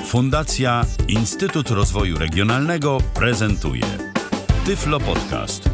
Fundacja Instytut Rozwoju Regionalnego prezentuje Tyflo Podcast.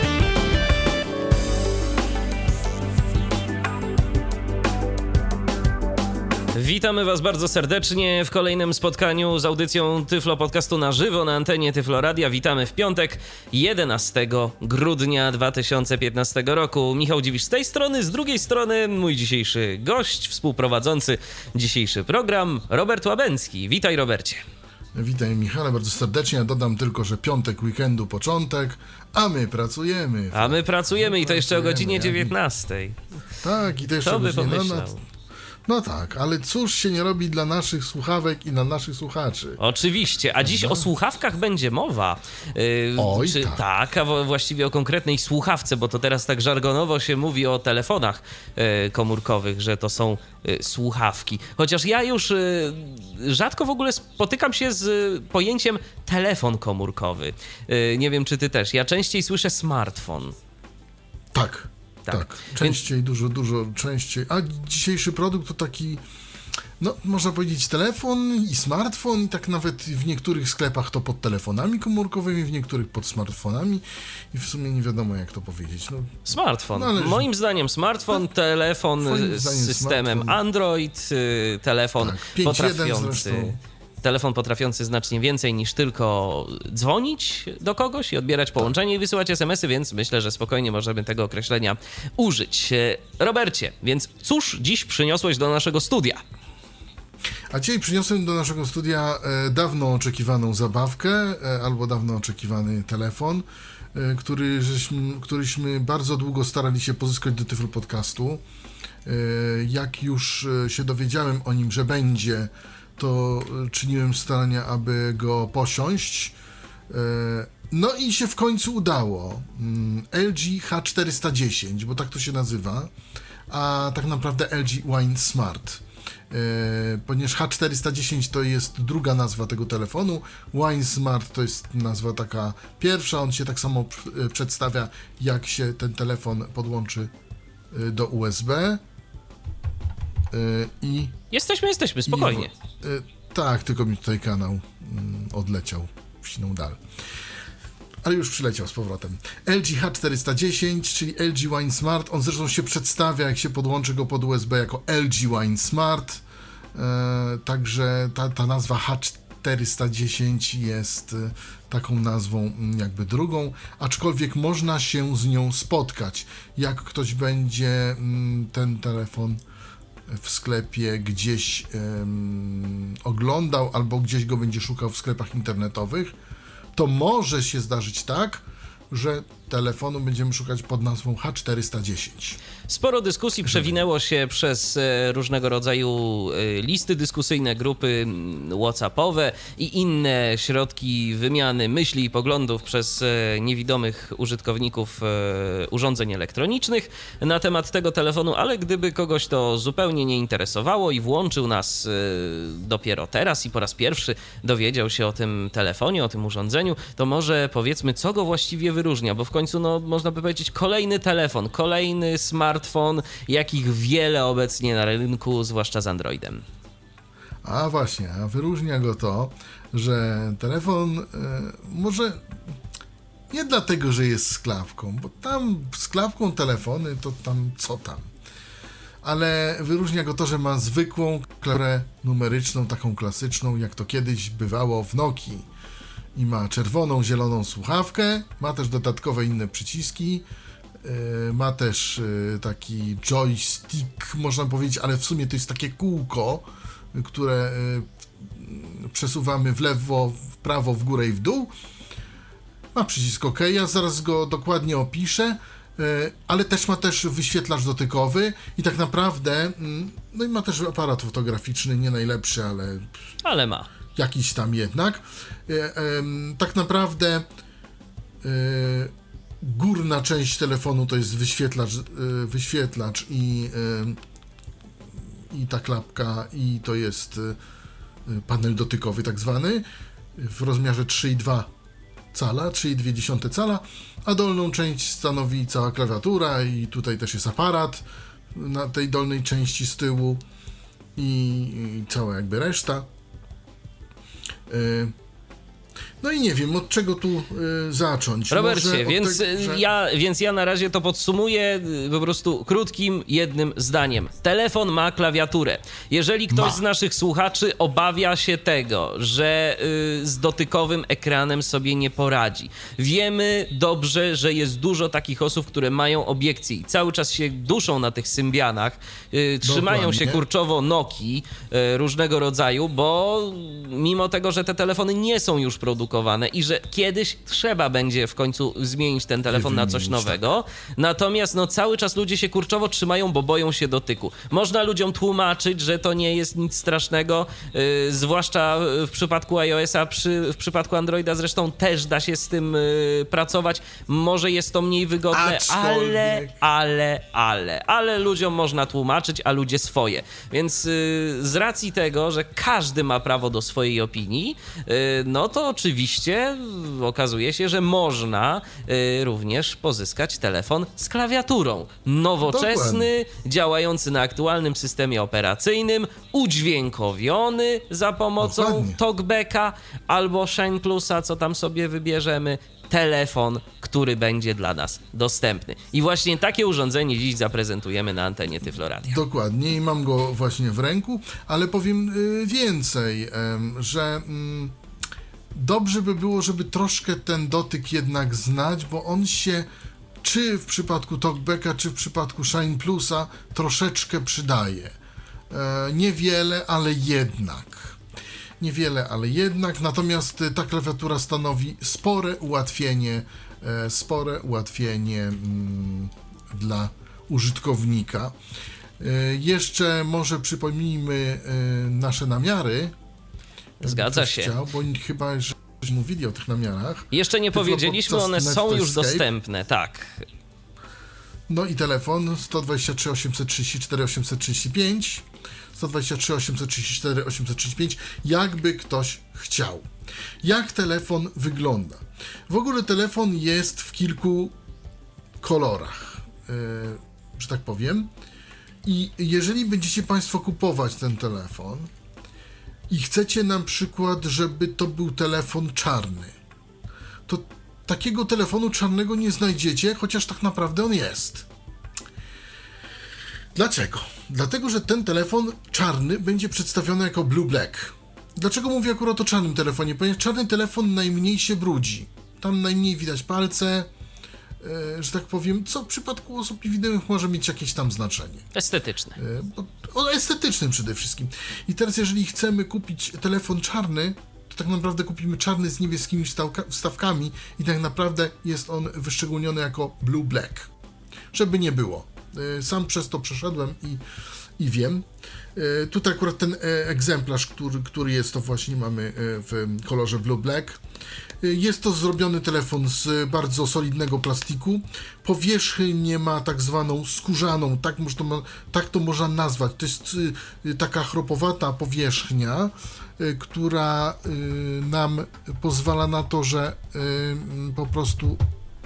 Witamy Was bardzo serdecznie w kolejnym spotkaniu z audycją Tyflo Podcastu na żywo na antenie Tyflo Radia. Witamy w piątek, 11 grudnia 2015 roku. Michał Dziwisz z tej strony, z drugiej strony mój dzisiejszy gość, współprowadzący dzisiejszy program, Robert Łabęcki. Witaj, Robercie. Witaj, Michale, bardzo serdecznie. Ja dodam tylko, że piątek, weekendu, początek, a my pracujemy. I to jeszcze o godzinie 19. Tak, i to jeszcze Kto o by godzinie... pomyślał? No tak, ale cóż się nie robi dla naszych słuchawek i dla naszych słuchaczy? Oczywiście, a dziś o słuchawkach będzie mowa. Oj, tak, a właściwie o konkretnej słuchawce, bo to teraz tak żargonowo się mówi o telefonach komórkowych, że to są słuchawki. Chociaż ja już rzadko w ogóle spotykam się z pojęciem telefon komórkowy. Nie wiem, czy ty też. Ja częściej słyszę smartfon. Tak. Częściej, dużo częściej. A dzisiejszy produkt to taki, no można powiedzieć telefon i smartfon i tak nawet w niektórych sklepach to pod telefonami komórkowymi, w niektórych pod smartfonami i w sumie nie wiadomo jak to powiedzieć. No, smartfon. Moim zdaniem smartfon, telefon z systemem smartfon. Android, telefon tak, potrafiący... Telefon potrafiący znacznie więcej niż tylko dzwonić do kogoś i odbierać połączenie i wysyłać SMS-y, więc myślę, że spokojnie możemy tego określenia użyć. Robercie, więc cóż dziś przyniosłeś do naszego studia? A dzisiaj przyniosłem do naszego studia dawno oczekiwaną zabawkę albo dawno oczekiwany telefon, któryśmy bardzo długo starali się pozyskać do Tyflo Podcastu. Jak już się dowiedziałem o nim, że będzie, to czyniłem starania, aby go posiąść. No i się w końcu udało. LG H410, bo tak to się nazywa, a tak naprawdę LG Wine Smart. Ponieważ H410 to jest druga nazwa tego telefonu, Wine Smart to jest nazwa taka pierwsza, on się tak samo przedstawia, jak się ten telefon podłączy do USB. Jesteśmy, spokojnie. Tak, tylko mi tutaj kanał odleciał w siną dal. Ale już przyleciał z powrotem. LG H410, czyli LG Wine Smart. On zresztą się przedstawia, jak się podłączy go pod USB, jako LG Wine Smart. Także ta nazwa H410 jest taką nazwą jakby drugą, aczkolwiek można się z nią spotkać. Jak ktoś będzie ten telefon w sklepie gdzieś oglądał albo gdzieś go będzie szukał w sklepach internetowych, to może się zdarzyć tak, że telefonu będziemy szukać pod nazwą H410. Sporo dyskusji przewinęło się przez różnego rodzaju listy dyskusyjne, grupy WhatsAppowe i inne środki wymiany myśli i poglądów przez niewidomych użytkowników urządzeń elektronicznych na temat tego telefonu, ale gdyby kogoś to zupełnie nie interesowało i włączył nas dopiero teraz i po raz pierwszy dowiedział się o tym telefonie, o tym urządzeniu, to może powiedzmy, co go właściwie wyróżnia, bo w końcu, no, można by powiedzieć, kolejny telefon, kolejny smartfon, jakich wiele obecnie na rynku, zwłaszcza z Androidem. A właśnie, a wyróżnia go to, że telefon może nie dlatego, że jest z klapką, bo tam z klapką telefony to tam co tam, ale wyróżnia go to, że ma zwykłą klawiaturę numeryczną, taką klasyczną, jak to kiedyś bywało w Nokii. I ma czerwoną, zieloną słuchawkę, ma też dodatkowe inne przyciski, ma też taki joystick, można powiedzieć, ale w sumie to jest takie kółko, które przesuwamy w lewo, w prawo, w górę i w dół. Ma przycisk OK, ja zaraz go dokładnie opiszę, ale też ma wyświetlacz dotykowy i tak naprawdę, no i ma też aparat fotograficzny, nie najlepszy, ale ma. Jakiś tam jednak. Tak naprawdę górna część telefonu to jest wyświetlacz i ta klapka i to jest panel dotykowy tak zwany w rozmiarze 3,2 cala, 3,2 cala, a dolną część stanowi cała klawiatura i tutaj też jest aparat na tej dolnej części z tyłu i cała jakby reszta. No i nie wiem, od czego tu zacząć. Robercie, więc ja na razie to podsumuję po prostu krótkim, jednym zdaniem. Telefon ma klawiaturę. Jeżeli ktoś z naszych słuchaczy obawia się tego, że z dotykowym ekranem sobie nie poradzi, wiemy dobrze, że jest dużo takich osób, które mają obiekcje i cały czas się duszą na tych Symbianach, trzymają się kurczowo Nokii różnego rodzaju, bo mimo tego, że te telefony nie są już produkowane i że kiedyś trzeba będzie w końcu zmienić ten telefon na coś nowego. Natomiast no, cały czas ludzie się kurczowo trzymają, bo boją się dotyku. Można ludziom tłumaczyć, że to nie jest nic strasznego, zwłaszcza w przypadku iOS-a, w przypadku Androida zresztą też da się z tym pracować. Może jest to mniej wygodne, ale ludziom można tłumaczyć, a ludzie swoje. Więc z racji tego, że każdy ma prawo do swojej opinii, no to oczywiście okazuje się, że można również pozyskać telefon z klawiaturą. Nowoczesny, działający na aktualnym systemie operacyjnym, udźwiękowiony za pomocą TalkBacka albo Shine Plusa, co tam sobie wybierzemy. Telefon, który będzie dla nas dostępny. I właśnie takie urządzenie dziś zaprezentujemy na antenie Tyflo Radia. Dokładnie i mam go właśnie w ręku, ale powiem więcej, że dobrze by było, żeby troszkę ten dotyk jednak znać, bo on się czy w przypadku TalkBacka, czy w przypadku Shine Plusa troszeczkę przydaje. Niewiele, ale jednak. Natomiast ta klawiatura stanowi spore ułatwienie dla użytkownika. Jeszcze może przypomnijmy nasze namiary. Zgadza się. Bo chyba już mówili o tych namiarach. Jeszcze nie powiedzieliśmy, one są już dostępne, tak. No i telefon 123 834 835, 123 834 835, jakby ktoś chciał. Jak telefon wygląda? W ogóle telefon jest w kilku kolorach, że tak powiem. I jeżeli będziecie Państwo kupować ten telefon i chcecie na przykład, żeby to był telefon czarny, to takiego telefonu czarnego nie znajdziecie, chociaż tak naprawdę on jest. Dlaczego? Dlatego, że ten telefon czarny będzie przedstawiony jako Blue Black. Dlaczego mówię akurat o czarnym telefonie? Ponieważ czarny telefon najmniej się brudzi. Tam najmniej widać palce, że tak powiem, co w przypadku osób niewidymych może mieć jakieś tam znaczenie. Estetyczne. Estetycznym przede wszystkim. I teraz jeżeli chcemy kupić telefon czarny, to tak naprawdę kupimy czarny z niebieskimi wstawkami i tak naprawdę jest on wyszczególniony jako Blue Black. Żeby nie było. Sam przez to przeszedłem i wiem. Tutaj akurat ten egzemplarz, który jest, to właśnie mamy w kolorze Blue Black. Jest to zrobiony telefon z bardzo solidnego plastiku. Powierzchnię ma tak zwaną skórzaną, tak to można nazwać. To jest taka chropowata powierzchnia, która nam pozwala na to, że po prostu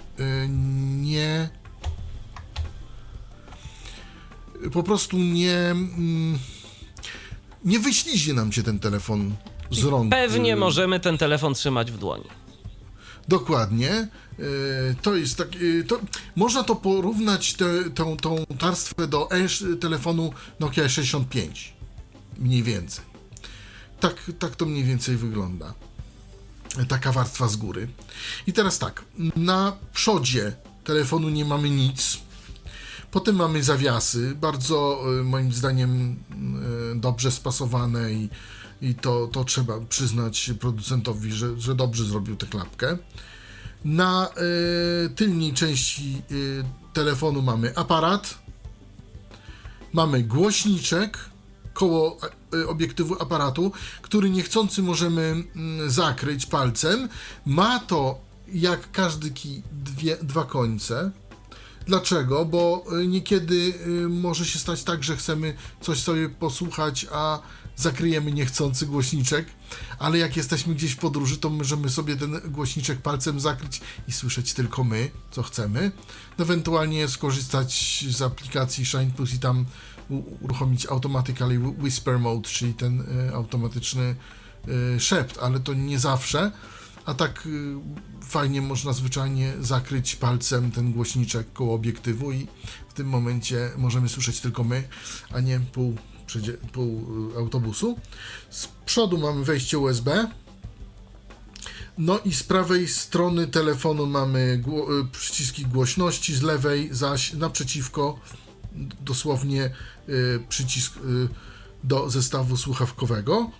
nie wyśliźnie nam się ten telefon z rąk. Pewnie możemy ten telefon trzymać w dłoni. Dokładnie. To jest tak. Można to porównać tą warstwę do telefonu Nokia 65. Mniej więcej. Tak to mniej więcej wygląda. Taka warstwa z góry. I teraz tak. Na przodzie telefonu nie mamy nic. Potem mamy zawiasy, bardzo moim zdaniem dobrze spasowane i to trzeba przyznać producentowi, że dobrze zrobił tę klapkę. Na tylnej części telefonu mamy aparat, mamy głośniczek koło obiektywu aparatu, który niechcący możemy zakryć palcem. Ma to, jak każdy kij, dwa końce. Dlaczego? Bo niekiedy może się stać tak, że chcemy coś sobie posłuchać, a zakryjemy niechcący głośniczek, ale jak jesteśmy gdzieś w podróży, to możemy sobie ten głośniczek palcem zakryć i słyszeć tylko my, co chcemy. Ewentualnie skorzystać z aplikacji Shine Plus i tam uruchomić Automatically Whisper Mode, czyli ten automatyczny szept, ale to nie zawsze, a tak fajnie można zwyczajnie zakryć palcem ten głośniczek koło obiektywu i w tym momencie możemy słyszeć tylko my, a nie pół autobusu. Z przodu mamy wejście USB. No i z prawej strony telefonu mamy przyciski głośności, z lewej zaś naprzeciwko dosłownie przycisk do zestawu słuchawkowego,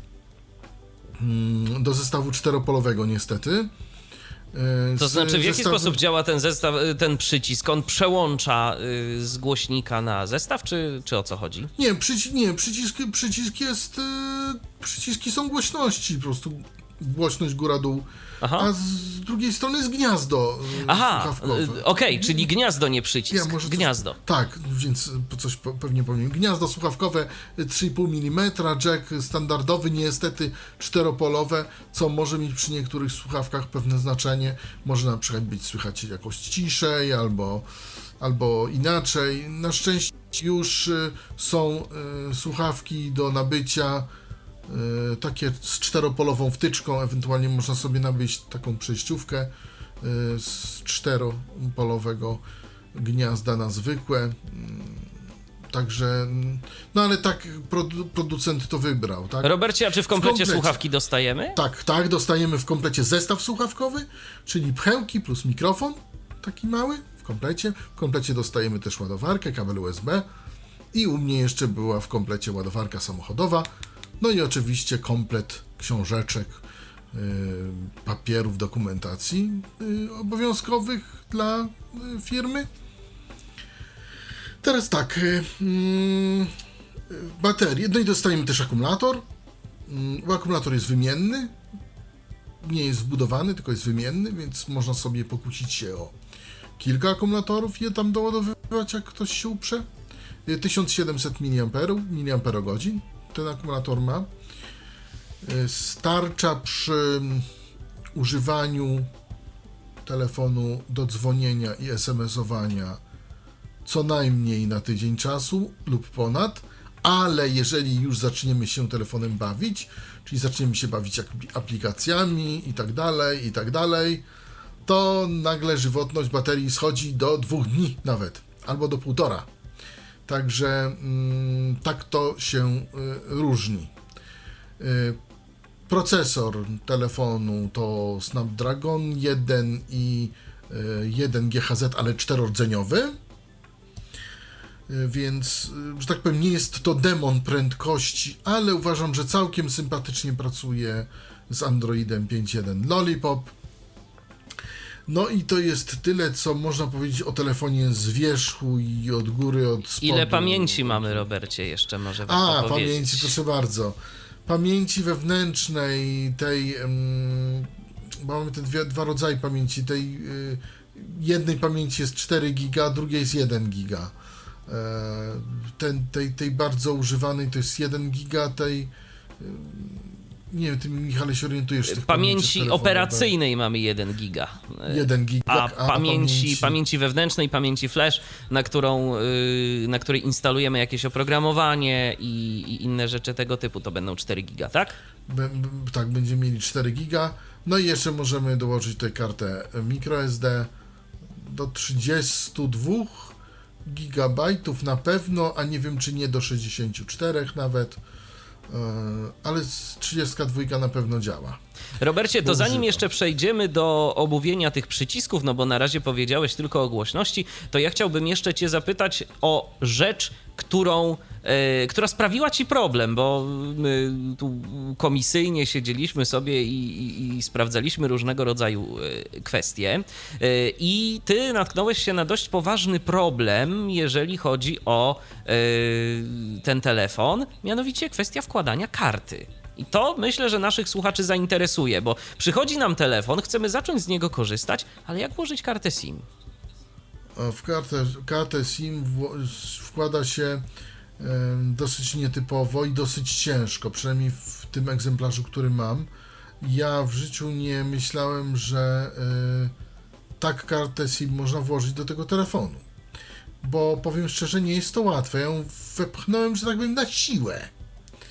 do zestawu czteropolowego niestety. To znaczy, w jaki sposób działa ten zestaw, ten przycisk? On przełącza z głośnika na zestaw, czy o co chodzi? Nie, przycisk jest... Przyciski są głośności, po prostu głośność góra-dół, a z drugiej strony jest gniazdo słuchawkowe. Okej, czyli gniazdo, nie przycisk. Gniazdo. Tak, więc coś pewnie powiem. Gniazdo słuchawkowe 3,5 mm, jack standardowy, niestety czteropolowe, co może mieć przy niektórych słuchawkach pewne znaczenie. Może na przykład być słychać jakoś ciszej albo inaczej. Na szczęście już są słuchawki do nabycia, takie z czteropolową wtyczką, ewentualnie można sobie nabyć taką przejściówkę z czteropolowego gniazda na zwykłe. Także, no ale tak producent to wybrał. Tak? Robercie, a czy w komplecie słuchawki dostajemy? Tak, dostajemy w komplecie zestaw słuchawkowy, czyli pchełki plus mikrofon, taki mały w komplecie. W komplecie dostajemy też ładowarkę, kabel USB i u mnie jeszcze była w komplecie ładowarka samochodowa. No i oczywiście komplet książeczek, papierów, dokumentacji obowiązkowych dla firmy. Teraz tak, baterie, no i dostajemy też akumulator. Akumulator jest wymienny, nie jest wbudowany, tylko jest wymienny, więc można sobie pokusić się o kilka akumulatorów i je tam doładowywać, jak ktoś się uprze. 1700 mAh ten akumulator ma. Starcza przy używaniu telefonu do dzwonienia i SMS-owania co najmniej na tydzień czasu lub ponad, ale jeżeli już zaczniemy się telefonem bawić, czyli zaczniemy się bawić aplikacjami i tak dalej, to nagle żywotność baterii schodzi do 2 dni nawet, albo do 1,5. Także tak to się różni. Procesor telefonu to Snapdragon 1 i 1 GHz, ale 4-rdzeniowy. Więc, że tak powiem, nie jest to demon prędkości, ale uważam, że całkiem sympatycznie pracuje z Androidem 5.1 Lollipop. No i to jest tyle, co można powiedzieć o telefonie z wierzchu i od góry, od spodu. Ile pamięci mamy, Robercie, jeszcze może warto powiedzieć? Pamięci, proszę bardzo. Pamięci wewnętrznej, tej, bo mamy te dwa rodzaje pamięci, tej jednej pamięci jest 4 giga, drugiej jest 1 giga. Tej bardzo używanej to jest 1 giga, tej... Nie wiem, ty, Michale, się orientujesz w tych pamięci operacyjnej mamy 1 giga. 1 giga, a pamięci wewnętrznej, pamięci flash, na której instalujemy jakieś oprogramowanie i inne rzeczy tego typu, to będą 4 giga, tak? Tak, będziemy mieli 4 giga. No i jeszcze możemy dołożyć tutaj kartę microSD do 32 gigabajtów na pewno, a nie wiem, czy nie do 64 nawet. Ale 32 na pewno działa. Robercie, to zanim jeszcze przejdziemy do omówienia tych przycisków, no bo na razie powiedziałeś tylko o głośności, to ja chciałbym jeszcze cię zapytać o rzecz, która sprawiła ci problem, bo my tu komisyjnie siedzieliśmy sobie i sprawdzaliśmy różnego rodzaju kwestie i ty natknąłeś się na dość poważny problem, jeżeli chodzi o ten telefon, mianowicie kwestia wkładania karty. I to myślę, że naszych słuchaczy zainteresuje, bo przychodzi nam telefon, chcemy zacząć z niego korzystać, ale jak włożyć kartę SIM? W kartę SIM wkłada się dosyć nietypowo i dosyć ciężko, przynajmniej w tym egzemplarzu, który mam. Ja w życiu nie myślałem, że tak kartę SIM można włożyć do tego telefonu, bo powiem szczerze, nie jest to łatwe. Ja ją wepchnąłem, że tak powiem, na siłę.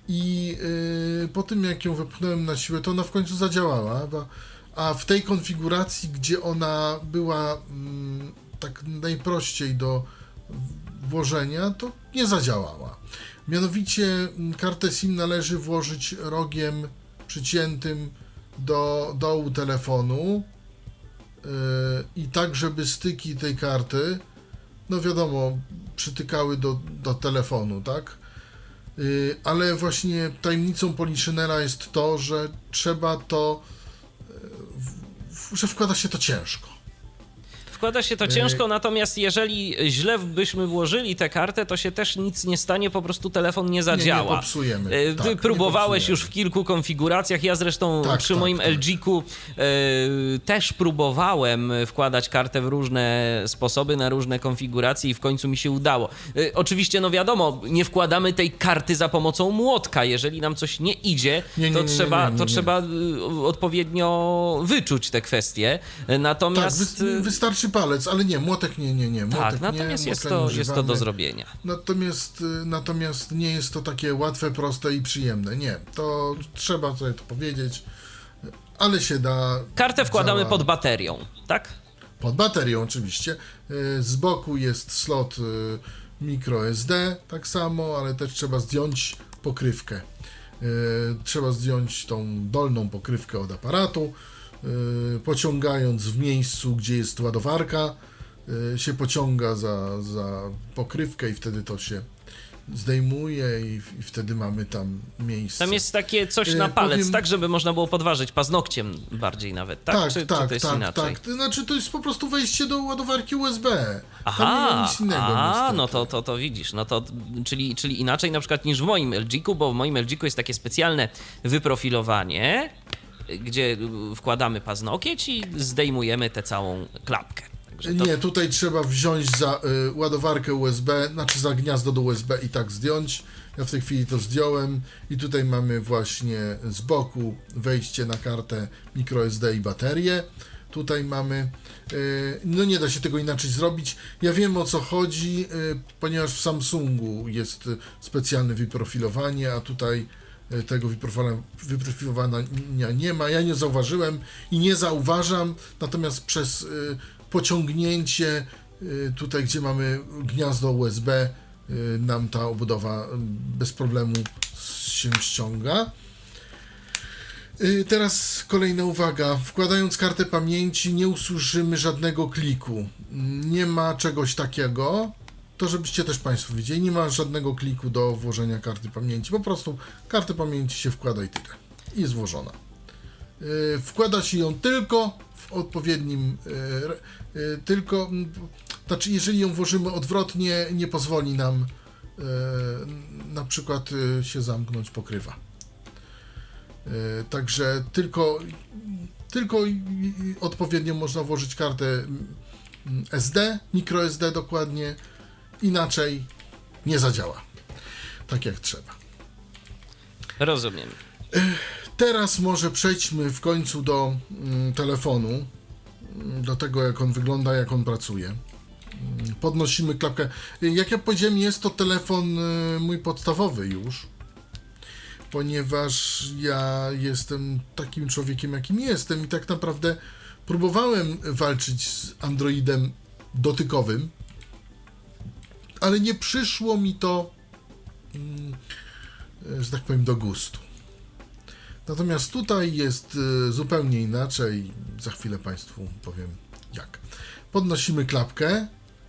i po tym jak ją wepchnąłem na siłę, to ona w końcu zadziałała, a w tej konfiguracji, gdzie ona była tak najprościej do włożenia, to nie zadziałała. Mianowicie kartę SIM należy włożyć rogiem przyciętym do dołu telefonu i tak, żeby styki tej karty, no wiadomo, przytykały do telefonu, tak? Ale właśnie tajemnicą Poliszynela jest to, że trzeba to, że wkłada się to ciężko. Wkłada się to ciężko, natomiast jeżeli źle byśmy włożyli tę kartę, to się też nic nie stanie, po prostu telefon nie zadziała. Nie popsujemy. Ty próbowałeś już w kilku konfiguracjach, ja zresztą przy moim LG-ku też próbowałem wkładać kartę w różne sposoby, na różne konfiguracje i w końcu mi się udało. Oczywiście, no wiadomo, nie wkładamy tej karty za pomocą młotka. Jeżeli nam coś nie idzie, to trzeba odpowiednio wyczuć te kwestie. Natomiast... Tak, wystarczy palec, ale nie, młotek nie. Młotek tak, natomiast jest to do zrobienia. Natomiast nie jest to takie łatwe, proste i przyjemne. Nie, to trzeba sobie to powiedzieć, ale się da. Kartę wkładamy pod baterią, tak? Pod baterią oczywiście. Z boku jest slot microSD, tak samo, ale też trzeba zdjąć pokrywkę. Trzeba zdjąć tą dolną pokrywkę od aparatu. Pociągając w miejscu, gdzie jest ładowarka, się pociąga za pokrywkę i wtedy to się zdejmuje i wtedy mamy tam miejsce. Tam jest takie coś na palec, tak, żeby można było podważyć paznokciem bardziej nawet, tak? Czy to jest inaczej? Tak. Znaczy to jest po prostu wejście do ładowarki USB. Aha, tam nie ma nic innego, no to widzisz, no to, czyli inaczej na przykład niż w moim LG-ku, bo w moim LG-ku jest takie specjalne wyprofilowanie, gdzie wkładamy paznokieć i zdejmujemy tę całą klapkę. Nie, tutaj trzeba wziąć za ładowarkę USB, znaczy za gniazdo do USB i tak zdjąć. Ja w tej chwili to zdjąłem i tutaj mamy właśnie z boku wejście na kartę microSD i baterię. Tutaj mamy, no nie da się tego inaczej zrobić. Ja wiem, o co chodzi, ponieważ w Samsungu jest specjalne wyprofilowanie, a tutaj tego wyprofilowania nie ma. Ja nie zauważyłem i nie zauważam, natomiast przez pociągnięcie tutaj, gdzie mamy gniazdo USB, nam ta obudowa bez problemu się ściąga. Teraz kolejna uwaga. Wkładając kartę pamięci nie usłyszymy żadnego kliku. Nie ma czegoś takiego. To żebyście też Państwo wiedzieli, nie ma żadnego kliku do włożenia karty pamięci. Po prostu kartę pamięci się wkłada i tyle. I jest włożona. Wkłada się ją tylko w odpowiednim... Znaczy, jeżeli ją włożymy odwrotnie, nie pozwoli nam na przykład się zamknąć pokrywa. Także tylko odpowiednio można włożyć kartę SD, microSD dokładnie, inaczej nie zadziała tak jak trzeba. Rozumiem. Teraz może przejdźmy w końcu do telefonu, do tego, jak on wygląda, jak on pracuje. Podnosimy klapkę. Jak ja powiedziałem, jest to telefon mój podstawowy już, ponieważ ja jestem takim człowiekiem, jakim jestem i tak naprawdę próbowałem walczyć z Androidem dotykowym, ale nie przyszło mi to, że tak powiem, do gustu. Natomiast tutaj jest zupełnie inaczej. Za chwilę Państwu powiem jak. Podnosimy klapkę.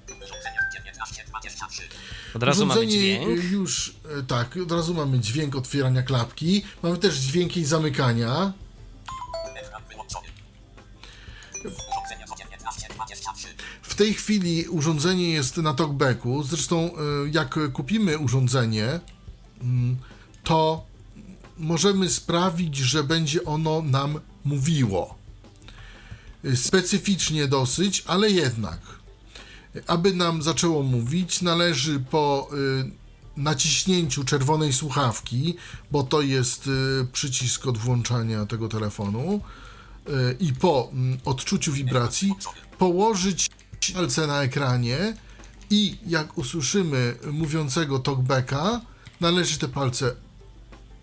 Od razu mamy dźwięk. Już, tak, od razu mamy dźwięk otwierania klapki. Mamy też dźwięk jej zamykania. W tej chwili urządzenie jest na talkbacku. Zresztą jak kupimy urządzenie, to możemy sprawić, że będzie ono nam mówiło. Specyficznie dosyć, ale jednak. Aby nam zaczęło mówić, należy po naciśnięciu czerwonej słuchawki, bo to jest przycisk od włączania tego telefonu, i po odczuciu wibracji położyć palce na ekranie i jak usłyszymy mówiącego talkbacka, należy te palce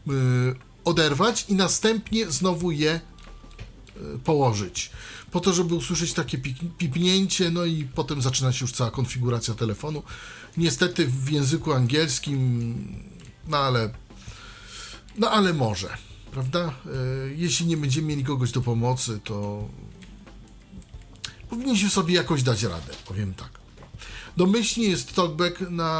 oderwać i następnie znowu je położyć. Po to, żeby usłyszeć takie pipnięcie, no i potem zaczyna się już cała konfiguracja telefonu. Niestety w języku angielskim, no ale może, prawda? Jeśli nie będziemy mieli kogoś do pomocy, to powinniśmy sobie jakoś dać radę, powiem tak. Domyślnie jest talkback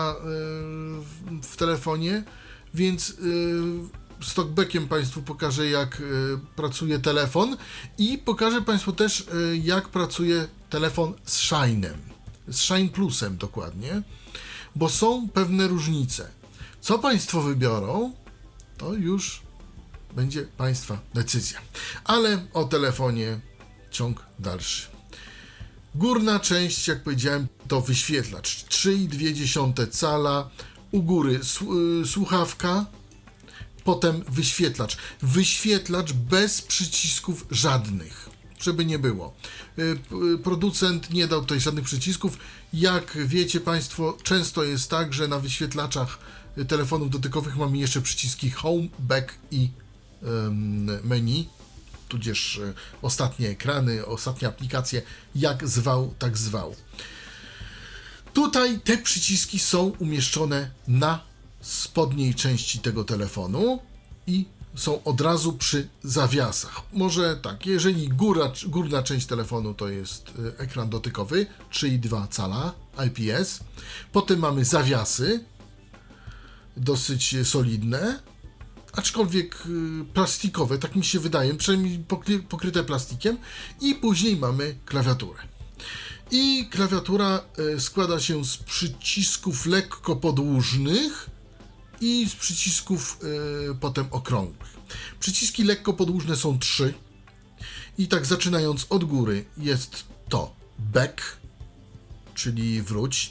w telefonie, więc z talkbackiem Państwu pokażę, jak pracuje telefon i pokażę Państwu też, jak pracuje telefon z Shine'em, z Shine Plusem dokładnie, bo są pewne różnice. Co Państwo wybiorą, to już będzie Państwa decyzja. Ale o telefonie ciąg dalszy. Górna część, jak powiedziałem, to wyświetlacz 3,2 cala, u góry słuchawka, potem wyświetlacz. Wyświetlacz bez przycisków żadnych, żeby nie było. Producent nie dał tutaj żadnych przycisków. Jak wiecie Państwo, często jest tak, że na wyświetlaczach telefonów dotykowych mamy jeszcze przyciski Home, Back i menu, tudzież ostatnie ekrany, ostatnie aplikacje, jak zwał, tak zwał. Tutaj te przyciski są umieszczone na spodniej części tego telefonu i są od razu przy zawiasach. Może tak, jeżeli górna część telefonu to jest ekran dotykowy 3,2 cala IPS, potem mamy zawiasy dosyć solidne, aczkolwiek plastikowe, tak mi się wydaje, przynajmniej pokryte plastikiem, i później mamy klawiaturę. I klawiatura składa się z przycisków lekko podłużnych i z przycisków potem okrągłych. Przyciski lekko podłużne są 3 i tak zaczynając od góry jest to back, czyli wróć.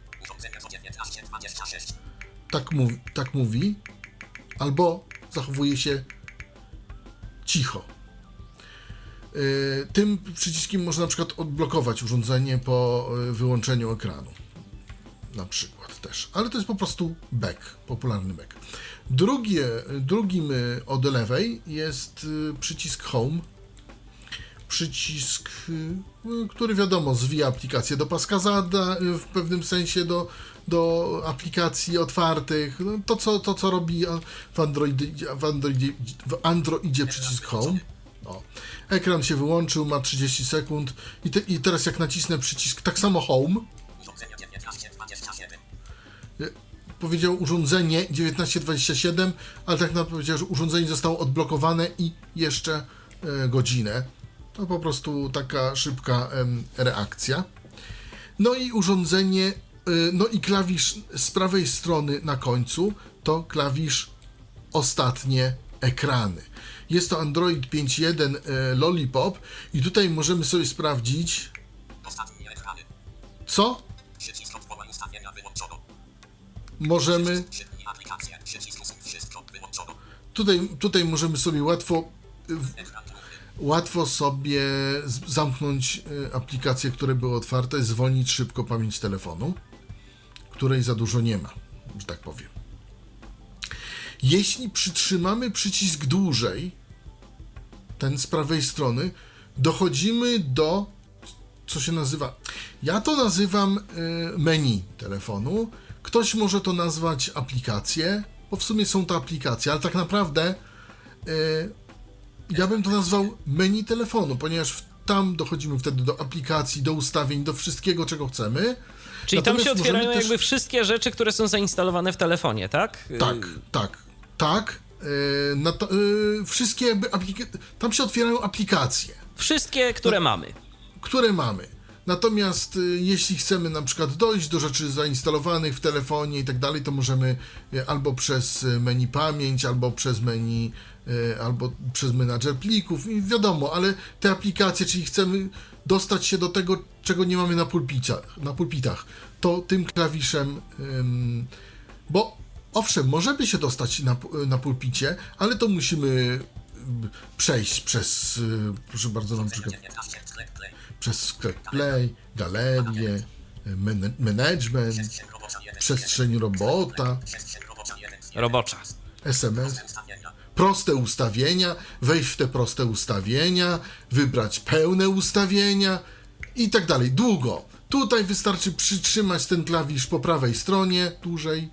Tak mówi, albo zachowuje się cicho. Tym przyciskiem można na przykład odblokować urządzenie po wyłączeniu ekranu. Na przykład też. Ale to jest po prostu back, popularny back. Drugim od lewej jest przycisk home. Przycisk, który wiadomo zwija aplikację do paska zada, w pewnym sensie do aplikacji otwartych. No, to co robi w Androidzie przycisk home. O. Ekran się wyłączył, ma 30 sekund i teraz jak nacisnę przycisk tak samo home, powiedział urządzenie 1927, ale tak naprawdę powiedział, że urządzenie zostało odblokowane i jeszcze godzinę. To po prostu taka szybka reakcja. No i urządzenie, no i klawisz z prawej strony na końcu to klawisz ostatnie ekrany. Jest to Android 5.1 Lollipop i tutaj możemy sobie sprawdzić, co? Możemy tutaj możemy sobie łatwo sobie zamknąć aplikacje, które były otwarte, zwolnić szybko pamięć telefonu, której za dużo nie ma, że tak powiem. Jeśli przytrzymamy przycisk dłużej, ten z prawej strony, dochodzimy do, co się nazywa, ja to nazywam menu telefonu, ktoś może to nazwać aplikacje, bo w sumie są to aplikacje, ale tak naprawdę ja bym to nazwał menu telefonu, ponieważ tam dochodzimy wtedy do aplikacji, do ustawień, do wszystkiego, czego chcemy. Czyli natomiast tam się otwierają jakby wszystkie rzeczy, które są zainstalowane w telefonie, tak? Tak. Wszystkie jakby tam się otwierają aplikacje. Wszystkie, które mamy. Które mamy. Natomiast jeśli chcemy na przykład dojść do rzeczy zainstalowanych w telefonie i tak dalej, to możemy albo przez menu pamięć, albo przez menadżer plików, i wiadomo, ale te aplikacje, czyli chcemy dostać się do tego, czego nie mamy na pulpitach, to tym klawiszem, bo owszem, możemy się dostać na pulpicie, ale to musimy przejść przez, proszę bardzo, na przykład przez sklep Play, galerię, management, przestrzeń robocza, Robocza. SMS. proste ustawienia, wejść w te proste ustawienia, wybrać pełne ustawienia i tak dalej. Długo. Tutaj wystarczy przytrzymać ten klawisz po prawej stronie dłużej.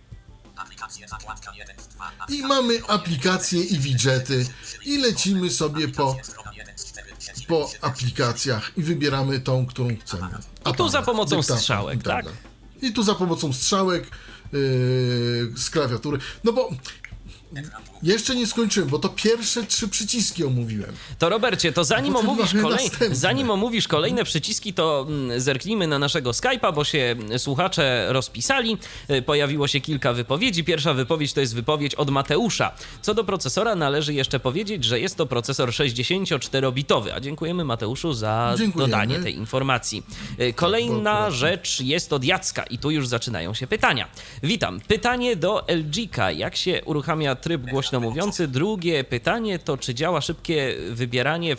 I mamy aplikacje i widżety i lecimy sobie po aplikacjach i wybieramy tą, którą chcemy. I tu za pomocą strzałek, tak? I tu za pomocą strzałek z klawiatury. No bo jeszcze nie skończyłem, bo to pierwsze 3 przyciski omówiłem. To Robercie, to zanim omówisz kolejne przyciski, to zerknijmy na naszego Skype'a, bo się słuchacze rozpisali. Pojawiło się kilka wypowiedzi. Pierwsza wypowiedź to jest wypowiedź od Mateusza. Co do procesora należy jeszcze powiedzieć, że jest to procesor 64-bitowy, a dziękujemy Mateuszu za dodanie tej informacji. Kolejna rzecz jest od Jacka i tu już zaczynają się pytania. Witam. Pytanie do LG-ka. Jak się uruchamia tryb głośno mówiący? Drugie pytanie to, czy działa szybkie wybieranie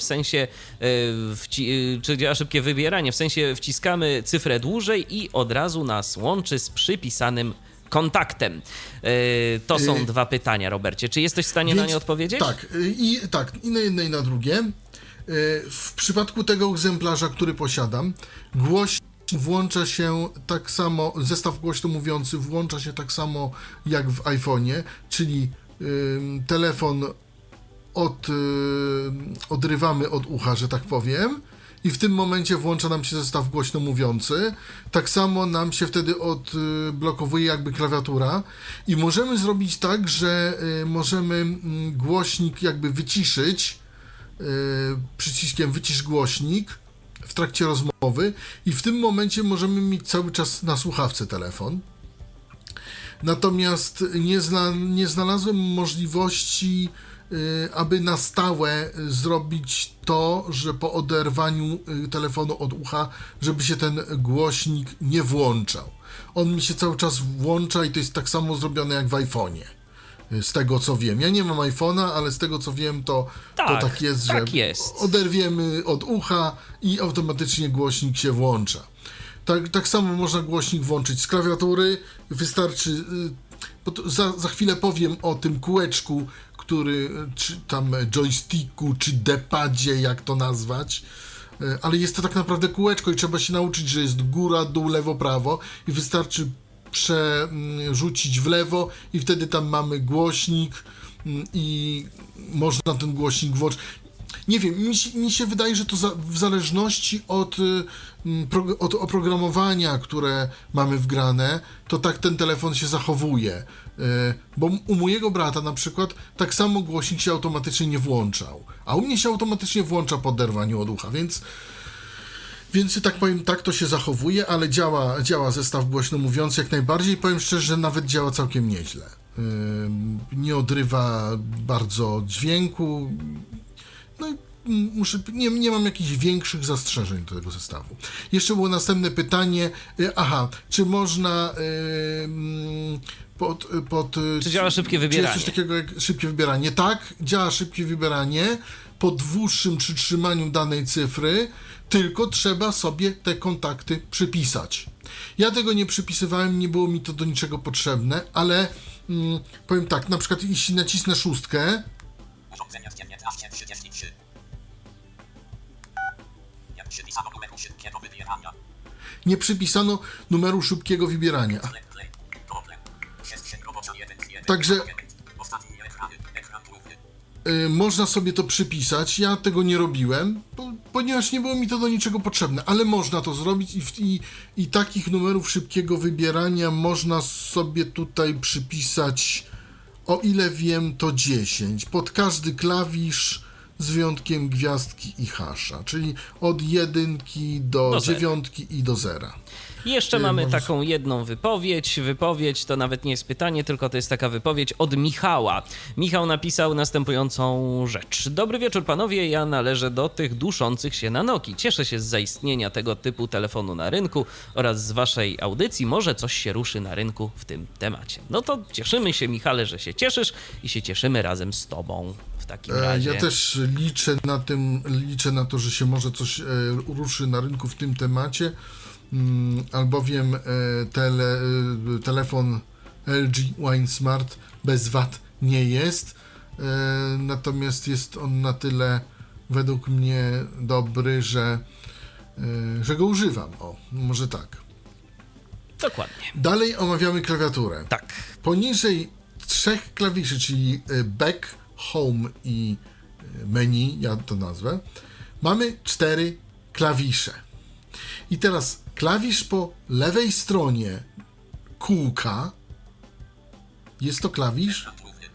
w sensie wciskamy cyfrę dłużej i od razu nas łączy z przypisanym kontaktem. To są 2 pytania, Robercie. Czy jesteś w stanie na nie odpowiedzieć? I na jedno i na drugie. W przypadku tego egzemplarza, który posiadam, głośnik włącza się tak samo, zestaw głośno mówiący włącza się tak samo jak w iPhone'ie, czyli telefon odrywamy od ucha, że tak powiem, i w tym momencie włącza nam się zestaw głośno mówiący. Tak samo nam się wtedy odblokowuje jakby klawiatura i możemy zrobić tak, że możemy głośnik jakby wyciszyć przyciskiem wycisz głośnik w trakcie rozmowy i w tym momencie możemy mieć cały czas na słuchawce telefon. Natomiast nie znalazłem możliwości, aby na stałe zrobić to, że po oderwaniu telefonu od ucha, żeby się ten głośnik nie włączał. On mi się cały czas włącza i to jest tak samo zrobione jak w iPhone'ie. Z tego co wiem. Ja nie mam iPhone'a, ale z tego co wiem, to tak jest, że oderwiemy od ucha i automatycznie głośnik się włącza. Tak samo można głośnik włączyć z klawiatury. Wystarczy, bo za chwilę powiem o tym kółeczku, czy tam joysticku, czy D-padzie, jak to nazwać. Ale jest to tak naprawdę kółeczko i trzeba się nauczyć, że jest góra, dół, lewo, prawo i wystarczy przerzucić w lewo i wtedy tam mamy głośnik i można ten głośnik włączyć. Nie wiem, mi się wydaje, że to w zależności od oprogramowania, które mamy wgrane, to tak ten telefon się zachowuje. Bo u mojego brata na przykład tak samo głośnik się automatycznie nie włączał, a u mnie się automatycznie włącza po oderwaniu od ucha, więc tak powiem, tak to się zachowuje, ale działa zestaw głośno mówiący jak najbardziej. Powiem szczerze, że nawet działa całkiem nieźle. Nie odrywa bardzo dźwięku. No i nie mam jakichś większych zastrzeżeń do tego zestawu. Jeszcze było następne pytanie. Czy można czy działa szybkie wybieranie? Czy jest coś takiego jak szybkie wybieranie? Tak, działa szybkie wybieranie po dłuższym przytrzymaniu danej cyfry, tylko trzeba sobie te kontakty przypisać. Ja tego nie przypisywałem, nie było mi to do niczego potrzebne, ale powiem tak, na przykład jeśli nacisnę 6, nie przypisano numeru szybkiego wybierania. Także można sobie to przypisać. Ja tego nie robiłem, ponieważ nie było mi to do niczego potrzebne, ale można to zrobić i takich numerów szybkiego wybierania można sobie tutaj przypisać, o ile wiem, to 10. Pod każdy klawisz z wyjątkiem gwiazdki i hasza, czyli od 1 do 9 i do 0. I jeszcze mamy taką jedną wypowiedź. Wypowiedź to nawet nie jest pytanie, tylko to jest taka wypowiedź od Michała. Michał napisał następującą rzecz. Dobry wieczór panowie, ja należę do tych duszących się na Nokii. Cieszę się z zaistnienia tego typu telefonu na rynku oraz z waszej audycji. Może coś się ruszy na rynku w tym temacie. No to cieszymy się, Michale, że się cieszysz i się cieszymy razem z tobą w takim razie. Ja też liczę na to, że się może coś ruszy na rynku w tym temacie. Albowiem telefon LG Wine Smart bez wad nie jest. natomiast jest on na tyle według mnie dobry, że go używam. O, może tak. Dokładnie. Dalej omawiamy klawiaturę. Tak. Poniżej 3 klawiszy, czyli back, home i menu, ja to nazwę, mamy 4 klawisze. I teraz klawisz po lewej stronie kółka jest to klawisz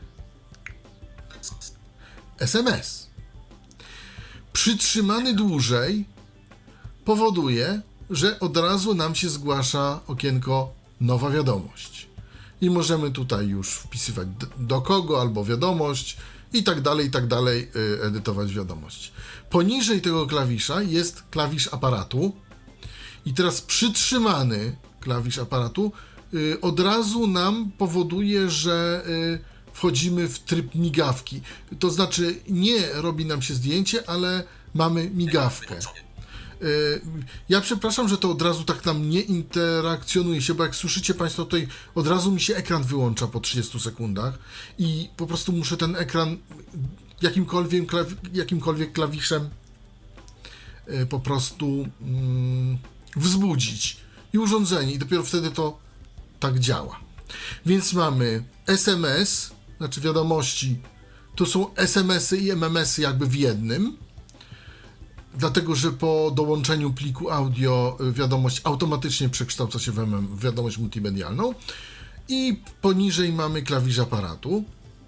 SMS. Przytrzymany dłużej powoduje, że od razu nam się zgłasza okienko nowa wiadomość. I możemy tutaj już wpisywać do kogo albo wiadomość i tak dalej, edytować wiadomość. Poniżej tego klawisza jest klawisz aparatu i teraz przytrzymany klawisz aparatu od razu nam powoduje, że wchodzimy w tryb migawki. To znaczy nie robi nam się zdjęcie, ale mamy migawkę. Ja przepraszam, że to od razu tak nam nie interakcjonuje się, bo jak słyszycie Państwo, tutaj od razu mi się ekran wyłącza po 30 sekundach i po prostu muszę ten ekran jakimkolwiek klawiszem po prostu wzbudzić i urządzenie i dopiero wtedy to tak działa. Więc mamy SMS, znaczy wiadomości, to są SMS-y i MMS-y jakby w jednym, dlatego, że po dołączeniu pliku audio wiadomość automatycznie przekształca się w wiadomość multimedialną i poniżej mamy klawisz aparatu,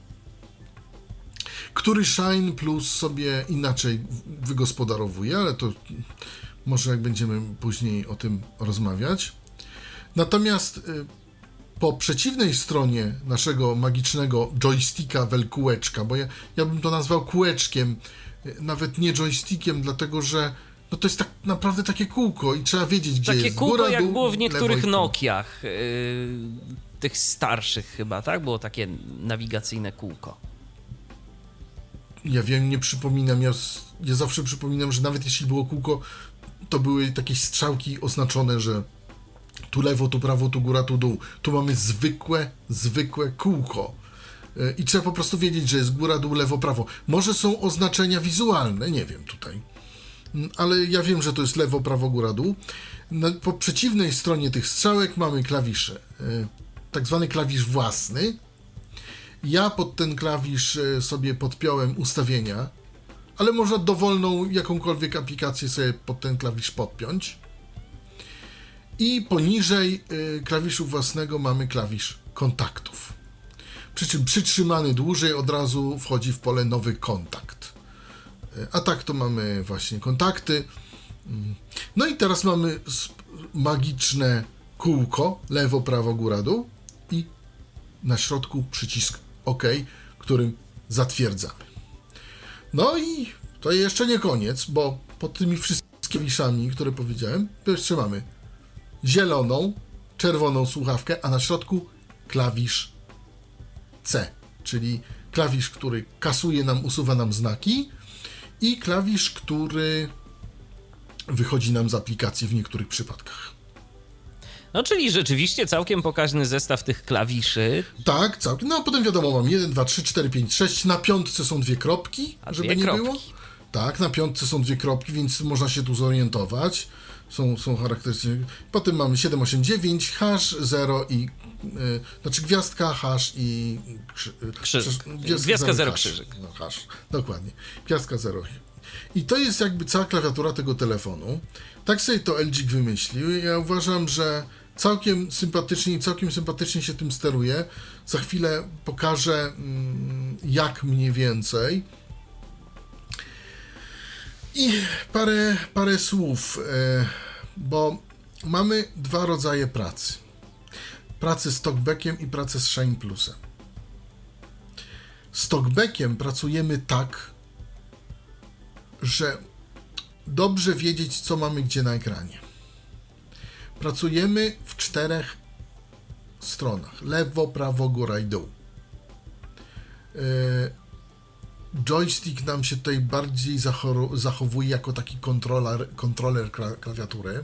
który Shine Plus sobie inaczej wygospodarowuje, ale to może jak będziemy później o tym rozmawiać. Natomiast po przeciwnej stronie naszego magicznego joysticka kółeczka, bo ja bym to nazwał kółeczkiem, nawet nie joystickiem, dlatego że no to jest tak naprawdę takie kółko i trzeba wiedzieć, gdzie takie jest kółko, góra, jak dół, było w niektórych lewo i Nokiach, tych starszych chyba, tak? Było takie nawigacyjne kółko. Ja wiem, nie przypominam, ja zawsze przypominam, że nawet jeśli było kółko, to były takie strzałki oznaczone, że tu lewo, tu prawo, tu góra, tu dół. Tu mamy zwykłe kółko. I trzeba po prostu wiedzieć, że jest góra, dół, lewo, prawo. Może są oznaczenia wizualne, nie wiem tutaj. Ale ja wiem, że to jest lewo, prawo, góra, dół. Po przeciwnej stronie tych strzałek mamy klawisze. Tak zwany klawisz własny. Ja pod ten klawisz sobie podpiąłem ustawienia, ale można dowolną jakąkolwiek aplikację sobie pod ten klawisz podpiąć. I poniżej klawiszu własnego mamy klawisz kontaktów. Przy czym przytrzymany dłużej od razu wchodzi w pole nowy kontakt. A tak to mamy właśnie kontakty. No i teraz mamy magiczne kółko, lewo, prawo, góra, dół i na środku przycisk OK, którym zatwierdzamy. No i to jeszcze nie koniec, bo pod tymi wszystkimi klawiszami, które powiedziałem, to jeszcze mamy zieloną, czerwoną słuchawkę, a na środku klawisz C, czyli klawisz, który kasuje nam, usuwa nam znaki i klawisz, który wychodzi nam z aplikacji w niektórych przypadkach. No, czyli rzeczywiście całkiem pokaźny zestaw tych klawiszy. Tak, całkiem. No a potem wiadomo, mam 1, 2, 3, 4, 5, 6. Na piątce są 2 kropki, A żeby 2 nie kropki. było. Tak, na piątce są 2 kropki, więc można się tu zorientować. Są charakterystyczne. Potem mamy 7, 8, 9, hash, 0 i... znaczy gwiazdka, hash i... Gwiazdka 0, hash. krzyżyk. No, hash, dokładnie. Gwiazdka 0. I to jest jakby cała klawiatura tego telefonu. Tak sobie to LG wymyślił. Ja uważam, że całkiem sympatycznie się tym steruje. Za chwilę pokażę, jak mniej więcej. I parę słów, bo mamy 2 rodzaje pracy. Pracę z talkbackiem i pracę z Shine Plusem. Z talkbackiem pracujemy tak, że dobrze wiedzieć, co mamy gdzie na ekranie. Pracujemy w 4 stronach. Lewo, prawo, góra i dół. Joystick nam się tutaj bardziej zachowuje jako taki kontroler klawiatury.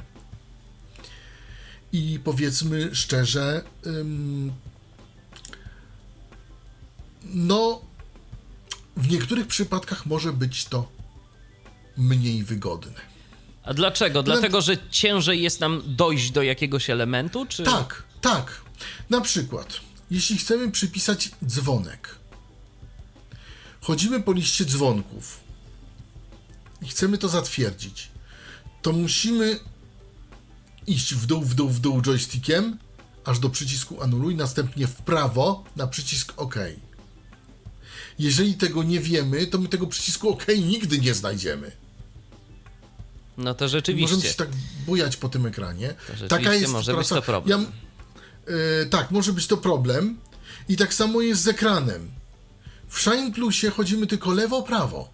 I powiedzmy szczerze, no w niektórych przypadkach może być to mniej wygodne. A dlaczego? Dlatego, że ciężej jest nam dojść do jakiegoś elementu, czy... Tak. Na przykład, jeśli chcemy przypisać dzwonek, chodzimy po liście dzwonków i chcemy to zatwierdzić, to musimy iść w dół joystickiem, aż do przycisku anuluj, następnie w prawo na przycisk OK. Jeżeli tego nie wiemy, to my tego przycisku OK nigdy nie znajdziemy. No to rzeczywiście. Możemy się tak bujać po tym ekranie. Taka jest może praca. Być to problem. Tak, może być to problem. I tak samo jest z ekranem. W Shine Plusie chodzimy tylko lewo-prawo.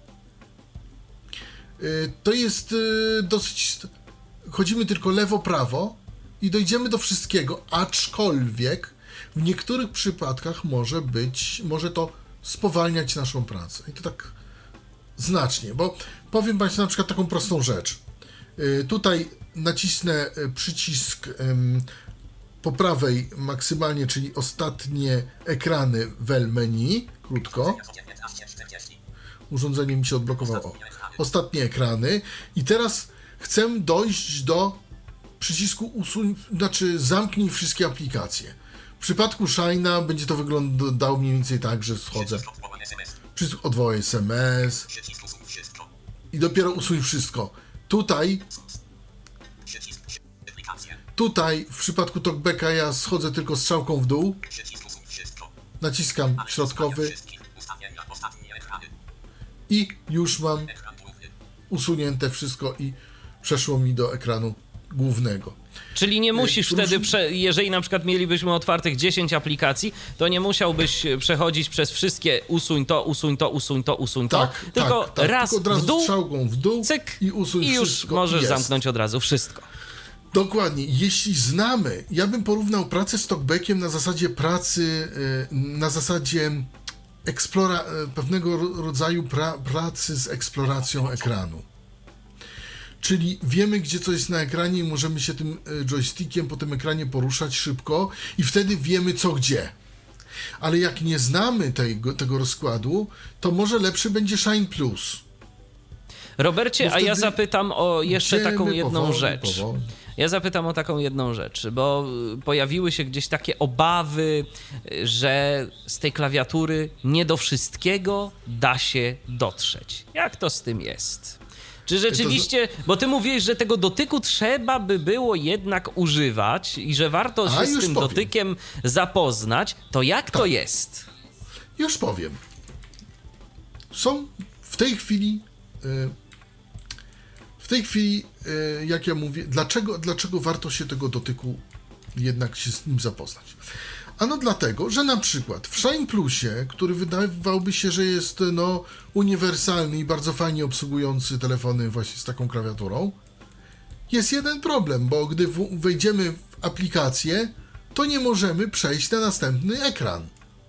To jest dosyć... Chodzimy tylko lewo-prawo i dojdziemy do wszystkiego, aczkolwiek w niektórych przypadkach może to spowalniać naszą pracę. I to tak znacznie, bo powiem Państwu na przykład taką prostą rzecz. Tutaj nacisnę przycisk po prawej maksymalnie, czyli ostatnie ekrany w menu, krótko. Urządzenie mi się odblokowało. Ostatnie ekrany. I teraz chcę dojść do przycisku zamknij wszystkie aplikacje. W przypadku Shine'a będzie to wyglądało mniej więcej tak, że schodzę. Przycisk odwołaj SMS. I dopiero usuń wszystko. Tutaj w przypadku TalkBacka ja schodzę tylko strzałką w dół. Naciskam środkowy. I już mam usunięte wszystko i przeszło mi do ekranu głównego. Czyli nie musisz wtedy, jeżeli na przykład mielibyśmy otwartych 10 aplikacji, to nie musiałbyś przechodzić przez wszystkie usuń to, tylko raz tylko od razu w dół, strzałką w dół, cyk, i usuń i już wszystko. możesz zamknąć od razu wszystko. Dokładnie. Jeśli znamy, ja bym porównał pracę z TalkBackiem na zasadzie pewnego rodzaju pracy z eksploracją ekranu. Czyli wiemy, gdzie coś jest na ekranie i możemy się tym joystickiem po tym ekranie poruszać szybko i wtedy wiemy co gdzie. Ale jak nie znamy tego rozkładu, to może lepszy będzie Shine Plus. Robercie, a ja zapytam o jeszcze taką jedną rzecz. Powoli. Ja zapytam o taką jedną rzecz, bo pojawiły się gdzieś takie obawy, że z tej klawiatury nie do wszystkiego da się dotrzeć. Jak to z tym jest? Czy rzeczywiście, bo ty mówiłeś, że tego dotyku trzeba by było jednak używać i że warto się z tym dotykiem zapoznać, to jak to jest? Już powiem. Są w tej chwili, jak ja mówię, dlaczego warto się tego dotyku jednak się z nim zapoznać? Ano dlatego, że na przykład w Shine Plusie, który wydawałby się, że jest uniwersalny i bardzo fajnie obsługujący telefony właśnie z taką klawiaturą, jest jeden problem, bo gdy wejdziemy w aplikację, to nie możemy przejść na następny ekran.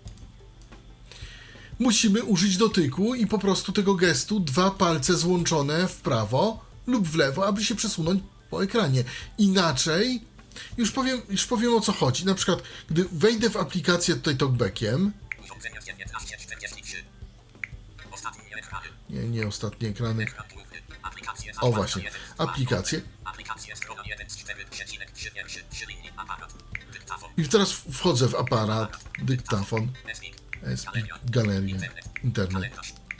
Musimy użyć dotyku i po prostu tego gestu 2 palce złączone w prawo lub w lewo, aby się przesunąć po ekranie. Inaczej, już powiem o co chodzi. Na przykład, gdy wejdę w aplikację tutaj TalkBackiem, nie ostatnie ekrany. O właśnie, aplikacje. I teraz wchodzę w aparat, dyktafon, galerię, internet.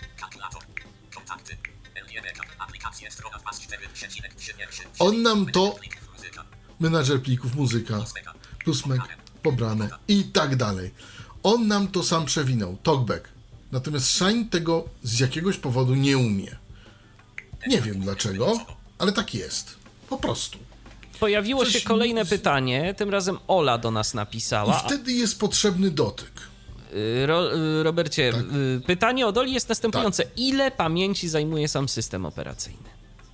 On nam to, menadżer plików, muzyka, plusmek, pobrane i tak dalej. On nam to sam przewinął, TalkBack. Natomiast Shine tego z jakiegoś powodu nie umie. Nie wiem dlaczego, ale tak jest. Po prostu. Pojawiło się kolejne pytanie, tym razem Ola do nas napisała. I wtedy jest potrzebny dotyk. Robercie, tak. Pytanie od Oli jest następujące. Tak. Ile pamięci zajmuje sam system operacyjny?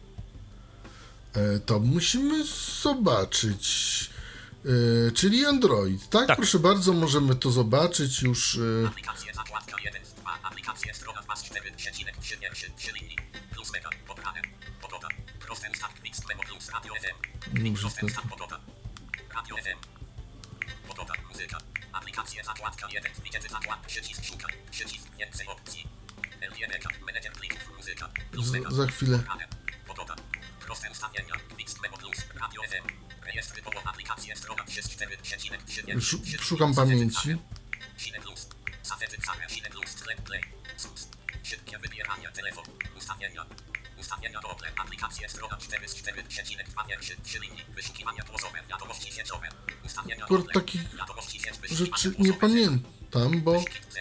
To musimy zobaczyć. Czyli Android, tak? Tak? Proszę bardzo, możemy to zobaczyć już. Aplikacje, zakładka 1 z 2, aplikacje, strona 2,4,7,3 linii, plus mega, pobrane, pogoda, prostem stack, mix, memo plus radio FM, prostem stack, pogoda, radio FM, pogoda, muzyka, aplikacje, zakładka 1, widgety, zakładka, przycisk, szukaj, przycisk, więcej opcji, Menedżer plików, muzyka. Za chwilę. Pogoda. Proste ustawienia. Mix Memo Plus. Radio FM. Rejestry połączone. Aplikacje. Strona 34,7. Szukam pamięci. Sine Plus. Safety Same. Sine Plus. Sklep Play. Sus. Szybkie wybieranie. Telefon. Ustawienia. Ustawienia dobre. Aplikacje. Strona 4,2. Linii. Wyszukiwania głosowe. Wiadomości sieciowe. Ustawienia Akurat dobre. takich Wiadomości sieć. rzeczy nie pamiętam, bo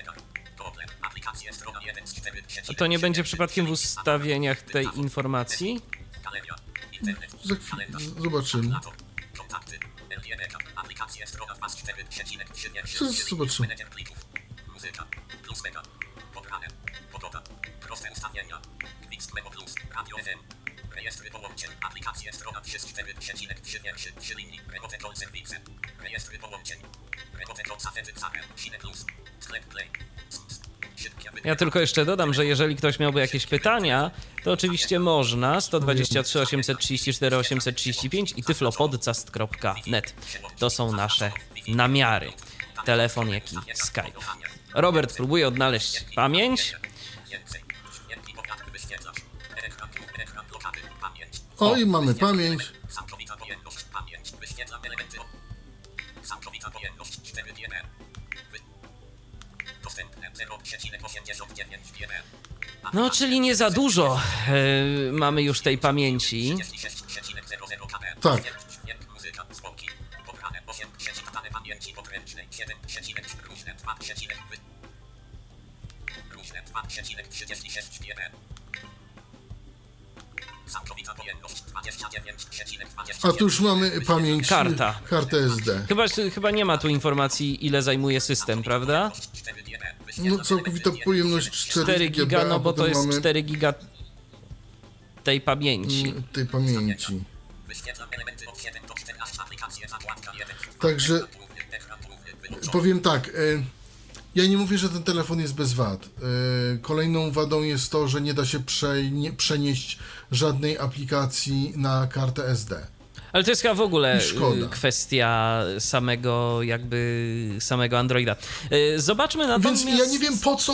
A to nie będzie przypadkiem w ustawieniach tej informacji? za chwilę zobaczymy. Zobaczymy. Rejestry połączeń. Aplikacje. Strona 34,7. Linii. Remote Call Service. Rejestry połączeń. Remote Call Service. Sine Plus. Sklep Play. Ja tylko jeszcze dodam, że jeżeli ktoś miałby jakieś pytania, to oczywiście można 123 834 835 i tyflopodcast.net. To są nasze namiary. Telefon, jak i Skype. Robert próbuje odnaleźć pamięć. O, i mamy pamięć. No, czyli nie za dużo mamy już tej pamięci. Tak. A tu już mamy pamięć. Kartę SD. Chyba nie ma tu informacji, ile zajmuje system, prawda? No, całkowita pojemność 4 giga, no bo to jest 4 giga tej pamięci. Tej pamięci. Także powiem tak, ja nie mówię, że ten telefon jest bez wad. Kolejną wadą jest to, że nie da się przenieść żadnej aplikacji na kartę SD. Ale to jest chyba w ogóle kwestia samego Androida. Zobaczmy natomiast... Więc ja nie wiem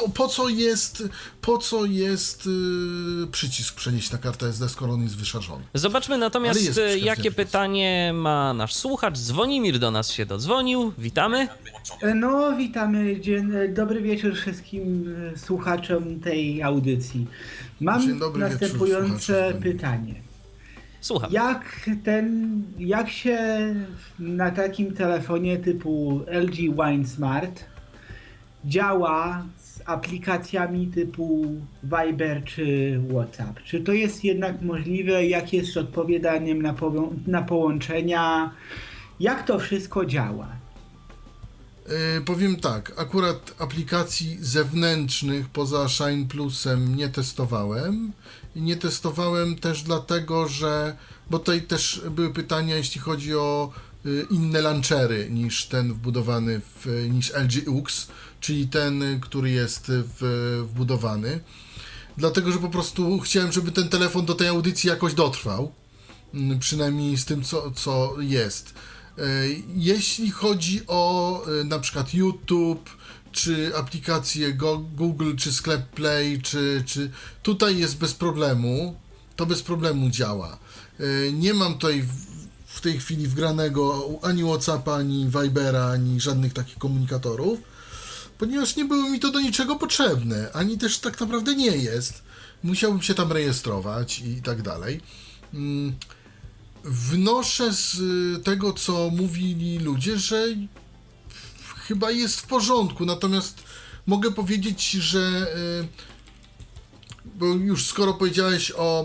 po co jest przycisk przenieść na kartę SD, skoro on jest wyszarzony. Zobaczmy natomiast jakie pytanie ma nasz słuchacz. Dzwonimir do nas się dodzwonił. Witamy. No, witamy. Dobry wieczór wszystkim słuchaczom tej audycji. Mam następujące pytanie. Słucham. Jak się na takim telefonie typu LG Wine Smart działa z aplikacjami typu Viber czy WhatsApp? Czy to jest jednak możliwe? Jak jest z odpowiadaniem na połączenia? Jak to wszystko działa? Powiem tak, akurat aplikacji zewnętrznych poza Shine Plusem nie testowałem. I nie testowałem też dlatego, bo tutaj też były pytania, jeśli chodzi o inne launchery niż ten wbudowany niż LG UX, czyli ten, który jest wbudowany. Dlatego, że po prostu chciałem, żeby ten telefon do tej audycji jakoś dotrwał. Przynajmniej z tym, co jest. Jeśli chodzi o na przykład YouTube, czy aplikacje Google, czy sklep Play, czy tutaj jest bez problemu, to bez problemu działa. Nie mam tutaj w tej chwili wgranego ani WhatsAppa, ani Vibera, ani żadnych takich komunikatorów, ponieważ nie było mi to do niczego potrzebne, ani też tak naprawdę nie jest. Musiałbym się tam rejestrować i tak dalej. Wnoszę z tego, co mówili ludzie, że chyba jest w porządku, natomiast mogę powiedzieć, że bo już skoro powiedziałeś o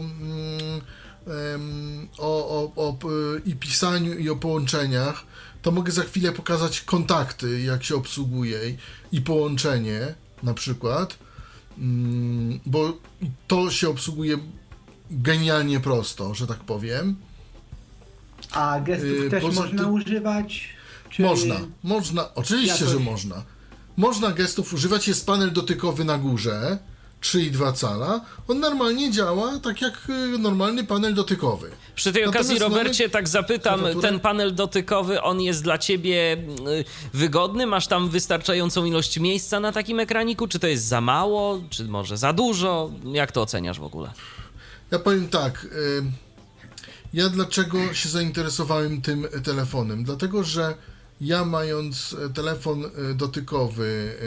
i pisaniu i o połączeniach, to mogę za chwilę pokazać kontakty, jak się obsługuje i połączenie na przykład, bo to się obsługuje genialnie prosto, że tak powiem. A gestów też można używać? Czy... Można, oczywiście, że można. Można gestów używać, jest panel dotykowy na górze, 3,2 cala, on normalnie działa tak jak normalny panel dotykowy. Przy tej okazji, Natomiast Robercie, tak zapytam, ten panel dotykowy, on jest dla ciebie wygodny? Masz tam wystarczającą ilość miejsca na takim ekraniku? Czy to jest za mało? Czy może za dużo? Jak to oceniasz w ogóle? Ja powiem tak, ja dlaczego się zainteresowałem tym telefonem? Dlatego, że ja mając telefon dotykowy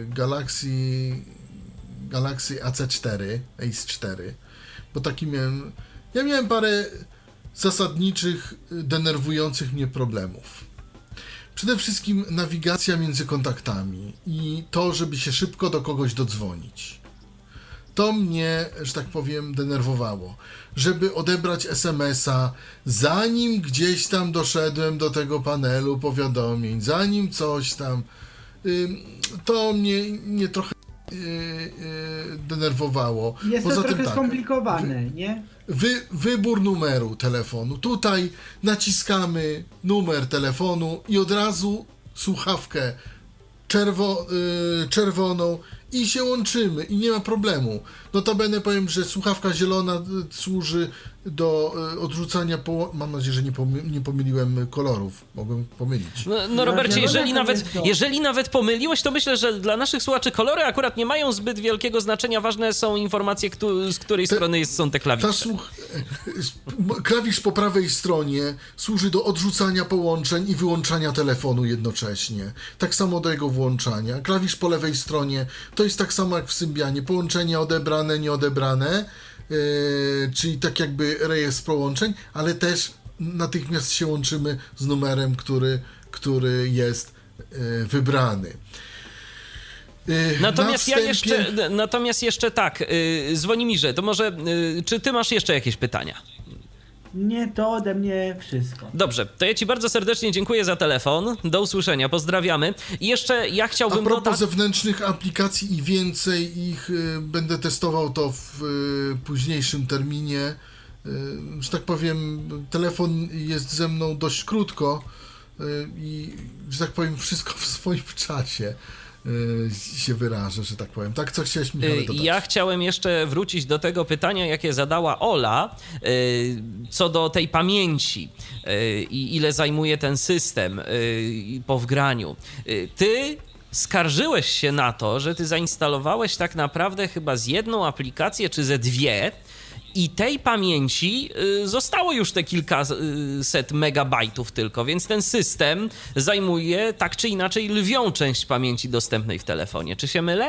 Galaxy AC4, Ace4, bo taki miałem, ja miałem parę zasadniczych, denerwujących mnie problemów. Przede wszystkim nawigacja między kontaktami i to, żeby się szybko do kogoś dodzwonić. To mnie, że tak powiem, denerwowało. Żeby odebrać SMS-a, zanim gdzieś tam doszedłem do tego panelu powiadomień, zanim coś tam, to mnie trochę denerwowało. Jest Poza to trochę tym skomplikowane, nie? Wybór numeru telefonu. Tutaj naciskamy numer telefonu i od razu słuchawkę czerwoną i się łączymy i nie ma problemu. Notabene powiem, że słuchawka zielona służy do odrzucania mam nadzieję, że nie pomyliłem kolorów. Mogłem pomylić. No Robercie, jeżeli nawet pomyliłeś, to myślę, że dla naszych słuchaczy kolory akurat nie mają zbyt wielkiego znaczenia. Ważne są informacje, z której strony są te klawisze. Klawisz po prawej stronie służy do odrzucania połączeń i wyłączania telefonu jednocześnie. Tak samo do jego włączania. Klawisz po lewej stronie to jest tak samo jak w Symbianie. Połączenia odebrane, nieodebrane, czyli tak jakby rejestr połączeń, ale też natychmiast się łączymy z numerem, który jest wybrany. Natomiast jeszcze tak, Zwonimirze, to może, czy ty masz jeszcze jakieś pytania? Nie, to ode mnie wszystko. Dobrze, to ja ci bardzo serdecznie dziękuję za telefon. Do usłyszenia, pozdrawiamy. I jeszcze ja chciałbym... A propos zewnętrznych aplikacji i więcej ich, będę testował to w późniejszym terminie. Że tak powiem, telefon jest ze mną dość krótko i, że tak powiem, wszystko w swoim czasie się wyrażę, że tak powiem. Tak, co chciałeś, Michale, dodać? Ja chciałem jeszcze wrócić do tego pytania, jakie zadała Ola, co do tej pamięci i ile zajmuje ten system po wgraniu. Ty skarżyłeś się na to, że ty zainstalowałeś tak naprawdę chyba z jedną aplikację, czy ze dwie, i tej pamięci zostało już te kilkaset megabajtów tylko, więc ten system zajmuje tak czy inaczej lwią część pamięci dostępnej w telefonie. Czy się mylę?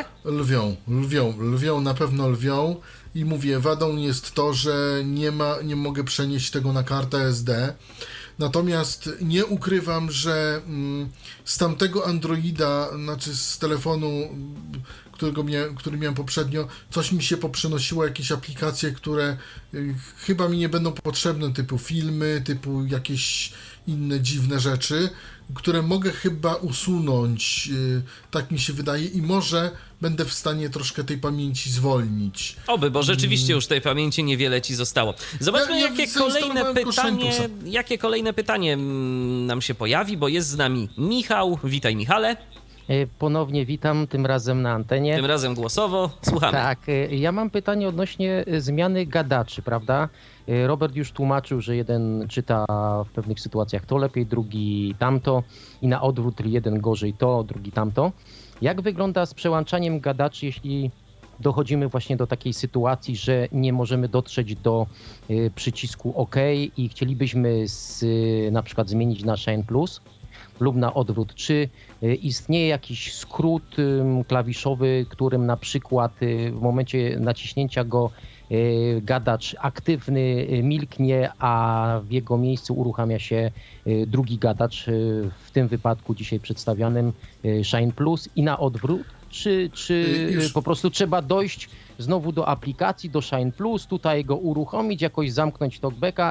Lwią, na pewno lwią. I mówię, wadą jest to, że nie mogę przenieść tego na kartę SD. Natomiast nie ukrywam, że z tamtego Androida, znaczy z telefonu, który miałem poprzednio, coś mi się poprzynosiło, jakieś aplikacje, które chyba mi nie będą potrzebne, typu filmy, typu jakieś inne dziwne rzeczy, które mogę chyba usunąć, tak mi się wydaje, i może będę w stanie troszkę tej pamięci zwolnić. Oby, bo rzeczywiście już tej pamięci niewiele ci zostało. Zobaczmy, jakie kolejne pytanie nam się pojawi, bo jest z nami Michał. Witaj, Michale. Ponownie witam, tym razem na antenie. Tym razem głosowo. Słuchamy. Tak, ja mam pytanie odnośnie zmiany gadaczy, prawda? Robert już tłumaczył, że jeden czyta w pewnych sytuacjach to lepiej, drugi tamto i na odwrót, jeden gorzej to, drugi tamto. Jak wygląda z przełączaniem gadaczy, jeśli dochodzimy właśnie do takiej sytuacji, że nie możemy dotrzeć do przycisku OK i chcielibyśmy na przykład zmienić na Shine Plus lub na odwrót? Czy istnieje jakiś skrót klawiszowy, którym na przykład w momencie naciśnięcia go gadacz aktywny milknie, a w jego miejscu uruchamia się drugi gadacz, w tym wypadku dzisiaj przedstawionym Shine Plus, i na odwrót? Czy po prostu trzeba dojść znowu do aplikacji, do Shine Plus, tutaj go uruchomić, jakoś zamknąć talkbacka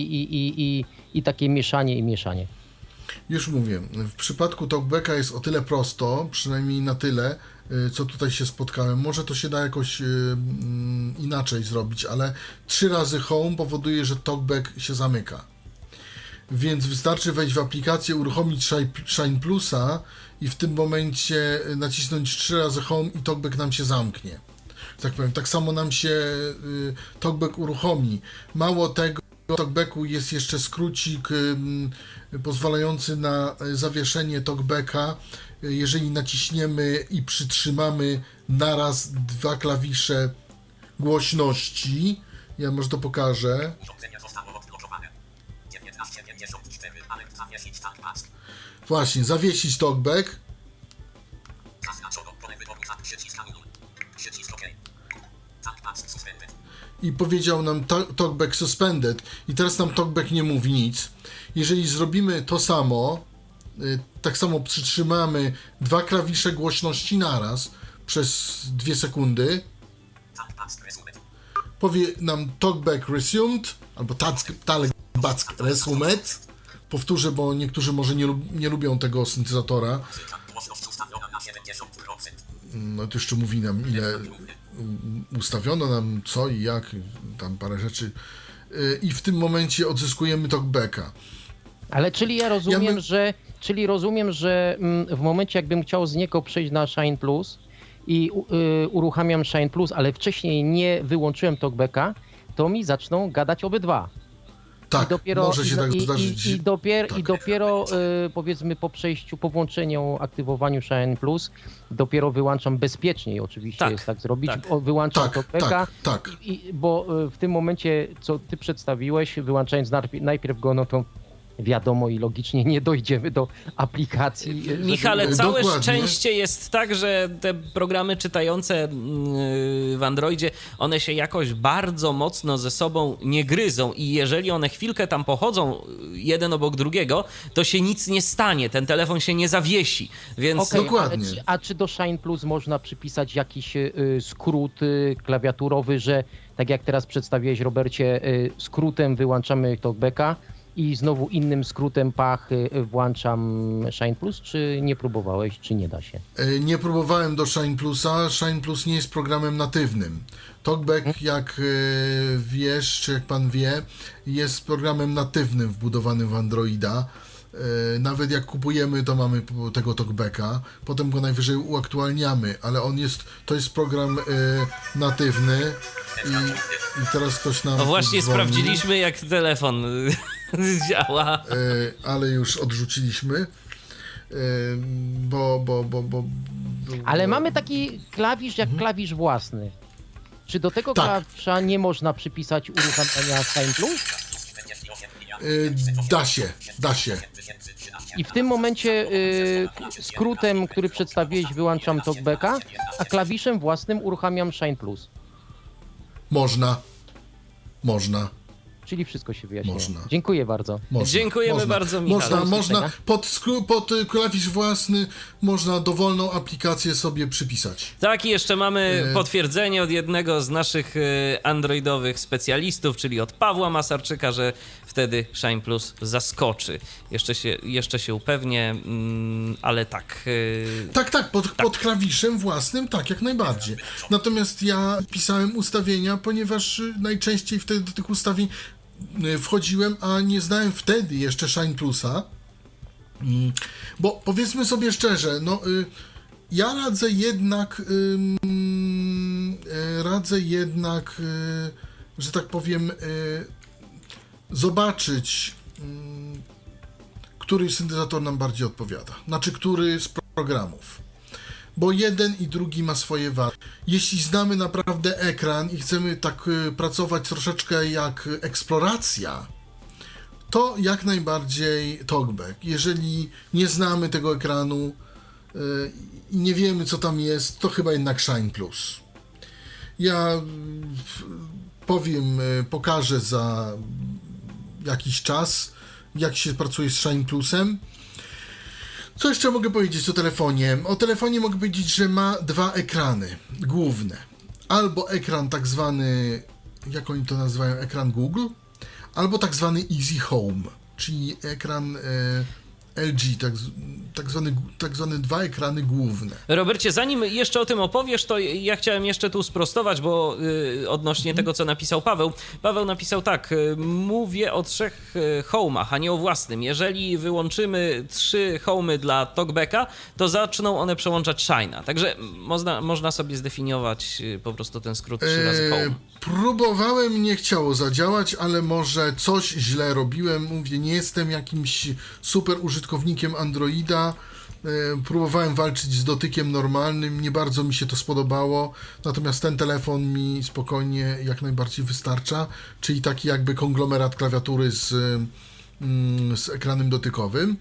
i takie mieszanie? Już mówię, w przypadku talkbacka jest o tyle prosto, przynajmniej na tyle, co tutaj się spotkałem. Może to się da jakoś inaczej zrobić, ale 3 razy home powoduje, że talkback się zamyka. Więc wystarczy wejść w aplikację, uruchomić Shine Plusa i w tym momencie nacisnąć 3 razy home i talkback nam się zamknie. tak powiem. Tak samo nam się TalkBack uruchomi. Mało tego, w TalkBacku jest jeszcze skrócik pozwalający na zawieszenie TalkBacka, jeżeli naciśniemy i przytrzymamy naraz 2 klawisze głośności. Ja może to pokażę. Urządzenie zostało odblokowane. 1954, ale zawiesić TalkBack. Właśnie, zawiesić TalkBack. Zaznaczono pole wyboru za przycisk anuluj. Przycisk OK. TalkBack suspended. I powiedział nam TalkBack suspended. I teraz nam TalkBack nie mówi nic. Jeżeli zrobimy to samo, tak samo przytrzymamy 2 klawisze głośności naraz przez 2 sekundy, TalkBack resumed. powie nam TalkBack resumed, albo TalkBack resumed. Powtórzę, bo niektórzy może nie lubią tego syntezatora. Głośność ustawiona na 70%. No to jeszcze mówi nam, ile ustawiono nam, co i jak, tam parę rzeczy. I w tym momencie odzyskujemy TalkBacka. Ale czyli rozumiem, że w momencie jakbym chciał z niego przejść na Shine Plus i uruchamiam Shine Plus, ale wcześniej nie wyłączyłem TalkBacka, to mi zaczną gadać obydwa. Tak, może się tak zdarzyć. I dopiero powiedzmy po przejściu, po włączeniu, aktywowaniu Shine Plus, dopiero wyłączam bezpieczniej, oczywiście jest tak zrobić, wyłączam TalkBacka, bo w tym momencie, co ty przedstawiłeś, wyłączając najpierw go, no to wiadomo i logicznie nie dojdziemy do aplikacji. Michale, całe szczęście jest tak, że te programy czytające w Androidzie, one się jakoś bardzo mocno ze sobą nie gryzą i jeżeli one chwilkę tam pochodzą jeden obok drugiego, to się nic nie stanie, ten telefon się nie zawiesi, więc... Dokładnie. A czy do Shine Plus można przypisać jakiś skrót klawiaturowy, że tak jak teraz przedstawiłeś, Robercie, skrótem wyłączamy TalkBacka i znowu innym skrótem włączam Shine Plus, czy nie próbowałeś, czy nie da się? Nie próbowałem do Shine Plusa. Shine Plus nie jest programem natywnym. TalkBack, jak wiesz, czy jak pan wie, jest programem natywnym wbudowanym w Androida. Nawet jak kupujemy, to mamy tego TalkBacka, potem go najwyżej uaktualniamy, ale to jest program natywny i teraz ktoś nam... No właśnie sprawdziliśmy, jak telefon działa. Ale już odrzuciliśmy, Ale mamy taki klawisz jak klawisz własny. Czy do tego klawisza nie można przypisać uruchamiania Shine Plus? Da się. I w tym momencie skrótem, który przedstawiłeś, wyłączam TalkBacka, a klawiszem własnym uruchamiam Shine Plus. Można. Czyli wszystko się wyjaśniło. Można. Dziękuję bardzo. Dziękujemy bardzo, Michał. Można pod klawisz własny można dowolną aplikację sobie przypisać. Tak, i jeszcze mamy potwierdzenie od jednego z naszych androidowych specjalistów, czyli od Pawła Masarczyka, że wtedy Shine Plus zaskoczy. Jeszcze się upewnię, ale tak. Tak, pod klawiszem własnym, tak, jak najbardziej. Natomiast ja pisałem ustawienia, ponieważ najczęściej wtedy do tych ustawień wchodziłem, a nie znałem wtedy jeszcze Shine Plusa, bo powiedzmy sobie szczerze, ja radzę jednak, że tak powiem, zobaczyć, który syntezator nam bardziej odpowiada, znaczy który z programów. Bo jeden i drugi ma swoje wady. Jeśli znamy naprawdę ekran i chcemy tak pracować troszeczkę jak eksploracja, to jak najbardziej TalkBack. Jeżeli nie znamy tego ekranu i nie wiemy, co tam jest, to chyba jednak Shine Plus. Ja pokażę za jakiś czas, jak się pracuje z Shine Plusem. Co jeszcze mogę powiedzieć o telefonie? O telefonie mogę powiedzieć, że ma 2 ekrany główne. Albo ekran tak zwany, jak oni to nazywają, ekran Google, albo tak zwany Easy Home, czyli ekran LG, tak zwane dwa ekrany główne. Robercie, zanim jeszcze o tym opowiesz, to ja chciałem jeszcze tu sprostować, bo odnośnie tego, co napisał Paweł. Paweł napisał tak: mówię o 3 home'ach, a nie o własnym. Jeżeli wyłączymy 3 home'y dla TalkBacka, to zaczną one przełączać Shine'a. Także można sobie zdefiniować po prostu ten skrót 3 razy home. Próbowałem, nie chciało zadziałać, ale może coś źle robiłem. Mówię, nie jestem jakimś super użytkownikiem Androida. Próbowałem walczyć z dotykiem normalnym, nie bardzo mi się to spodobało. Natomiast ten telefon mi spokojnie jak najbardziej wystarcza. Czyli taki jakby konglomerat klawiatury z ekranem dotykowym.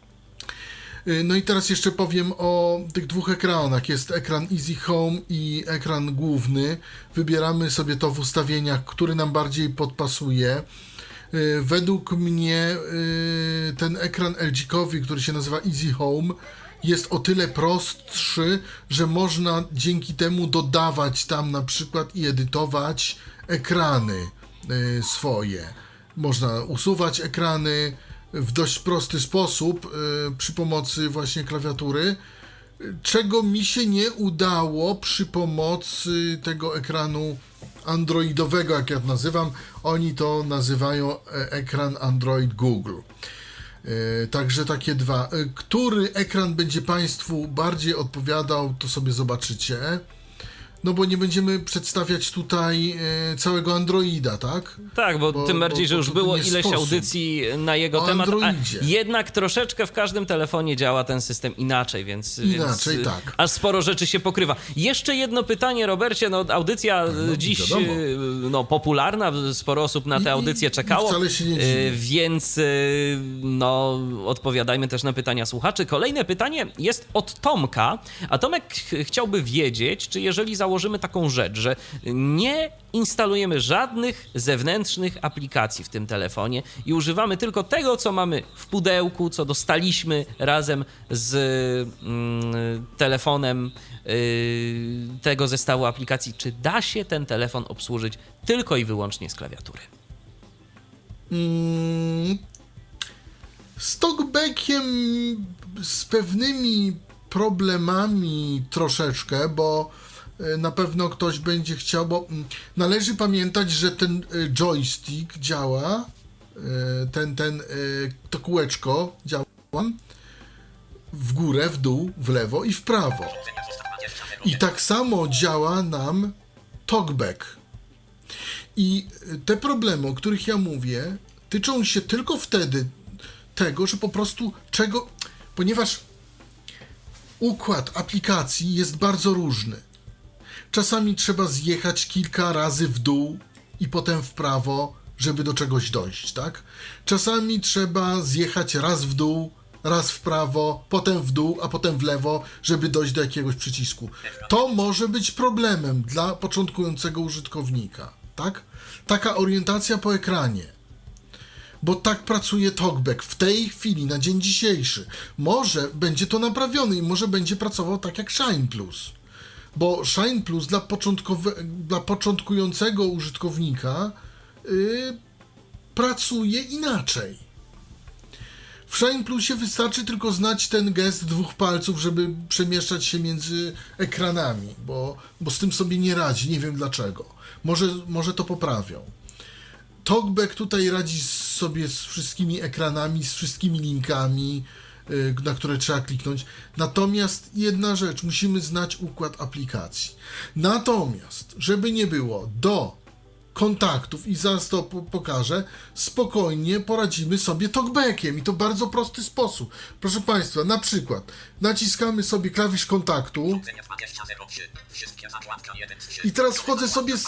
No i teraz jeszcze powiem o tych 2 ekranach. Jest ekran Easy Home i ekran główny. Wybieramy sobie to w ustawieniach, który nam bardziej podpasuje. Według mnie ten ekran LG-kowy, który się nazywa Easy Home, jest o tyle prostszy, że można dzięki temu dodawać tam na przykład i edytować ekrany swoje. Można usuwać ekrany w dość prosty sposób przy pomocy właśnie klawiatury, czego mi się nie udało przy pomocy tego ekranu androidowego, jak ja to nazywam. Oni to nazywają ekran Android Google. Także takie 2. Który ekran będzie Państwu bardziej odpowiadał, to sobie zobaczycie. No bo nie będziemy przedstawiać tutaj całego Androida, tak? Tak, bo tym bardziej, że już było ileś audycji na jego temat, a jednak troszeczkę w każdym telefonie działa ten system inaczej, więc tak. Aż sporo rzeczy się pokrywa. Jeszcze jedno pytanie, Robercie, audycja dziś popularna, sporo osób na tę audycję czekało, wcale się nie dziwię. Więc odpowiadajmy też na pytania słuchaczy. Kolejne pytanie jest od Tomka, a Tomek chciałby wiedzieć, czy jeżeli założymy taką rzecz, że nie instalujemy żadnych zewnętrznych aplikacji w tym telefonie i używamy tylko tego, co mamy w pudełku, co dostaliśmy razem z telefonem tego zestawu aplikacji, czy da się ten telefon obsłużyć tylko i wyłącznie z klawiatury? Z TalkBackiem z pewnymi problemami troszeczkę, bo na pewno ktoś będzie chciał, bo należy pamiętać, że ten joystick działa, to kółeczko działa w górę, w dół, w lewo i w prawo. I tak samo działa nam TalkBack. I te problemy, o których ja mówię, tyczą się tylko wtedy tego, że po prostu ponieważ układ aplikacji jest bardzo różny. Czasami trzeba zjechać kilka razy w dół i potem w prawo, żeby do czegoś dojść, tak? Czasami trzeba zjechać raz w dół, raz w prawo, potem w dół, a potem w lewo, żeby dojść do jakiegoś przycisku. To może być problemem dla początkującego użytkownika, tak? Taka orientacja po ekranie. Bo tak pracuje TalkBack w tej chwili, na dzień dzisiejszy. Może będzie to naprawione i może będzie pracował tak jak Shine Plus. Bo Shine Plus dla początkującego użytkownika pracuje inaczej. W Shine Plusie wystarczy tylko znać ten gest 2 palców, żeby przemieszczać się między ekranami, bo z tym sobie nie radzi, nie wiem dlaczego. Może to poprawią. TalkBack tutaj radzi sobie z wszystkimi ekranami, z wszystkimi linkami, na które trzeba kliknąć. Natomiast jedna rzecz, musimy znać układ aplikacji. Natomiast, żeby nie było, do kontaktów, i zaraz to pokażę, spokojnie poradzimy sobie TalkBackiem i to w bardzo prosty sposób. Proszę Państwa, na przykład naciskamy sobie klawisz kontaktu i teraz wchodzę sobie z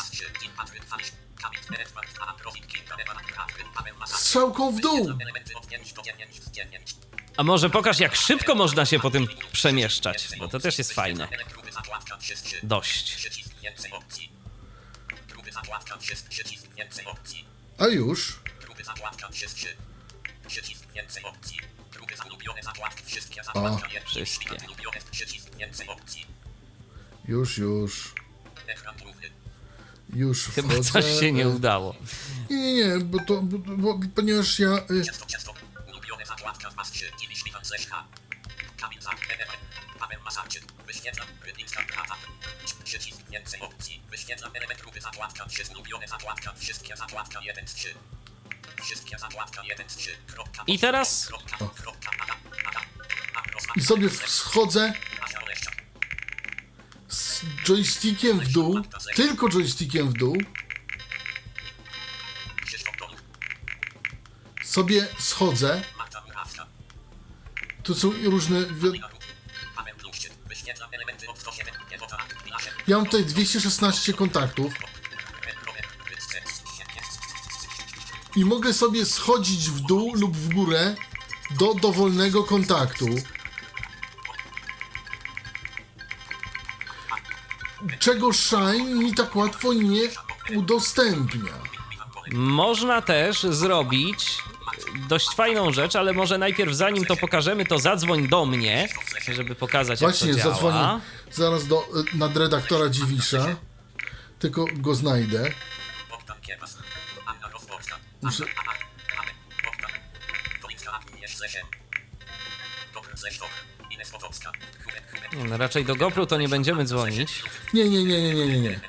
strzałką w dół. A może pokaż, jak szybko można się po tym przemieszczać, bo to też jest fajne. Dość. A już. O, wszystkie. Już Chyba wchodzę. coś się nie udało. Nie, bo ponieważ ja zakładka 2 90 Kamil za Paweł Masarczyk. Wyświetlam Instagrata. Przycisk więcej opcji. Wyświetlam element grupy zakładka 3 ulubione zakładka. Wszystkie zakładka 1 z 3. Wszystkie zakładka 1 z 3. I teraz I sobie schodzę z joystickiem w dół, tylko joystickiem w dół. Sobie schodzę. Tu są różne... Ja mam tutaj 216 kontaktów. I mogę sobie schodzić w dół lub w górę do dowolnego kontaktu. Czego Shine mi tak łatwo nie udostępnia. Można też zrobić dość fajną rzecz, ale może najpierw zanim to pokażemy, to zadzwoń do mnie, żeby pokazać, Właśnie, jak to działa. zadzwonię zaraz do nadredaktora Dziwisza. Tylko go znajdę. Muszę... No, raczej do GoPro to nie będziemy dzwonić. Nie.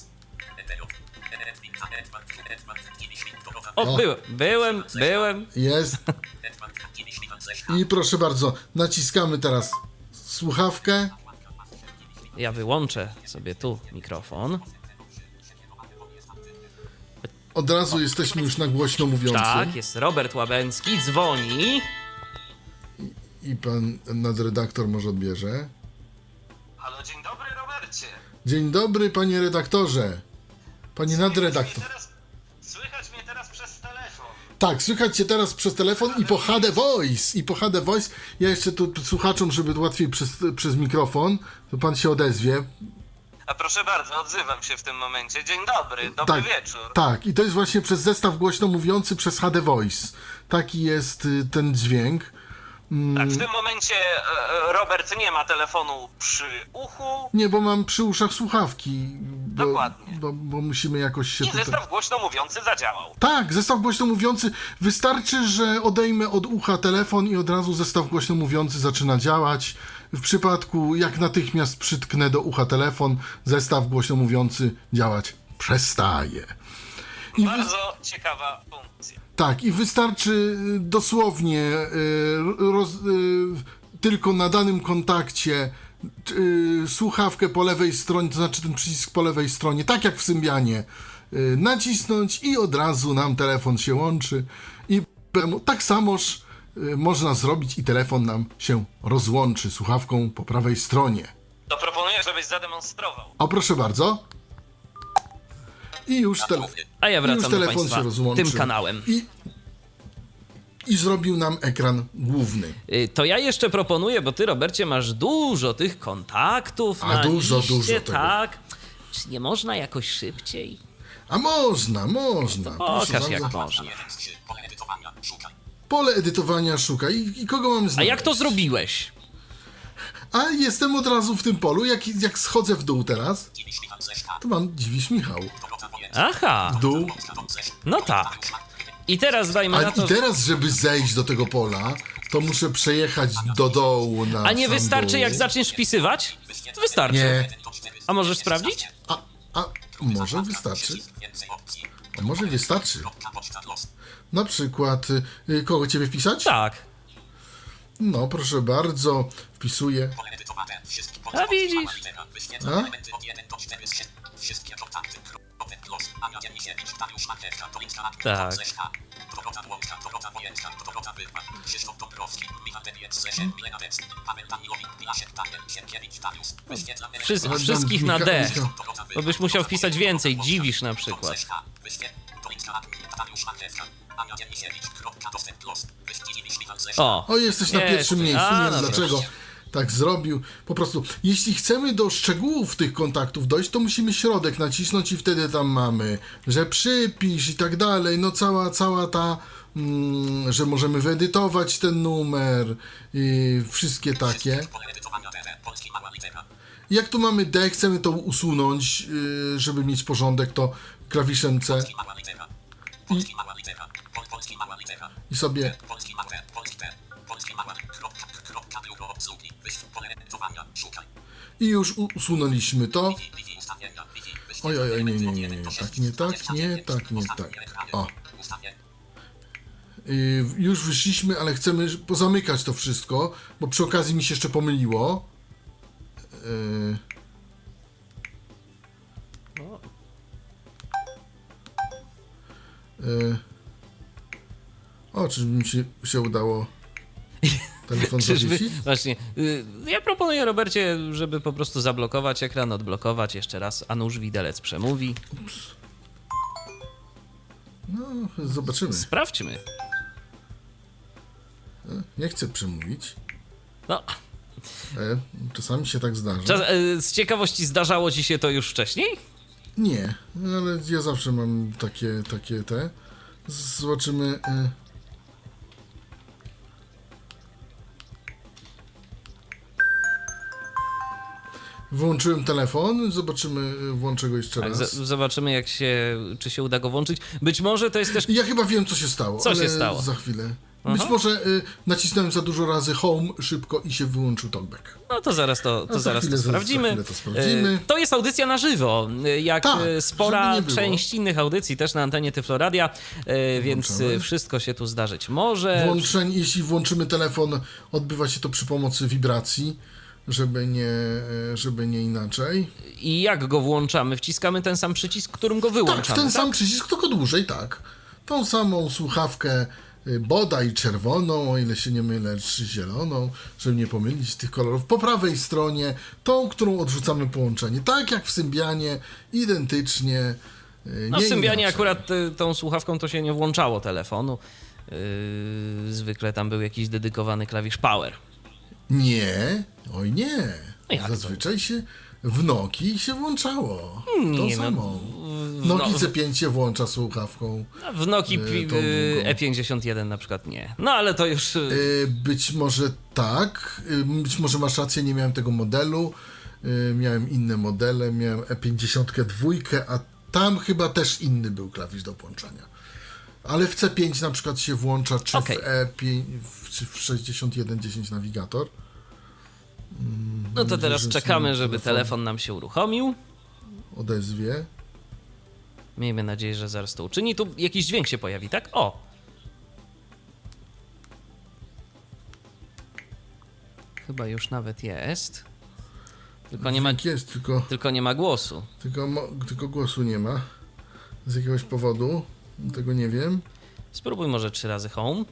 O, byłem. Jest. I proszę bardzo, naciskamy teraz słuchawkę. Ja wyłączę sobie tu mikrofon. Od razu jesteśmy już na głośno mówiącym. Tak, jest Robert Łabęcki, dzwoni. I pan nadredaktor może odbierze. Halo, dzień dobry, Robercie. Dzień dobry, panie redaktorze. Panie nadredaktor. Słychać mnie teraz przez telefon. Tak, słychać cię teraz przez telefon i po HD Voice. Ja jeszcze tu słuchaczom, żeby łatwiej przez mikrofon, to pan się odezwie. A proszę bardzo, odzywam się w tym momencie. Dzień dobry, dobry wieczór. Tak, i to jest właśnie przez zestaw głośno mówiący przez HD Voice. Taki jest ten dźwięk. Tak, w tym momencie Robert nie ma telefonu przy uchu. Nie, bo mam przy uszach słuchawki. Dokładnie. Bo musimy jakoś się... I zestaw głośno mówiący zadziałał. Tak, zestaw głośno mówiący. Wystarczy, że odejmę od ucha telefon i od razu zestaw głośno mówiący zaczyna działać. W przypadku, jak natychmiast przytknę do ucha telefon, zestaw głośno mówiący działać przestaje. Bardzo ciekawa funkcja. Tak, i wystarczy dosłownie tylko na danym kontakcie słuchawkę po lewej stronie, to znaczy ten przycisk po lewej stronie, tak jak w Symbianie, nacisnąć i od razu nam telefon się łączy i tak samoż można zrobić i telefon nam się rozłączy słuchawką po prawej stronie. To proponuję, żebyś zademonstrował. A proszę bardzo. I już A ja wracam do telefon państwa się rozłączył. tym kanałem. I zrobił nam ekran główny. To ja jeszcze proponuję, bo ty, Robercie, masz dużo tych kontaktów na dużo liście, tego. tak? Czy nie można jakoś szybciej? A można. Pokaż, jak można. Pole edytowania szukaj. I kogo mam znaleźć? A jak to zrobiłeś? A jestem od razu w tym polu. Jak schodzę w dół teraz, to mam Dziwisz Michał. Aha, W dół. no tak. I teraz dajmy A na to... i teraz, żeby zejść do tego pola, to muszę przejechać do dołu na A nie sam wystarczy, dół. jak zaczniesz wpisywać? Wystarczy. Nie. A możesz sprawdzić? A może wystarczy. Na przykład, kogo ciebie wpisać? Tak. No, proszę bardzo, wpisuję. A widzisz? A? Tak. Wszystkich na D. Bo byś musiał wpisać więcej. Dziwisz na przykład. O, jesteś na pierwszym miejscu. Nie wiem no dlaczego proszę. tak zrobił. Po prostu, jeśli chcemy do szczegółów tych kontaktów dojść, to musimy środek nacisnąć i wtedy tam mamy, że przypisz i tak dalej. No cała ta, że możemy wyedytować ten numer i wszystkie takie. Jak tu mamy D, chcemy to usunąć, żeby mieć porządek, to klawiszem C i sobie Zastosowania. Szukaj. I już usunęliśmy to. Wi-Fi ustawienia. Wi-Fi. Oj, nie. Tak, nie tak. O. Już wyszliśmy, ale chcemy pozamykać to wszystko, bo przy okazji mi się jeszcze pomyliło. Czyżby mi się udało telefon zawiesić? Właśnie. Ja proponuję, Robercie, żeby po prostu zablokować ekran, odblokować jeszcze raz, a nuż widelec przemówi. No, zobaczymy. Sprawdźmy. Nie chcę przemówić. No. Czasami się tak zdarza. Z ciekawości zdarzało ci się to już wcześniej? Nie, ale ja zawsze mam takie te. Zobaczymy. Wyłączyłem telefon, zobaczymy, włączę go jeszcze raz. Zobaczymy, czy się uda go włączyć. Być może to jest też... Ja chyba wiem, co się stało. Co się stało? Za chwilę. Być może nacisnąłem za dużo razy home szybko i się wyłączył talkback. No to zaraz to sprawdzimy. To jest audycja na żywo, jak spora część innych audycji, też na antenie Tyfloradia, więc wszystko się tu zdarzyć może. Jeśli włączymy telefon, odbywa się to przy pomocy wibracji, żeby nie inaczej. I jak go włączamy? Wciskamy ten sam przycisk, którym go wyłączamy, tak? Ten sam przycisk, tylko dłużej, tak. Tą samą słuchawkę, bodaj czerwoną, o ile się nie mylę, czy zieloną, żeby nie pomylić tych kolorów. Po prawej stronie tą, którą odrzucamy połączenie. Tak jak w Symbianie, identycznie. W Symbianie akurat tą słuchawką to się nie włączało telefonu. Zwykle tam był jakiś dedykowany klawisz power. Nie, nie. Zazwyczaj się w Nokii się włączało. Tą samą. Nokii C5 się włącza słuchawką. W Nokii E51 na przykład nie. No ale to już... Być może tak. Być może masz rację, nie miałem tego modelu. Miałem inne modele. Miałem E52, a tam chyba też inny był klawisz do włączania. Ale w C5 na przykład się włącza, czy w E5, czy w 6110 nawigator. No to teraz czekamy, żeby telefon nam się uruchomił. Odezwie. Miejmy nadzieję, że zaraz to uczyni. Tu jakiś dźwięk się pojawi, tak? O! Chyba już nawet jest. Tylko nie ma, jest, tylko nie ma głosu. Tylko głosu nie ma. Z jakiegoś powodu. Tego nie wiem. Spróbuj może 3 razy home.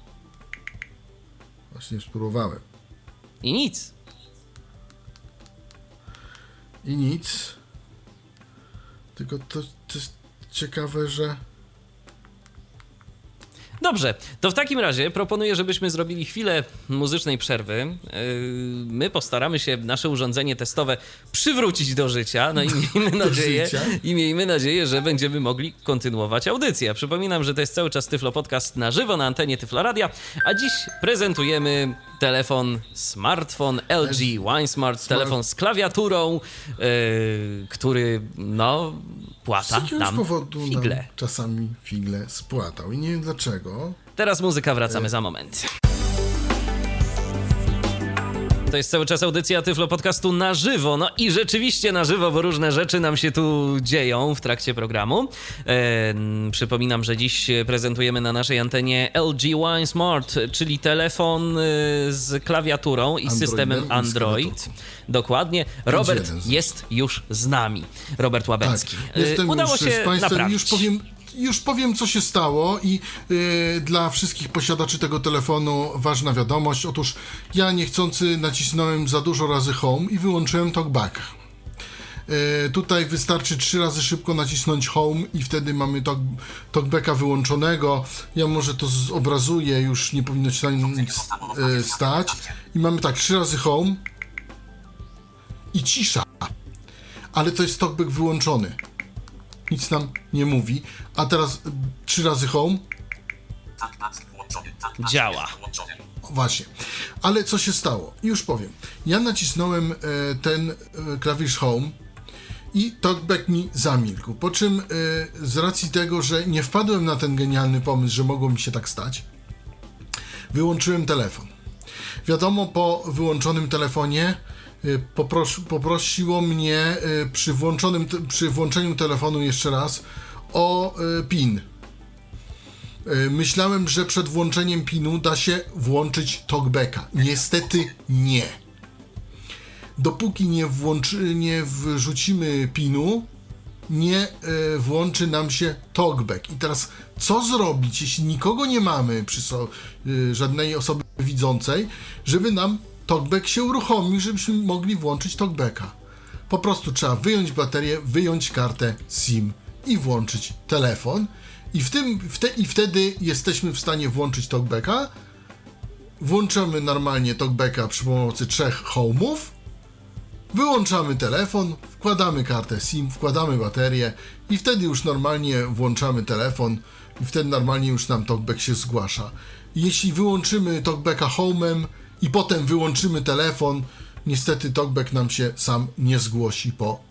Właśnie spróbowałem. I nic. Tylko to jest ciekawe, że... Dobrze, to w takim razie proponuję, żebyśmy zrobili chwilę muzycznej przerwy. My postaramy się nasze urządzenie testowe przywrócić do życia, no i miejmy nadzieję, że będziemy mogli kontynuować audycję. Przypominam, że to jest cały czas Tyflo Podcast na żywo na antenie Tyfloradia, a dziś prezentujemy telefon, smartfon LG WineSmart, telefon z klawiaturą, który płata nam powodu figle. Nam czasami figle spłatał i nie wiem dlaczego. Teraz muzyka, wracamy za moment. To jest cały czas audycja Tyflo Podcastu na żywo. No i rzeczywiście na żywo, bo różne rzeczy nam się tu dzieją w trakcie programu. Przypominam, że dziś prezentujemy na naszej antenie LG WineSmart, czyli telefon z klawiaturą i systemem Android. Dokładnie. Robert jest już z nami. Robert Łabęcki. Tak, jestem udało już się z Państwem. naprawić. Już powiem, co się stało i dla wszystkich posiadaczy tego telefonu ważna wiadomość. Otóż ja niechcący nacisnąłem za dużo razy home i wyłączyłem talkback. Tutaj wystarczy 3 razy szybko nacisnąć home i wtedy mamy talkbacka wyłączonego. Ja może to zobrazuję, już nie powinno się tam nic stać. I mamy tak, 3 razy home i cisza. Ale to jest talkback wyłączony. Nic nam nie mówi. A teraz 3 razy home. Działa. Właśnie. Ale co się stało? Już powiem. Ja nacisnąłem ten klawisz home i talkback mi zamilkł. Po czym z racji tego, że nie wpadłem na ten genialny pomysł, że mogło mi się tak stać, wyłączyłem telefon. Wiadomo, po wyłączonym telefonie poprosiło mnie przy włączeniu telefonu jeszcze raz o PIN. Myślałem, że przed włączeniem PIN-u da się włączyć talkbacka. Niestety nie. Dopóki nie wrzucimy PIN-u, nie włączy nam się talkback. I teraz co zrobić, jeśli nikogo nie mamy żadnej osoby widzącej, żeby nam talkback się uruchomił, żebyśmy mogli włączyć talkbacka? Po prostu trzeba wyjąć baterię, wyjąć kartę SIM i włączyć telefon. I wtedy jesteśmy w stanie włączyć talkbacka. Włączamy normalnie talkbacka przy pomocy 3 home'ów. Wyłączamy telefon, wkładamy kartę SIM, wkładamy baterię i wtedy już normalnie włączamy telefon i wtedy normalnie już nam talkback się zgłasza. Jeśli wyłączymy talkbacka home'em i potem wyłączymy telefon, niestety talkback nam się sam nie zgłosi po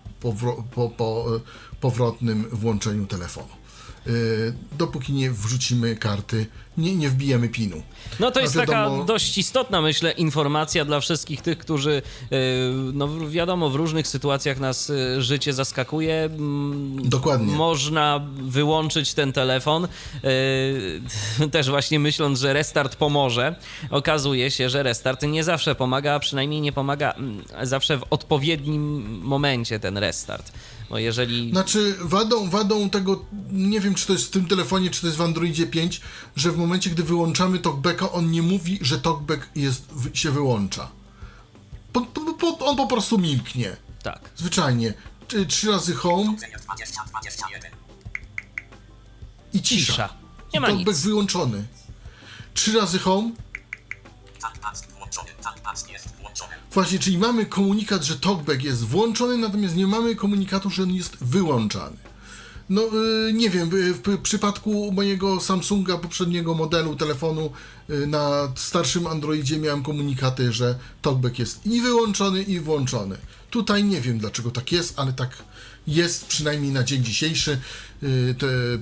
powrotnym włączeniu telefonu. Dopóki nie wrzucimy karty, nie wbijemy PIN-u. No to jest taka dość istotna, myślę, informacja dla wszystkich tych, którzy, no wiadomo, w różnych sytuacjach nas życie zaskakuje. Dokładnie. Można wyłączyć ten telefon, też właśnie myśląc, że restart pomoże. Okazuje się, że restart nie zawsze pomaga, a przynajmniej nie pomaga zawsze w odpowiednim momencie ten restart. Bo jeżeli... Znaczy wadą tego, nie wiem czy to jest w tym telefonie, czy to jest w Androidzie 5, że w momencie, gdy wyłączamy talkbacka, on nie mówi, że talkback się wyłącza. On po prostu milknie. Tak. Zwyczajnie. 3 razy home i cisza. Nie ma talkback nic. wyłączony. 3 razy home. Właśnie, czyli mamy komunikat, że talkback jest włączony, natomiast nie mamy komunikatu, że on jest wyłączany. No, nie wiem, w przypadku mojego Samsunga, poprzedniego modelu telefonu, na starszym Androidzie miałem komunikaty, że talkback jest i wyłączony, i włączony. Tutaj nie wiem, dlaczego tak jest, ale tak jest przynajmniej na dzień dzisiejszy. Te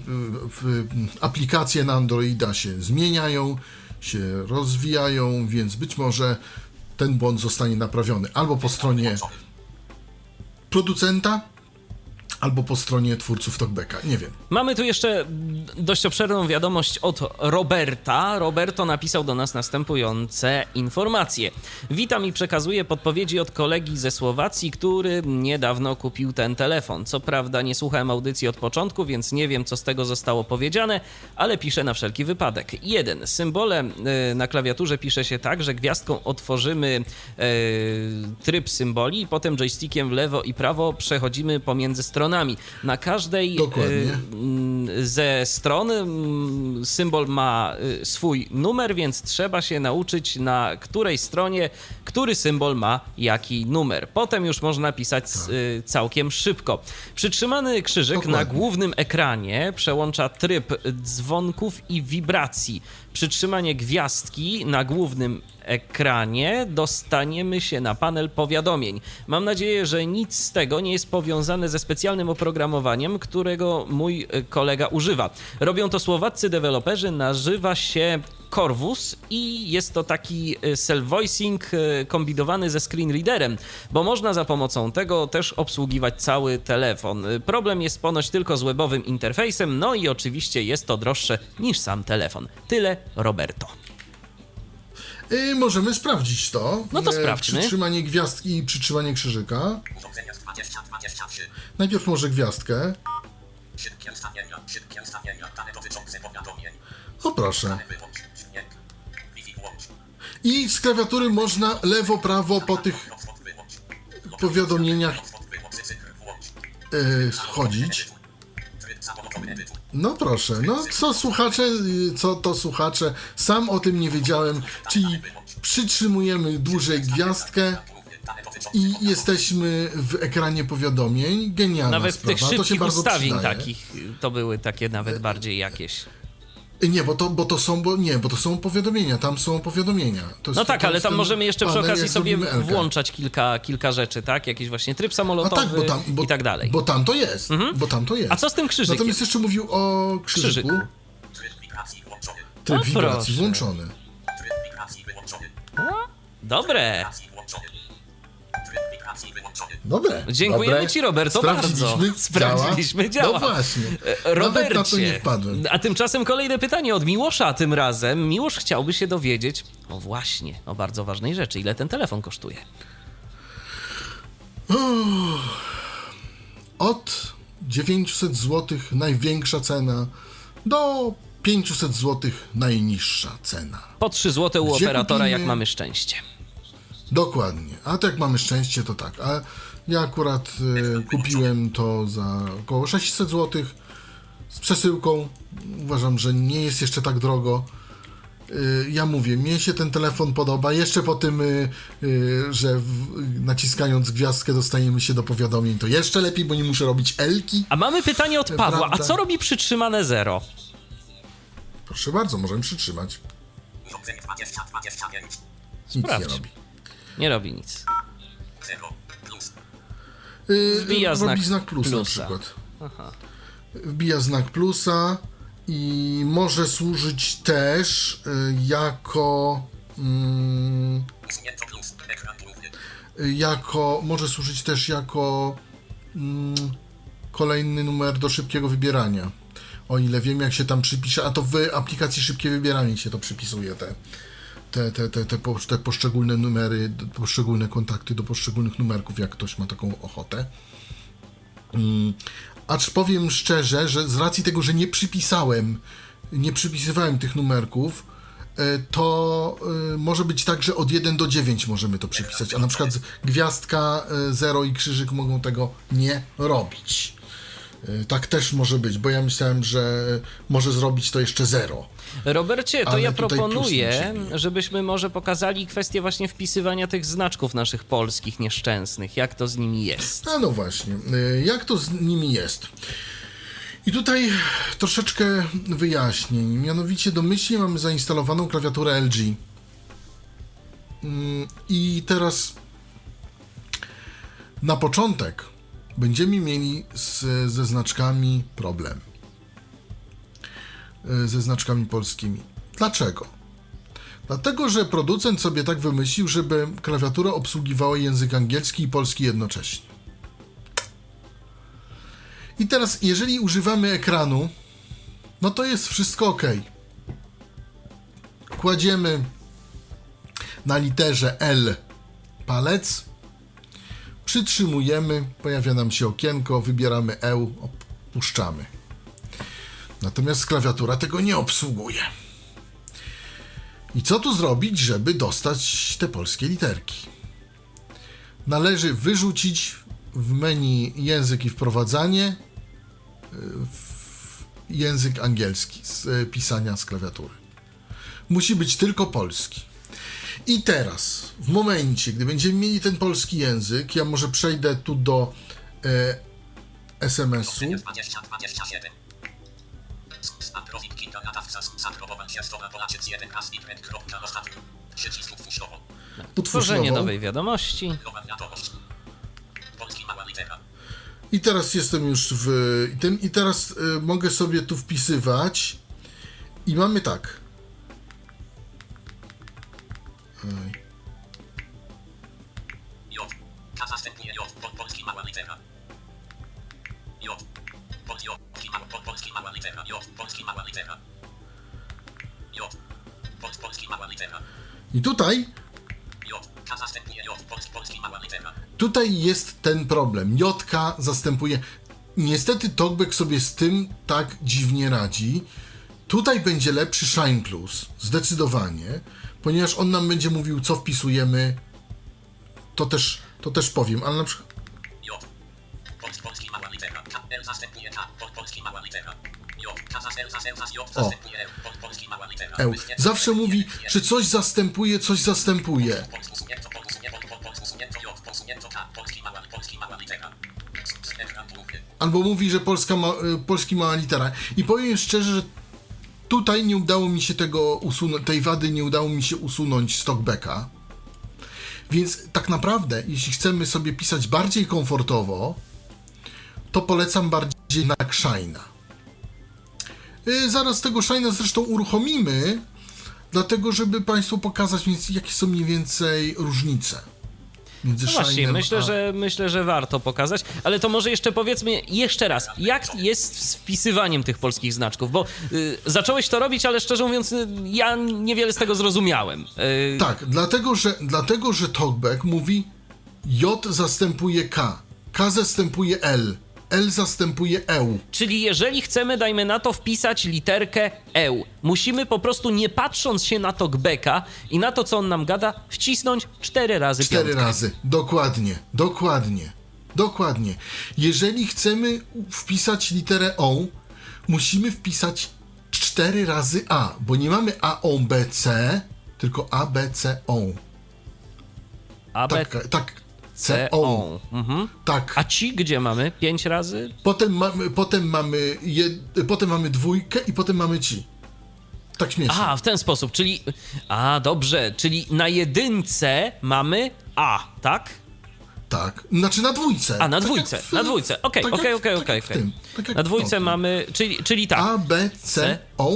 aplikacje na Androida się zmieniają, się rozwijają, więc być może ten błąd zostanie naprawiony albo po stronie producenta, albo po stronie twórców talkbacka, nie wiem. Mamy tu jeszcze dość obszerną wiadomość od Roberta. Roberto napisał do nas następujące informacje. Witam i przekazuję podpowiedzi od kolegi ze Słowacji, który niedawno kupił ten telefon. Co prawda nie słuchałem audycji od początku, więc nie wiem, co z tego zostało powiedziane, ale piszę na wszelki wypadek. 1. Symbole na klawiaturze pisze się tak, że gwiazdką otworzymy tryb symboli i potem joystickiem w lewo i prawo przechodzimy pomiędzy stronami. Na każdej ze stron symbol ma swój numer, więc trzeba się nauczyć, na której stronie który symbol ma jaki numer. Potem już można pisać całkiem szybko. Przytrzymany krzyżyk na głównym ekranie przełącza tryb dzwonków i wibracji. Przytrzymanie gwiazdki na głównym ekranie dostaniemy się na panel powiadomień. Mam nadzieję, że nic z tego nie jest powiązane ze specjalnym oprogramowaniem, którego mój kolega używa. Robią to słowaccy deweloperzy, nazywa się Corvus i jest to taki self-voicing kombinowany ze screen readerem, bo można za pomocą tego też obsługiwać cały telefon. Problem jest ponoć tylko z webowym interfejsem, no i oczywiście jest to droższe niż sam telefon. Tyle Roberto. Możemy sprawdzić to. No to sprawdźmy. Przytrzymanie gwiazdki i przytrzymanie krzyżyka. Najpierw może gwiazdkę. Szybkie ustawienia, dane dotyczące powiadomień. O proszę. I z klawiatury można lewo, prawo po tych powiadomieniach wchodzić. No proszę, no co to słuchacze, sam o tym nie wiedziałem, czyli przytrzymujemy dłużej gwiazdkę i jesteśmy w ekranie powiadomień. Genialna nawet sprawa. Tych szybkich to się ustawień przydaje. takich, to były takie nawet bardziej jakieś. Nie, bo to są powiadomienia, tam są powiadomienia. No tak, ale tam możemy jeszcze przy okazji sobie włączać kilka rzeczy, tak? Jakiś właśnie tryb samolotowy i tak dalej. Bo tam to jest, A co z tym krzyżykiem? Natomiast jeszcze mówił o krzyżyku. Tryb wibracji włączony. Dobre. Nawigacji wyłączony. Dobre. Dziękujemy dobre. Ci, Roberto, bardzo. Sprawdziliśmy, działa. No właśnie. Robercie, Nawet na to nie wpadłem. a tymczasem kolejne pytanie od Miłosza tym razem. Miłosz chciałby się dowiedzieć, o bardzo ważnej rzeczy. Ile ten telefon kosztuje? Od 900 zł największa cena do 500 zł najniższa cena. Po 3 zł u Gdzie operatora, kupimy? jak mamy szczęście. Dokładnie. A to jak mamy szczęście, to tak. A ja akurat kupiłem to za około 600 zł z przesyłką. Uważam, że nie jest jeszcze tak drogo. Ja mówię, mnie się ten telefon podoba. Jeszcze po tym, że naciskając gwiazdkę dostajemy się do powiadomień, to jeszcze lepiej, bo nie muszę robić L-ki. A mamy pytanie od Pawła. Prawda. A co robi przytrzymane 0? Proszę bardzo, możemy przytrzymać. Urządzenie 2025. Nic Sprawdź. nie robi. Nie robi nic. 0 plus. Wbija robi znak znak plus na plusa. przykład. Aha. Wbija znak plusa i może służyć też jako Usunięto plus. Ekran główny. może służyć też jako kolejny numer do szybkiego wybierania. O ile wiem, jak się tam przypisze, a to w aplikacji szybkie wybieranie się to przypisuje, te poszczególne numery, poszczególne kontakty do poszczególnych numerków, jak ktoś ma taką ochotę. Acz powiem szczerze, że z racji tego, że nie przypisywałem tych numerków, to może być tak, że od 1 do 9 możemy to przypisać, a na przykład gwiazdka, 0 i krzyżyk mogą tego nie robić. Tak też może być, bo ja myślałem, że może zrobić to jeszcze 0. Robercie, to Ale ja tutaj proponuję, plus nie żebyśmy może pokazali kwestię właśnie wpisywania tych znaczków naszych polskich nieszczęsnych. Jak to z nimi jest? No właśnie, jak to z nimi jest? I tutaj troszeczkę wyjaśnień. Mianowicie domyślnie mamy zainstalowaną klawiaturę LG. I teraz na początek będziemy mieli ze znaczkami problem. Ze znaczkami polskimi. Dlaczego? Dlatego, że producent sobie tak wymyślił, żeby klawiatura obsługiwała język angielski i polski jednocześnie. I teraz, jeżeli używamy ekranu, no to jest wszystko ok. Kładziemy na literze L palec, przytrzymujemy, pojawia nam się okienko, wybieramy E, opuszczamy. Natomiast klawiatura tego nie obsługuje. I co tu zrobić, żeby dostać te polskie literki? Należy wyrzucić w menu język i wprowadzanie język angielski z pisania z klawiatury. Musi być tylko polski. I teraz, w momencie, gdy będziemy mieli ten polski język, ja może przejdę tu do SMS-u. 2027. Android Kinga nadawca zaproponować się strona Polaczyc 1 raz i trend. Ostatni. Przycisk utwórz Tworzenie nowej wiadomości. Nowa wiadomość. Polski mała litera. I teraz jestem już w tym i teraz mogę sobie tu wpisywać i mamy tak. J. Zastępuje J. Polski mała litera. J. Polski mała litera. J. Polski mała litera. J. Polski mała litera. I tutaj J. Zastępuje J. Polski mała litera. Tutaj jest ten problem. Jotka zastępuje. Niestety TalkBack sobie z tym tak dziwnie radzi. Tutaj będzie lepszy Shine Plus, zdecydowanie, ponieważ on nam będzie mówił, co wpisujemy. To też powiem, ale na przykład. J. Polski mała litera. L zastępuje K. Polski mała litera. J. Zastępuje L. Polski mała litera. Zawsze mówi, że coś zastępuje, coś zastępuje. Albo mówi, że polski mała litera. I powiem szczerze, że tutaj nie udało mi się tej wady nie udało mi się usunąć z TalkBacka. Więc tak naprawdę, jeśli chcemy sobie pisać bardziej komfortowo, to polecam bardziej na Shine'a. Zaraz tego Shine'a zresztą uruchomimy, dlatego żeby Państwu pokazać, jakie są mniej więcej różnice. między No właśnie, Shine'em myślę, że warto pokazać, ale to może jeszcze powiedzmy jeszcze raz, jak jest z wpisywaniem tych polskich znaczków, bo zacząłeś to robić, ale szczerze mówiąc, ja niewiele z tego zrozumiałem. Tak, dlatego, że TalkBack mówi J zastępuje K, K zastępuje L, L zastępuje E. Czyli jeżeli chcemy, dajmy na to, wpisać literkę E, musimy po prostu, nie patrząc się na TalkBacka i na to, co on nam gada, wcisnąć 4 razy 4 piątkę. razy, dokładnie. Jeżeli chcemy wpisać literę O, musimy wpisać 4 razy A, bo nie mamy A, O, B, C, tylko A, B, C, O. A, B, Tak, C, C, O. O. Mhm. Tak. A ci gdzie mamy? 5 razy? Potem mamy dwójkę i potem mamy ci. Tak śmiesznie. A, w ten sposób, czyli... A, dobrze, czyli na jedynce mamy A, tak? Tak, znaczy na dwójce. A, na dwójce, na dwójce. Okej. Na dwójce mamy, czyli tak. A, B, C, O,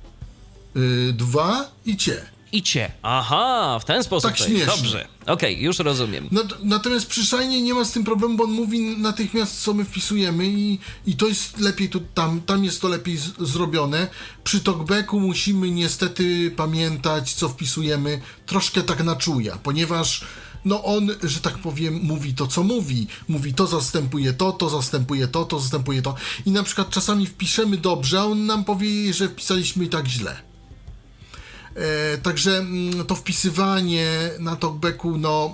2 i Cie. I Cie. Aha, w ten sposób. Tak to jest. śmiesznie. Dobrze, okej, już rozumiem. Natomiast przy Shine'ie nie ma z tym problemu, bo on mówi natychmiast, co my wpisujemy i to jest lepiej, tam jest to lepiej zrobione. Przy TalkBacku musimy niestety pamiętać, co wpisujemy, troszkę tak na czuja, ponieważ no on, że tak powiem, mówi to, co mówi. Mówi to zastępuje to zastępuje to zastępuje to. I na przykład czasami wpiszemy dobrze, a on nam powie, że wpisaliśmy i tak źle. Także to wpisywanie na TalkBacku, no,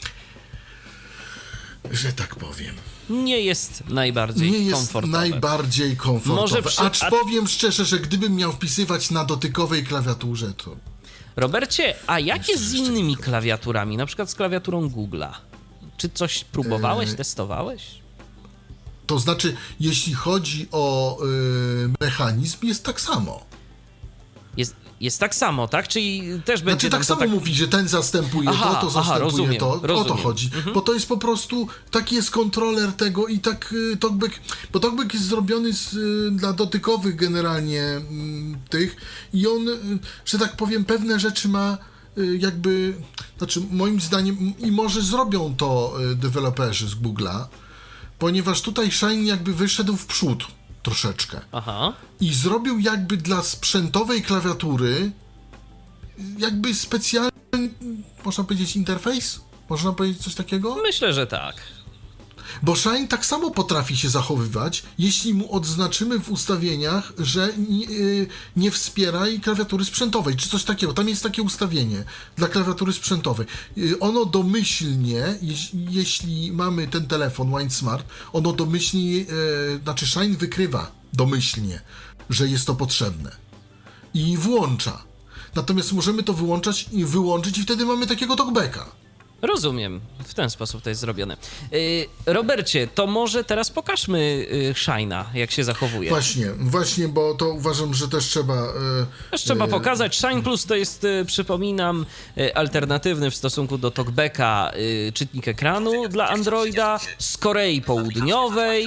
że tak powiem, Nie jest najbardziej komfortowe. Acz powiem szczerze, że gdybym miał wpisywać na dotykowej klawiaturze, to... Robercie, a jak jest z innymi klawiaturami, na przykład z klawiaturą Google'a? Czy coś próbowałeś, testowałeś? To znaczy, jeśli chodzi o mechanizm, jest tak samo. Jest tak samo, tak? Czyli też będzie tak samo mówi, że ten zastępuje to zastępuje rozumiem. O to chodzi. Bo to jest po prostu, taki jest kontroler tego i tak TalkBack, bo TalkBack jest zrobiony dla dotykowych generalnie tych i on, że tak powiem, pewne rzeczy ma jakby, znaczy moim zdaniem, i może zrobią to deweloperzy z Google'a, ponieważ tutaj Shine jakby wyszedł w przód troszeczkę. Aha. I zrobił jakby dla sprzętowej klawiatury jakby specjalny, można powiedzieć, interfejs? Można powiedzieć coś takiego? Myślę, że tak. Bo Shine tak samo potrafi się zachowywać, jeśli mu odznaczymy w ustawieniach, że nie wspiera klawiatury sprzętowej, czy coś takiego. Tam jest takie ustawienie dla klawiatury sprzętowej. Ono domyślnie, jeśli mamy ten telefon WineSmart, ono domyślnie, znaczy Shine wykrywa domyślnie, że jest to potrzebne i włącza. Natomiast możemy to wyłączyć i wtedy mamy takiego TalkBacka. Rozumiem, w ten sposób to jest zrobione. Robercie, to może teraz pokażmy Shine'a, jak się zachowuje. Właśnie, bo to uważam, że też trzeba... Trzeba pokazać. Shine Plus to jest, przypominam, alternatywny w stosunku do TalkBacka czytnik ekranu dla Androida z Korei Południowej.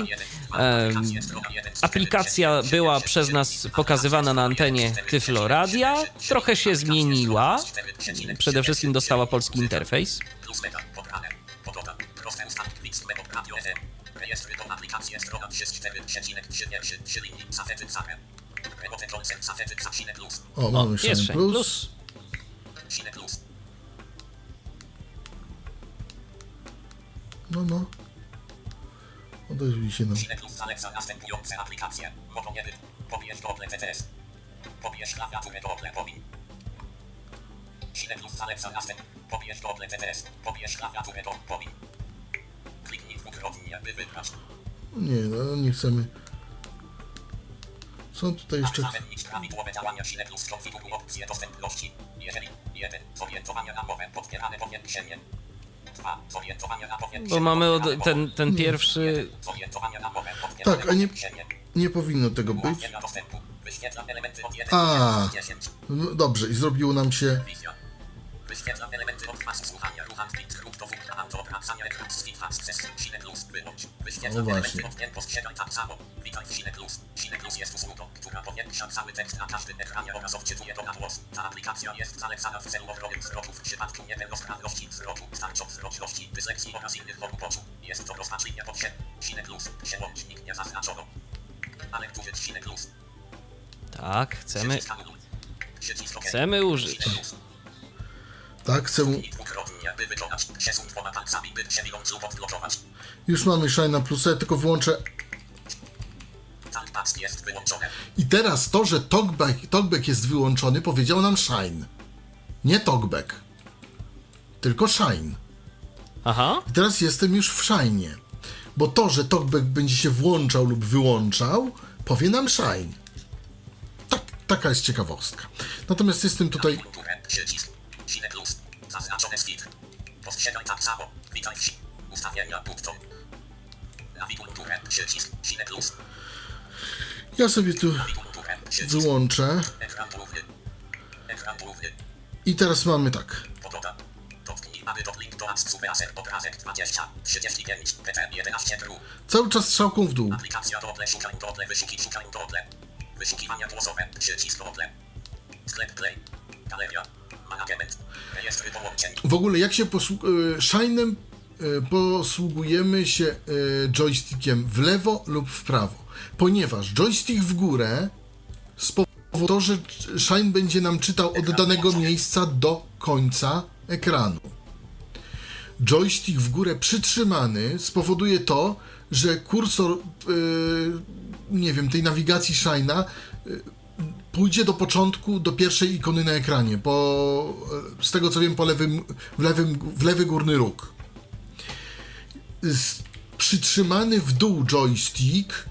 Aplikacja była przez nas pokazywana na antenie Tyflo Radia. Trochę się zmieniła. Przede wszystkim dostała polski interfejs. O, mamy Shine Plus. No. Odezwij się nam. Shine Plus zaleca następujące aplikacje. Motoniery. Pobierz Google CTS. Pobierz klawiaturę Google Pomin. Shine Plus zaleca pobierz Google CTS. Pobierz klawiaturę Google Pomin. Kliknij dwukrotnie, by wybrać. Nie chcemy. Co tutaj jeszcze? Prawidłowe działania Shine Plus konfiguruj opcję dostępności. Jeżeli 1. Zorientowania na mowę podpierane powiększenie. 2. Zorientowania na powiększenie. Bo mamy ten pierwszy... Zorientowania na mowę podpierane Tak, a nie powinno tego być. Wyświetla elementy od 1 do 10. No dobrze, i zrobiło nam się... Wyświetla elementy od fazy słuchania, ruch Anfit, grup do funkcja do obracania ekran, Speed Fast, Shine Plus, wyłącz. Wyświetla elementy od tempo, strzegaj tak samo. Witaj w Shine Plus. Cineplus jest usługą, która powiększa cały tekst na każdym ekranie oraz odczytuje go na głos. Ta aplikacja jest zalecana w celu ochrony wzroku w przypadku niepełnosprawności wzroku, starczowzroczności, dyslekcji oraz innych form poczu. Jest to rozpaczliwie potrzebne. Cineplus, przełącznik nie zaznaczono. Ale użyć Cineplus. Tak, chcemy Przycisk OK. użyć. Cineplus. Tak, chcę... I dwukrotnie, by wykonać. Przesuń dwoma palcami, by się wyłączyć lub odblokować. Już mamy Shine'a Plusa, ja tylko włączę. Talkback jest wyłączone. I teraz to, że talkback jest wyłączony, powiedział nam Shine. Nie talkback, tylko Shine. Aha. I teraz jestem już w Shine'ie. Bo to, że talkback będzie się włączał lub wyłączał, powie nam Shine. Tak, taka jest ciekawostka. Natomiast jestem tutaj... Przycisk. Cineplus. Zaznaczone skit. Postrzegaj tak samo. Witaj w ustawienia button. Nawiguj turę. Przycisk. Cineplus. Ja sobie tu wyłączę. Ekran główny. Ekran główny. I teraz mamy tak. Pogoda. Dotknij, aby do link do apps Superasset obrazek 20, 35, PT 11 Pro. Cały czas strzałką w dół. Aplikacja Google, szukaj Google, szukaj Google. Wyszukiwania głosowe, przycisk Google. Sklep Play. Galeria. Management. Rejestry połączeń. W ogóle jak się Shine'em posługujemy się joystickiem w lewo lub w prawo. Ponieważ joystick w górę spowoduje to, że Shine będzie nam czytał od danego miejsca do końca ekranu. Joystick w górę przytrzymany spowoduje to, że kursor nie wiem, tej nawigacji Shine'a pójdzie do początku, do pierwszej ikony na ekranie, z tego co wiem, w lewy górny róg. Przytrzymany w dół joystick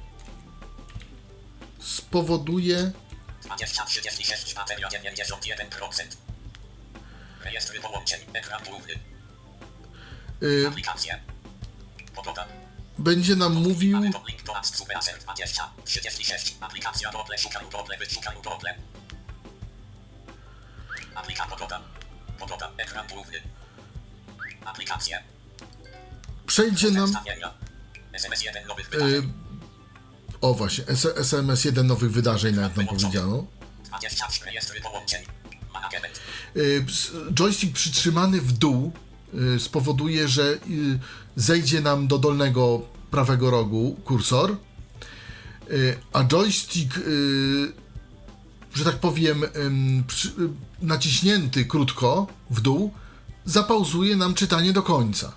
spowoduje 20, 36, bateria 91%. Rejestry połączeń, ekran główny. Aplikacje. Pogoda. będzie nam mówił Mamy to link do apps Superasset 20, 36. Aplikacja Google, szukaj Google, wyszukaj Google. Pogoda. Pogoda, ekran główny. Aplikacje. przejdzie nam Ustawienia. SMS 1 nowych wydarzeń. o właśnie, SMS 1 nowych wydarzeń nawet nam powiedziano. 20 rejestry połączeń. Management. Joystick przytrzymany w dół spowoduje, że zejdzie nam do dolnego prawego rogu kursor, a joystick, że tak powiem, naciśnięty krótko w dół, zapauzuje nam czytanie do końca.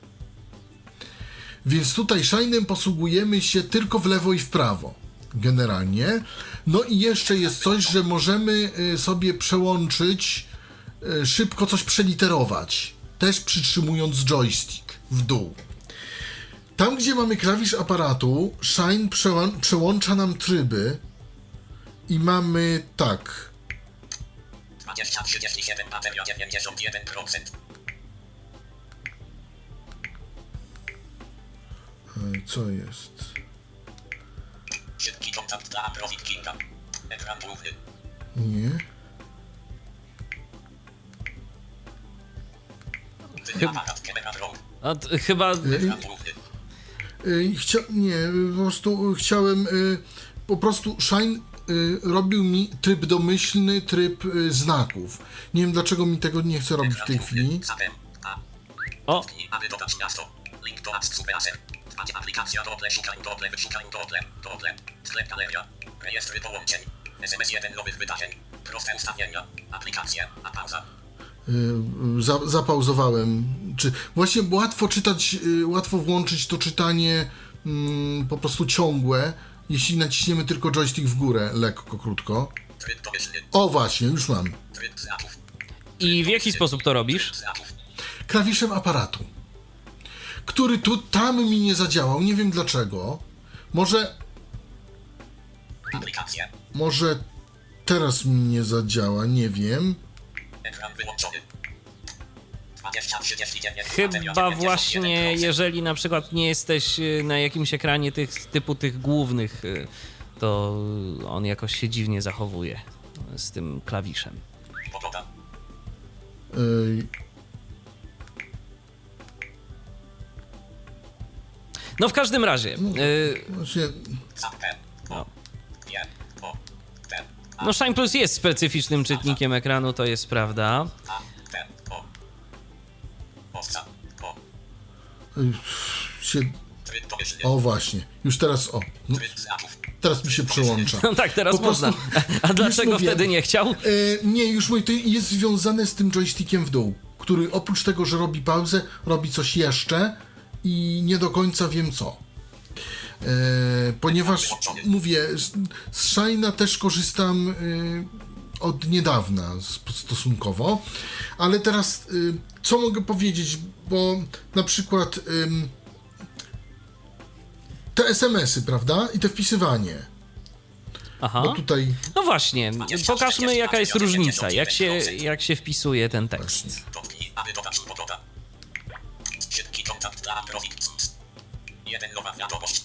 Więc tutaj Shine'em posługujemy się tylko w lewo i w prawo, generalnie. No i jeszcze jest coś, że możemy sobie przełączyć, szybko coś przeliterować, też przytrzymując joystick w dół. Tam, gdzie mamy klawisz aparatu, Shine przełącza nam tryby i mamy tak. 20, 37, bateria 91%. Co jest? Szybki kontakt dla Android Kinga. Ekran główny. Nie. Chyba Ekran główny. Po prostu Shine robił mi tryb domyślny, tryb znaków. Nie wiem, dlaczego mi tego nie chce robić w tej chwili. O! Aby dodać miasto. Link do apps Superasset. Aplikacja Google, szukaj Google, wyszukaj Google. Google. Sklep galeria. Rejestry połączeń. SMS 1 nowych wydarzeń. Proste ustawienia. Aplikacje. A pauza. Zapauzowałem. Właśnie łatwo czytać, łatwo włączyć to czytanie po prostu ciągłe, jeśli naciśniemy tylko joystick w górę, lekko, krótko. Tryb domyślny. O właśnie, już mam. Tryb znaków. I w jaki sposób to robisz? Klawiszem aparatu, który tam mi nie zadziałał, nie wiem dlaczego. Aplikacje. Może teraz mi nie zadziała, nie wiem. Ekran wyłączony. 20, 39, Chyba właśnie, jeżeli na przykład nie jesteś na jakimś ekranie tych głównych, to on jakoś się dziwnie zachowuje z tym klawiszem. Pogoda. No w każdym razie. Właśnie, No. No Shine Plus jest specyficznym czytnikiem ekranu, to jest prawda. O właśnie, już teraz no, teraz mi się przełącza. No tak, teraz można. A dlaczego mówię, wtedy nie chciał? Nie, już mówię, to jest związane z tym joystickiem w dół, który oprócz tego, że robi pauzę, robi coś jeszcze i nie do końca wiem co. Ponieważ mówię, z Shine'a też korzystam od niedawna stosunkowo, ale teraz co mogę powiedzieć, bo na przykład te SMS-y, prawda, i te wpisywanie. Aha. Bo tutaj No właśnie, pokażmy jaka jest różnica, jak się wpisuje ten tekst. Szybki kontakt dla Android. 1 nowa wiadomość.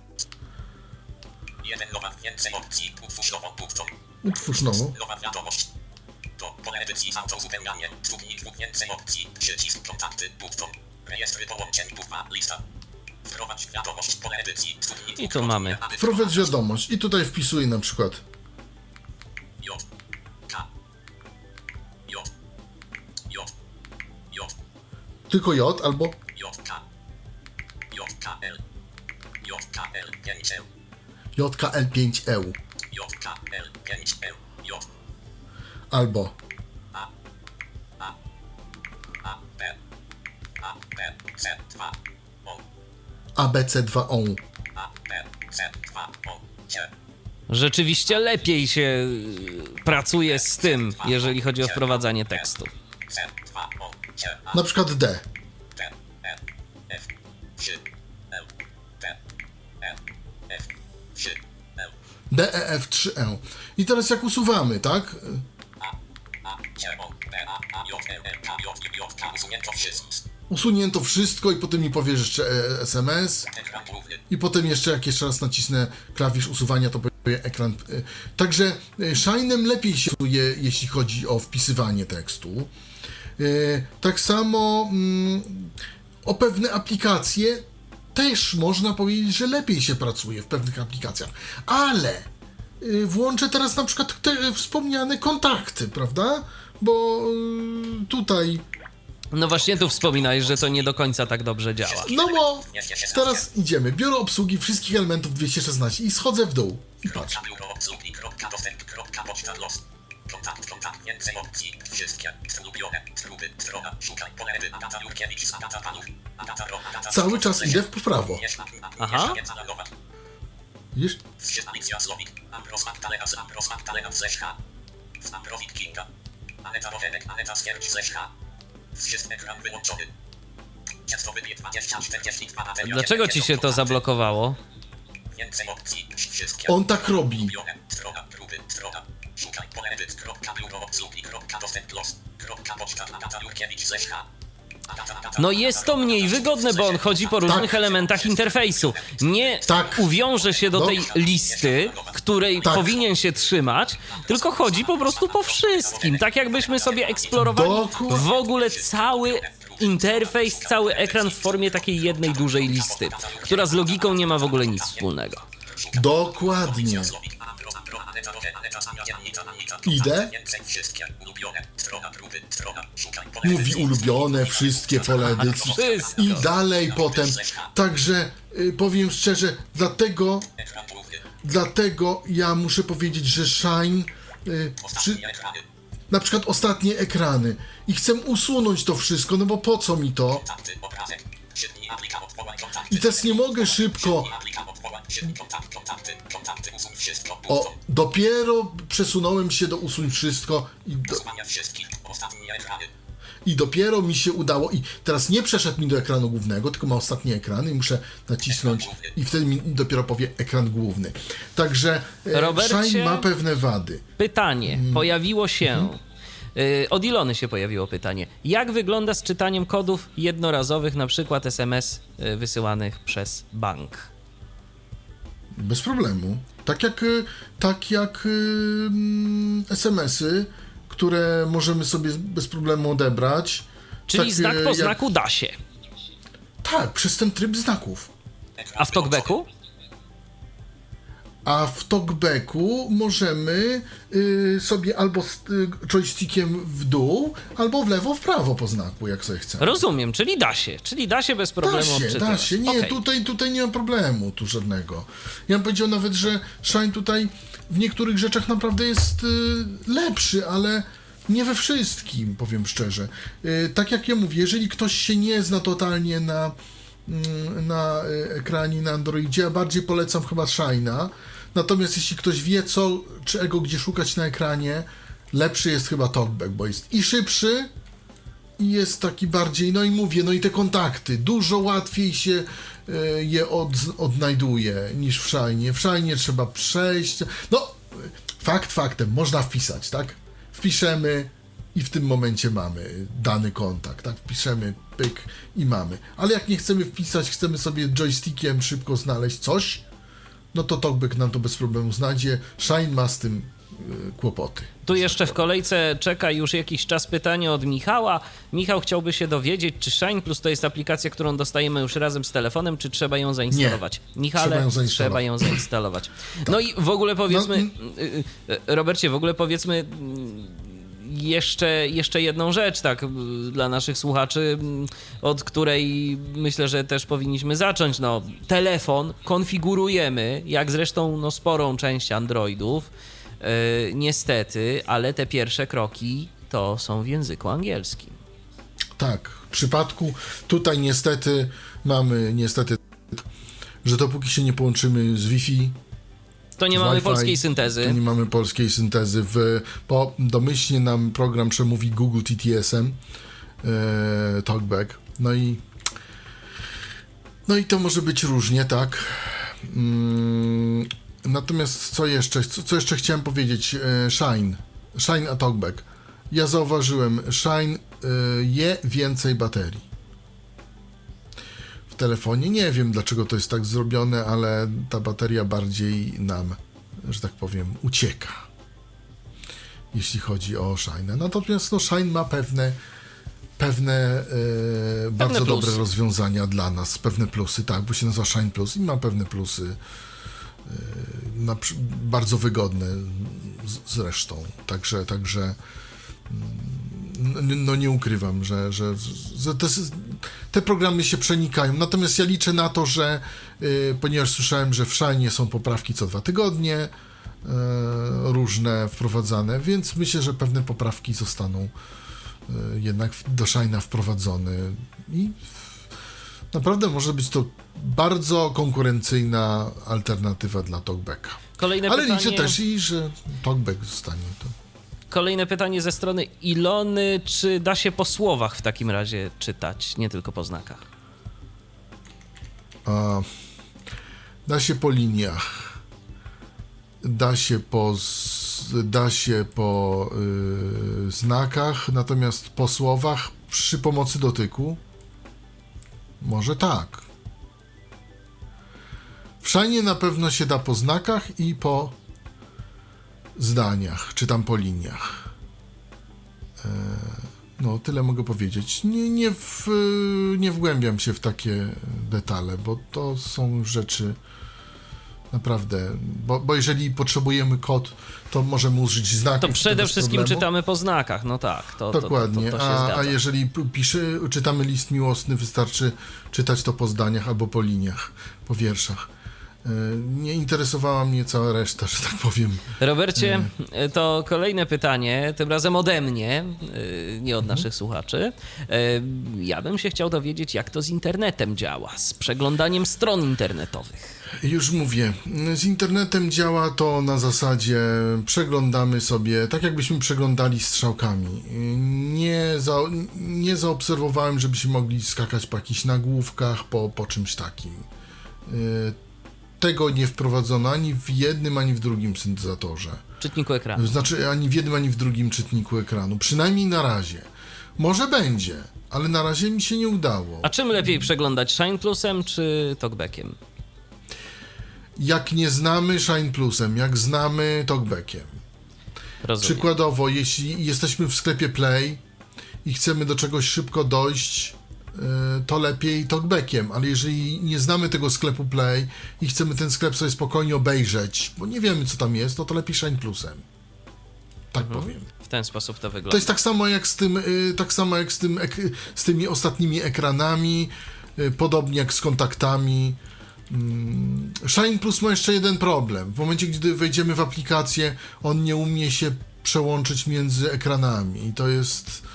1 nowa więcej opcji. Utwórz nową punktą. utwórz nową. Nowa wiadomość. To pole edycji z autouzupełnianiem. Czubnik więcej opcji. Przycisk kontakty. Punktą. Rejestry połączeń. Bukwa. Lista. Wprowadź wiadomość. Pole edycji. I tu mamy. Wprowadź wiadomość i tutaj wpisuję na przykład J. K. J. J. J. tylko J albo JK. JKL. JKL 5E. JKL5EU JKL 5E. J. albo A. B. A. B. C2. O. ABC2O. A. B. C2. O. C. Rzeczywiście lepiej się pracuje z tym, jeżeli chodzi o wprowadzanie tekstu. C2. O. C. A. Na przykład D. D. E. F. 3. L. D. E. F. 3. L. DEF3E. I teraz jak usuwamy, tak? A. C. O. B. A. J. L. K. J. J. K. Usunięto wszystko. Usunięto wszystko i potem mi powiesz jeszcze SMS Ekran główny. i potem jak jeszcze raz nacisnę klawisz usuwania, to powie ekran. Także Shine'em lepiej się czuje, jeśli chodzi o wpisywanie tekstu. Tak samo o pewne aplikacje też można powiedzieć, że lepiej się pracuje w pewnych aplikacjach. Ale włączę teraz na przykład te wspomniane kontakty, prawda? Bo tutaj No właśnie tu wspominałeś, że to nie do końca tak dobrze działa. no bo teraz idziemy. Biuro obsługi wszystkich elementów 216 i schodzę w dół. I patrz. Biuro obsługi. Dostęp. Poczta los. Kontakt. Więcej opcji. Wszystkie. Ulubione. Próby. Strona. Szukaj. Pole edy. Agata Jurkiewicz. Agata Panów. Agata Ro. Agata Cały czas idę w prawo. Aha. Widzisz? Alicja Słowik. Ambros Magdalena z Ambros Magdalena z Leszka. Z Ambrowik Kinga. Aneta Rowenek. Aneta Skiercz z Leszka. Wszystko ekran wyłączony. Ciasto wybie 2042 na teorie. Dlaczego ci się to zablokowało? Więcej opcji. Wszystkie. On tak robi. Ulubione. Strona. Próby. Strona. Szukaj. Pole edyt. Biuro obsługi. Dostęp los. Poczta. Agata Jurkiewicz z Leszka. No jest to mniej wygodne, bo on chodzi po różnych elementach interfejsu. Nie uwiąże się do tej listy, której powinien się trzymać, tylko chodzi po prostu po wszystkim. Tak jakbyśmy sobie eksplorowali w ogóle cały interfejs, cały ekran w formie takiej jednej dużej listy, która z logiką nie ma w ogóle nic wspólnego. Dokładnie. Idę. Mówi ulubione, wszystkie pole edycji. I dalej potem. Także powiem szczerze, dlatego ja muszę powiedzieć, że Shine na przykład ostatnie ekrany i chcę usunąć to wszystko, no bo po co mi to? I teraz nie mogę szybko. Dopiero przesunąłem się do usuń wszystko i dopiero mi się udało. I teraz nie przeszedł mi do ekranu głównego, tylko ma ostatni ekran i muszę nacisnąć i wtedy mi dopiero powie ekran główny. Także Robercie, Shine ma pewne wady. Pytanie pojawiło się. Od Ilony się pojawiło pytanie. Jak wygląda z czytaniem kodów jednorazowych, na przykład SMS wysyłanych przez bank? Bez problemu. Tak jak SMS-y, które możemy sobie bez problemu odebrać. Czyli tak, znak po znaku da się. Tak, przez ten tryb znaków. A w talkbacku? A w talkbacku możemy sobie albo joystickiem w dół, albo w lewo, w prawo po znaku, jak sobie chcemy. Rozumiem, czyli da się bez problemu odczytywać. Da się, nie, Okay. tutaj nie ma problemu tu żadnego. Ja bym powiedział nawet, że Shine tutaj w niektórych rzeczach naprawdę jest lepszy, ale nie we wszystkim, powiem szczerze. Tak jak ja mówię, jeżeli ktoś się nie zna totalnie na ekranie na Androidzie, ja bardziej polecam chyba Shine'a. Natomiast jeśli ktoś wie czego gdzie szukać na ekranie, lepszy jest chyba talkback, bo jest i szybszy, i jest taki bardziej, no i mówię, no i te kontakty, dużo łatwiej się je odnajduje niż w Shine'ie. W Shine'ie trzeba przejść, no faktem, można wpisać, tak? Wpiszemy i w tym momencie mamy dany kontakt, tak? Wpiszemy, pyk i mamy. Ale jak nie chcemy wpisać, chcemy sobie joystickiem szybko znaleźć coś, no to talkback nam to bez problemu znajdzie. Shine ma z tym kłopoty. Tu jeszcze w kolejce czeka już jakiś czas pytanie od Michała. Michał chciałby się dowiedzieć, czy Shine Plus to jest aplikacja, którą dostajemy już razem z telefonem, czy trzeba ją zainstalować? Nie. Michale, trzeba ją zainstalować. Tak. No i w ogóle powiedzmy, Robercie, jeszcze jedną rzecz, tak, dla naszych słuchaczy, od której myślę, że też powinniśmy zacząć. No, telefon konfigurujemy, jak zresztą sporą część Androidów, niestety, ale te pierwsze kroki to są w języku angielskim. Tak, w przypadku tutaj mamy, że dopóki się nie połączymy z Wi-Fi, to nie mamy polskiej syntezy. To nie mamy polskiej syntezy. Domyślnie nam program przemówi Google TTS-em, talkback. No i to może być różnie, tak. Natomiast co jeszcze chciałem powiedzieć? Shine a talkback. Ja zauważyłem, Shine je więcej baterii. W telefonie nie wiem, dlaczego to jest tak zrobione, ale ta bateria bardziej nam, że tak powiem, ucieka, jeśli chodzi o Shine. Natomiast Shine ma pewne bardzo dobre rozwiązania dla nas, pewne plusy, tak, bo się nazywa Shine Plus i ma pewne plusy bardzo wygodne zresztą. Także no nie ukrywam, że te programy się przenikają. Natomiast ja liczę na to, że ponieważ słyszałem, że w Shine'ie są poprawki co 2 tygodnie, różne wprowadzane, więc myślę, że pewne poprawki zostaną jednak do Shine'a wprowadzone i naprawdę może być to bardzo konkurencyjna alternatywa dla talkbacka. Ale liczę też że talkback zostanie to. Kolejne pytanie ze strony Ilony. Czy da się po słowach w takim razie czytać, nie tylko po znakach? Da się po liniach. Da się po znakach, natomiast po słowach przy pomocy dotyku może tak. W Shine'ie na pewno się da po znakach i po zdaniach, czy tam po liniach. No, tyle mogę powiedzieć. Nie wgłębiam się w takie detale, bo to są rzeczy naprawdę, bo jeżeli potrzebujemy kod, to możemy użyć znaków. To przede wszystkim czytamy po znakach, no tak. Dokładnie, to się zgadza. A jeżeli czytamy list miłosny, wystarczy czytać to po zdaniach albo po liniach, po wierszach. Nie interesowała mnie cała reszta, że tak powiem. Robercie, to kolejne pytanie, tym razem ode mnie, nie od naszych słuchaczy. Ja bym się chciał dowiedzieć, jak to z internetem działa, z przeglądaniem stron internetowych. Już mówię, z internetem działa to na zasadzie przeglądamy sobie, tak jakbyśmy przeglądali strzałkami. Nie zaobserwowałem, żebyśmy mogli skakać po jakichś nagłówkach, po czymś takim. Tego nie wprowadzono ani w jednym, ani w drugim syntezatorze. Czytniku ekranu. Znaczy ani w jednym, ani w drugim czytniku ekranu. Przynajmniej na razie. Może będzie, ale na razie mi się nie udało. A czym lepiej przeglądać, Shine Plusem czy talkbackiem? Jak nie znamy Shine Plusem, jak znamy talkbackiem. Rozumiem. Przykładowo, jeśli jesteśmy w sklepie Play i chcemy do czegoś szybko dojść, to lepiej talkbackiem, ale jeżeli nie znamy tego sklepu Play i chcemy ten sklep sobie spokojnie obejrzeć, bo nie wiemy, co tam jest, no to lepiej Shine Plusem. Tak powiem. W ten sposób to wygląda. To jest tak samo jak z tymi ostatnimi ekranami, podobnie jak z kontaktami. Shine Plus ma jeszcze jeden problem. W momencie, gdy wejdziemy w aplikację, on nie umie się przełączyć między ekranami i to jest...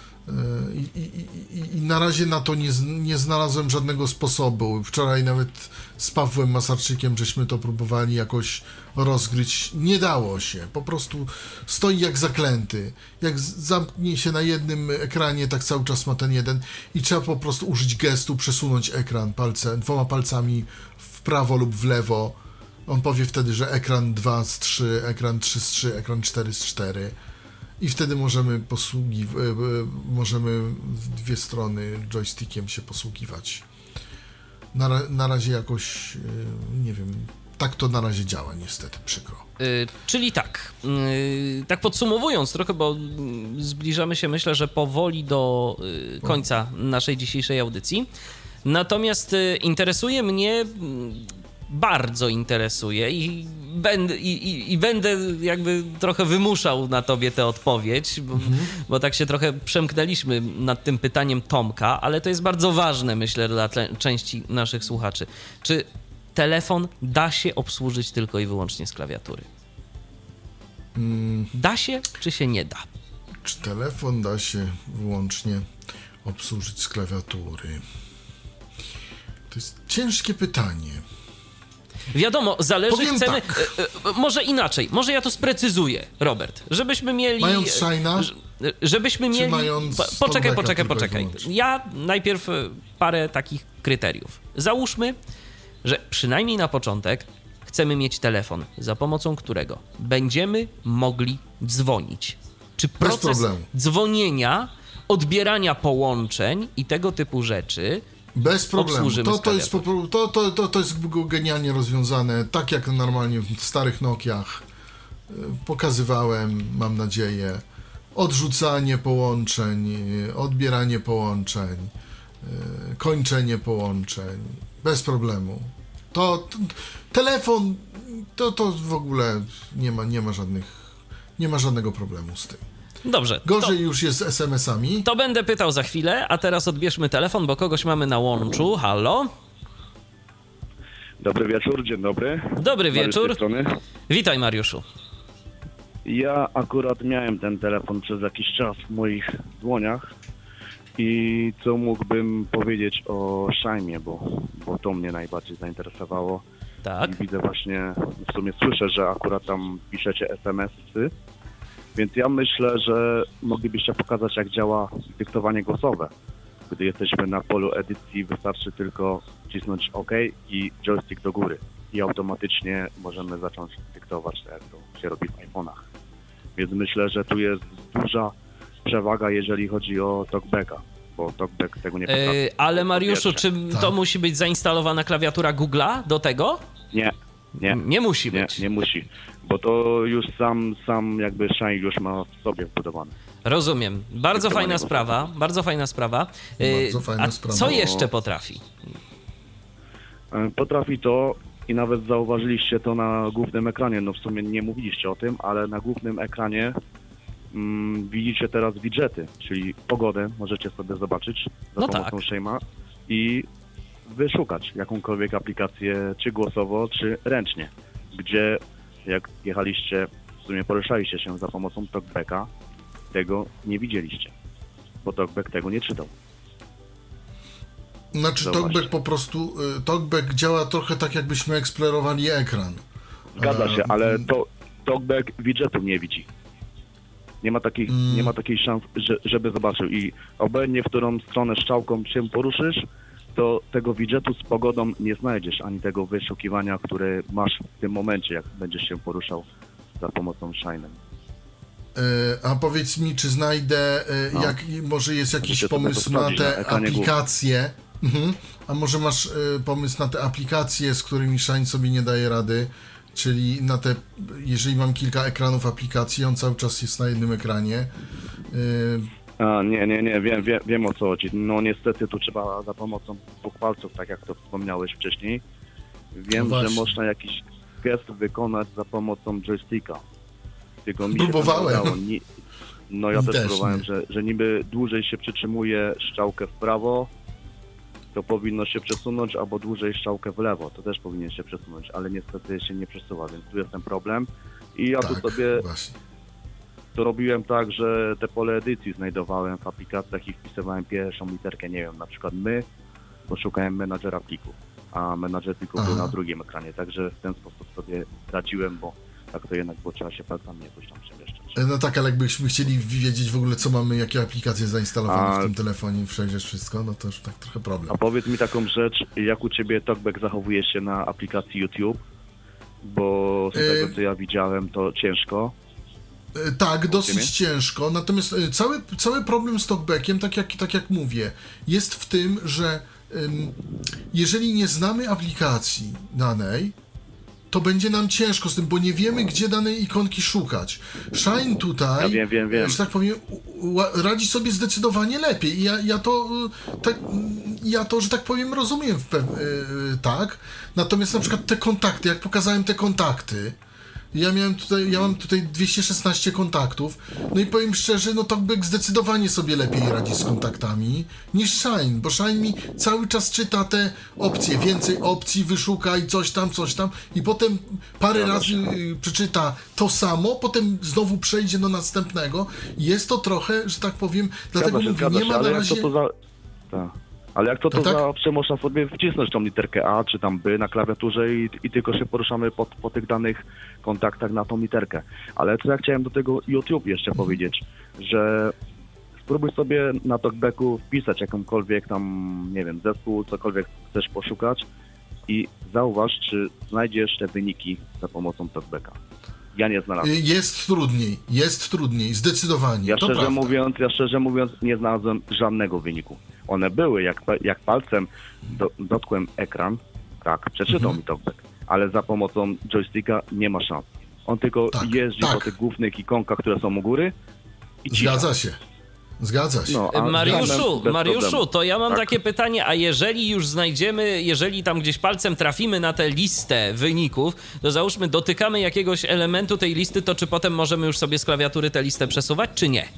I na razie na to nie znalazłem żadnego sposobu. Wczoraj nawet z Pawłem Masarczykiem żeśmy to próbowali jakoś rozgryć. Nie dało się. Po prostu stoi jak zaklęty. Jak zamknie się na jednym ekranie, tak cały czas ma ten jeden i trzeba po prostu użyć gestu, przesunąć ekran dwoma palcami w prawo lub w lewo. On powie wtedy, że ekran 2 z 3, ekran 3 z 3, ekran 4 z 4. I wtedy możemy dwie strony joystickiem się posługiwać. Na razie jakoś, nie wiem, tak to na razie działa niestety, przykro. Czyli tak, tak podsumowując trochę, bo zbliżamy się, myślę, że powoli do końca naszej dzisiejszej audycji. Natomiast bardzo interesuje i będę jakby trochę wymuszał na tobie tę odpowiedź, bo tak się trochę przemknęliśmy nad tym pytaniem Tomka, ale to jest bardzo ważne, myślę, dla części naszych słuchaczy. Czy telefon da się obsłużyć tylko i wyłącznie z klawiatury? Da się, czy się nie da? Czy telefon da się wyłącznie obsłużyć z klawiatury? To jest ciężkie pytanie. Wiadomo, zależy, Powiem chcemy... tak. Może inaczej, może ja to sprecyzuję, Robert, żebyśmy mieli... Mając Shine'a? Żebyśmy mieli... Poczekaj. wyłącznie? Ja najpierw parę takich kryteriów. Załóżmy, że przynajmniej na początek chcemy mieć telefon, za pomocą którego będziemy mogli dzwonić. Czy proces dzwonienia, odbierania połączeń i tego typu rzeczy... Bez problemu. To jest genialnie rozwiązane, tak jak normalnie w starych Nokiach pokazywałem, mam nadzieję. Odrzucanie połączeń, odbieranie połączeń, kończenie połączeń. Bez problemu. Telefon to w ogóle nie ma żadnego problemu z tym. Dobrze. Gorzej już jest z SMS-ami. To będę pytał za chwilę, a teraz odbierzmy telefon, bo kogoś mamy na łączu. Halo? Dobry wieczór, dzień dobry. Dobry wieczór. Strony. Witaj, Mariuszu. Ja akurat miałem ten telefon przez jakiś czas w moich dłoniach i co mógłbym powiedzieć o Shine'ie, bo to mnie najbardziej zainteresowało. Tak. I widzę właśnie, w sumie słyszę, że akurat tam piszecie SMS-y. Więc ja myślę, że moglibyście pokazać, jak działa dyktowanie głosowe. Gdy jesteśmy na polu edycji, wystarczy tylko wcisnąć OK i joystick do góry. I automatycznie możemy zacząć dyktować, tak jak to się robi w iPhone'ach. Więc myślę, że tu jest duża przewaga, jeżeli chodzi o TalkBacka, bo TalkBack tego nie potrafi. Ale Mariuszu, czy to musi być zainstalowana klawiatura Google'a do tego? Nie. Nie musi być. Nie musi, bo to już sam jakby Shine już ma w sobie wbudowane. Rozumiem. Bardzo fajna sprawa. Co jeszcze potrafi? Potrafi to i nawet zauważyliście to na głównym ekranie, no w sumie nie mówiliście o tym, ale na głównym ekranie widzicie teraz widgety, czyli pogodę możecie sobie zobaczyć za pomocą Shine'a i wyszukać jakąkolwiek aplikację, czy głosowo, czy ręcznie, gdzie jak jechaliście, w sumie poruszaliście się za pomocą TalkBacka, tego nie widzieliście, bo TalkBack tego nie czytał. Znaczy TalkBack działa trochę tak, jakbyśmy eksplorowali ekran. Zgadza się, ale TalkBack widgetu nie widzi. Nie ma takiej szans, żeby zobaczył i obojętnie w którą stronę strzałką się poruszysz, to tego widgetu z pogodą nie znajdziesz, ani tego wyszukiwania, które masz w tym momencie, jak będziesz się poruszał za pomocą Shine'em. A powiedz mi, czy znajdę, może jest jakiś pomysł na te aplikacje? A może masz pomysł na te aplikacje, z którymi Shine sobie nie daje rady? Czyli jeżeli mam kilka ekranów aplikacji, on cały czas jest na jednym ekranie. Nie, wiem o co chodzi. No niestety tu trzeba za pomocą 2 palców, tak jak to wspomniałeś wcześniej. Wiem, że można jakiś gest wykonać za pomocą joysticka. Tylko mi Próbowałem. No ja też Też próbowałem, nie. że niby dłużej się przytrzymuje strzałkę w prawo, to powinno się przesunąć, albo dłużej strzałkę w lewo, to też powinien się przesunąć, ale niestety się nie przesuwa, więc tu jest ten problem. I ja tu sobie właśnie. to robiłem tak, że te pole edycji znajdowałem w aplikacjach i wpisywałem pierwszą literkę, nie wiem, na przykład bo szukałem menadżera plików, a menadżer plików był na drugim ekranie, także w ten sposób sobie radziłem, bo tak to jednak było, trzeba się palcami jakoś tam przemieszczać. No tak, ale jakbyśmy chcieli wiedzieć w ogóle, co mamy, jakie aplikacje zainstalowane w tym telefonie, przejdziesz wszystko, no to już tak trochę problem. A powiedz mi taką rzecz, jak u Ciebie TalkBack zachowuje się na aplikacji YouTube? Bo z tego, co ja widziałem, to ciężko. Tak, dosyć ciężko, natomiast cały problem z TalkBackiem, tak jak mówię, jest w tym, że jeżeli nie znamy aplikacji danej, to będzie nam ciężko z tym, bo nie wiemy, gdzie danej ikonki szukać. Shine tutaj, Ja wiem. że tak powiem, radzi sobie zdecydowanie lepiej. Ja to, że tak powiem, rozumiem tak. Natomiast na przykład te kontakty, jak pokazałem te kontakty, ja mam tutaj 216 kontaktów, no i powiem szczerze, no TalkBack zdecydowanie sobie lepiej radzi z kontaktami niż Shine, bo Shine mi cały czas czyta te opcje, więcej opcji, wyszukaj, coś tam i potem parę razy przeczyta to samo, potem znowu przejdzie do następnego. Jest to trochę, że tak powiem, dlatego mówię, nie ma na razie... Ale jak to tak? zawsze można sobie wcisnąć tą literkę A czy tam B na klawiaturze i tylko się poruszamy po tych danych kontaktach na tą literkę. Ale co ja chciałem do tego YouTube jeszcze powiedzieć, że spróbuj sobie na TalkBacku wpisać jakąkolwiek tam, nie wiem, zespół, cokolwiek chcesz poszukać i zauważ, czy znajdziesz te wyniki za pomocą TalkBacka. Ja nie znalazłem. Jest trudniej, zdecydowanie. Ja szczerze mówiąc nie znalazłem żadnego wyniku. One były, jak palcem dotkłem ekran, tak, przeczytał mi TalkBack, ale za pomocą joysticka nie ma szans. On tylko jeździ po tych głównych ikonkach, które są u góry i cisza. Zgadza się. No, Mariuszu, to ja mam takie pytanie, a jeżeli już znajdziemy, jeżeli tam gdzieś palcem trafimy na tę listę wyników, to załóżmy dotykamy jakiegoś elementu tej listy, to czy potem możemy już sobie z klawiatury tę listę przesuwać, czy nie?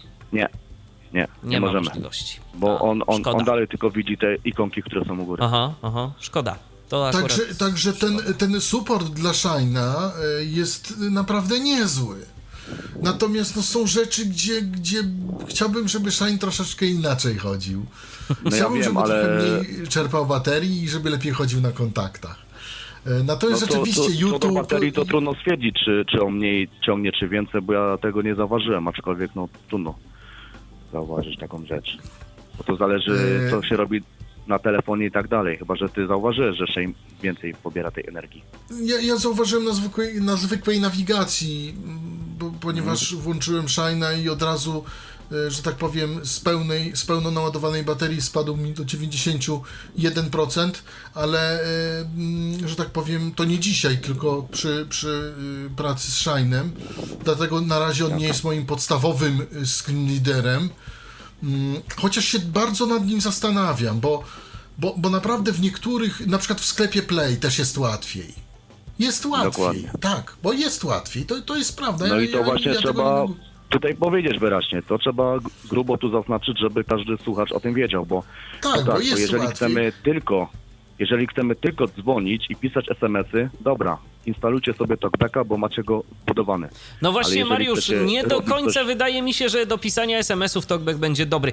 Nie ma możemy. możliwości. Bo on dalej tylko widzi te ikonki, które są u góry. Aha, szkoda. To akurat... Także ten support dla Shine'a jest naprawdę niezły. Natomiast no, są rzeczy, gdzie chciałbym, żeby Shine troszeczkę inaczej chodził. Chciałbym, żeby trochę mniej czerpał baterii i żeby lepiej chodził na kontaktach. Natomiast rzeczywiście YouTube... Co do baterii to trudno stwierdzić, czy on mniej ciągnie, czy więcej, bo ja tego nie zauważyłem, aczkolwiek no trudno zauważyć taką rzecz. Bo to zależy, co się robi na telefonie i tak dalej, chyba że ty zauważyłeś, że Shine więcej pobiera tej energii. Ja zauważyłem na zwykłej nawigacji, ponieważ włączyłem Shine'a i od razu, że tak powiem, z pełno naładowanej baterii spadł mi do 91%, ale, że tak powiem, to nie dzisiaj, tylko przy pracy z Shine'em, dlatego na razie on nie jest moim podstawowym screen readerem, chociaż się bardzo nad nim zastanawiam, bo naprawdę w niektórych, na przykład w sklepie Play też jest łatwiej. Jest łatwiej, Dokładnie. tak, bo jest łatwiej, to jest prawda. No i to właśnie trzeba tutaj powiedzieć wyraźnie, to trzeba grubo tu zaznaczyć, żeby każdy słuchacz o tym wiedział, bo bo jest jeżeli łatwiej. chcemy tylko dzwonić i pisać SMS-y, dobra, instalujcie sobie TalkBacka, bo macie go zbudowany. No właśnie, Mariusz, nie do końca coś... wydaje mi się, że do pisania SMS-ów TalkBack będzie dobry,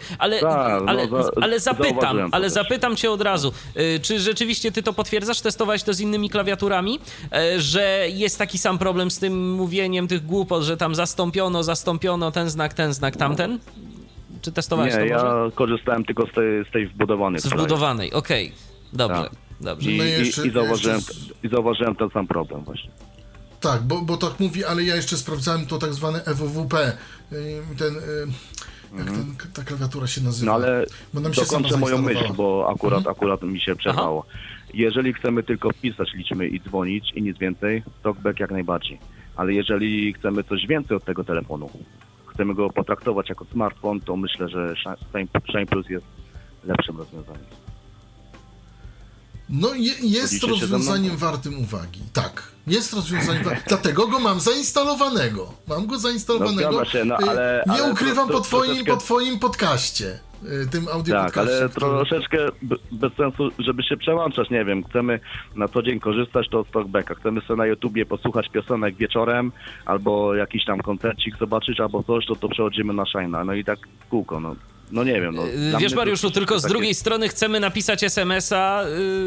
ale zapytam cię od razu, czy rzeczywiście ty to potwierdzasz, testowałeś to z innymi klawiaturami, że jest taki sam problem z tym mówieniem tych głupot, że tam zastąpiono ten znak, tamten? Czy testowałeś to może? Nie, ja korzystałem tylko z tej wbudowanej. Wbudowanej, okej. Dobrze, tak. Dobrze. I zauważyłem ten sam problem właśnie. Tak, bo tak mówi, ale ja jeszcze sprawdzałem to tak zwane EWWP. Ta klawiatura się nazywa. No ale dokończę moją myśl, bo akurat mi się przerwało. Jeżeli chcemy tylko wpisać liczby i dzwonić i nic więcej, TalkBack jak najbardziej. Ale jeżeli chcemy coś więcej od tego telefonu, chcemy go potraktować jako smartfon, to myślę, że Shine Plus jest lepszym rozwiązaniem. No jest Zgodzicie się ze mną? rozwiązaniem wartym uwagi. Tak, jest rozwiązaniem dlatego go mam zainstalowanego. Mam go zainstalowanego. No, zgadza się, no, Nie ukrywam troszeczkę... po twoim podcaście. Tym audiopodcaście. Tak, ale troszeczkę bez sensu, żeby się przełączać, nie wiem, chcemy na co dzień korzystać, to z talkbacka, chcemy sobie na YouTubie posłuchać piosenek wieczorem, albo jakiś tam koncercik zobaczyć, albo coś, to przechodzimy na Shine'a, no i tak w kółko, no nie wiem. Wiesz, Mariuszu, tylko z drugiej strony chcemy napisać SMS-a,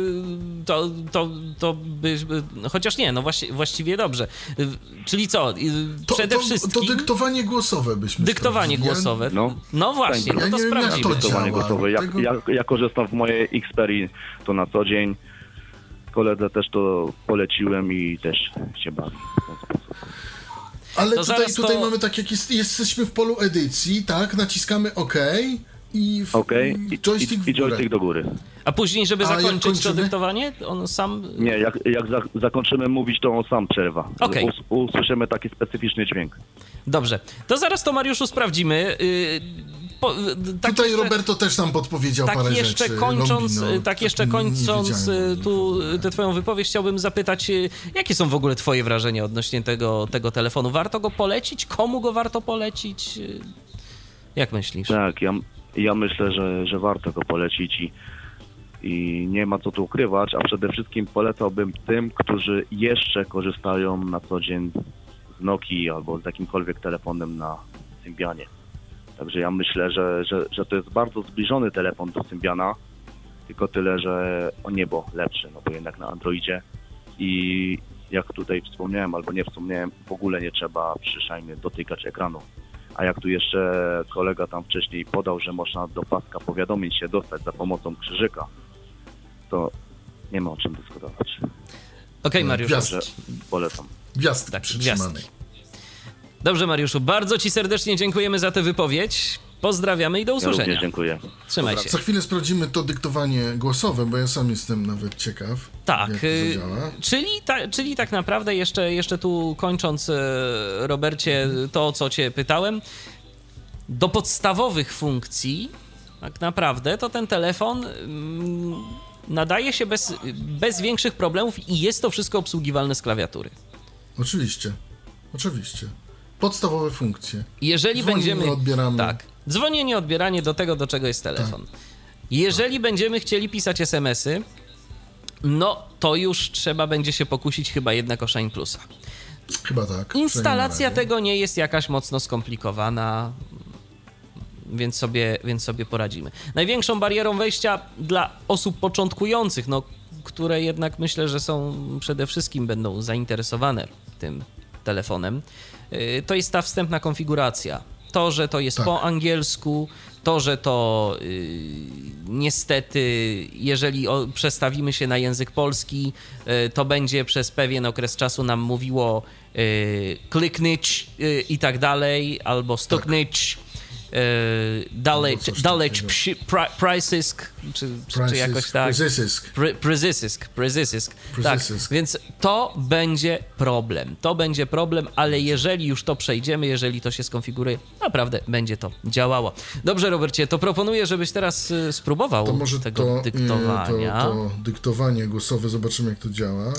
to by... Chociaż nie, no właściwie dobrze. Czyli co? Przede wszystkim... To dyktowanie głosowe byśmy Dyktowanie sprawdzili. głosowe. No. No właśnie, Ja no to nie wiem, jak sprawdzimy. to Dyktowanie działa. głosowe. Ja korzystam w mojej Xperii to na co dzień. Koledze też to poleciłem i też się bawi w ten sposób. Ale To tutaj mamy tak, jak jesteśmy w polu edycji, tak? Naciskamy OK i joystick w górę. joystick do góry. A później, żeby A jak zakończyć to kończymy? dyktowanie, on sam... Nie, jak zakończymy mówić, to on sam przerwa. Okej. Usłyszymy taki specyficzny dźwięk. Dobrze, to zaraz to, Mariuszu, sprawdzimy. Tutaj Roberto też nam podpowiedział Tak parę jeszcze rzeczy. kończąc, nie wiedziałem, tu tę twoją wypowiedź, chciałbym zapytać, jakie są w ogóle twoje wrażenia odnośnie tego telefonu? Warto go polecić? Komu go warto polecić? Jak myślisz? Tak, ja myślę, że warto go polecić i nie ma co tu ukrywać, a przede wszystkim polecałbym tym, którzy jeszcze korzystają na co dzień z Nokii albo z jakimkolwiek telefonem na Symbianie. Także ja myślę, że to jest bardzo zbliżony telefon do Symbiana, tylko tyle, że o niebo lepszy, no bo jednak na Androidzie i jak tutaj wspomniałem albo nie wspomniałem, w ogóle nie trzeba przy Shine'ie dotykać ekranu. A jak tu jeszcze kolega tam wcześniej podał, że można do paska powiadomień się dostać za pomocą krzyżyka, to nie ma o czym dyskutować. Okej, Mariusz. Także polecam. Gwiazdki Tak, przytrzymanej. gwiazdki. Dobrze, Mariuszu, bardzo ci serdecznie dziękujemy za tę wypowiedź. Pozdrawiamy i do Ja usłyszenia. również dziękuję. Trzymaj się. Za chwilę sprawdzimy to dyktowanie głosowe, bo ja sam jestem nawet ciekaw, Tak, jak to działa. czyli tak naprawdę jeszcze tu kończąc, Robercie, to, o co cię pytałem, do podstawowych funkcji tak naprawdę to ten telefon nadaje się bez większych problemów i jest to wszystko obsługiwalne z klawiatury. Oczywiście. Podstawowe funkcje. Jeżeli Dzwonimy, będziemy... odbieramy. Tak, dzwonienie, odbieranie do tego, do czego jest telefon. Tak. Jeżeli będziemy chcieli pisać SMS-y, no to już trzeba będzie się pokusić chyba jednak o Shine Plusa. Chyba tak. Instalacja przynajmniej na razie. tego nie jest jakaś mocno skomplikowana, więc sobie poradzimy. Największą barierą wejścia dla osób początkujących, no, które jednak myślę, że przede wszystkim będą zainteresowane tym telefonem, to jest ta wstępna konfiguracja. To, że to jest Tak. po angielsku, to, że to niestety, jeżeli przestawimy się na język polski, to będzie przez pewien okres czasu nam mówiło kliknąć i tak dalej, albo stuknąć, daleć przyzysk, czy jakoś tak. Przyzysk. Tak, więc to będzie problem, ale jeżeli już to przejdziemy, jeżeli to się skonfiguruje, naprawdę będzie to działało. Dobrze, Robercie, to proponuję, żebyś teraz spróbował To może tego dyktowania. To dyktowanie głosowe, zobaczymy jak to działa.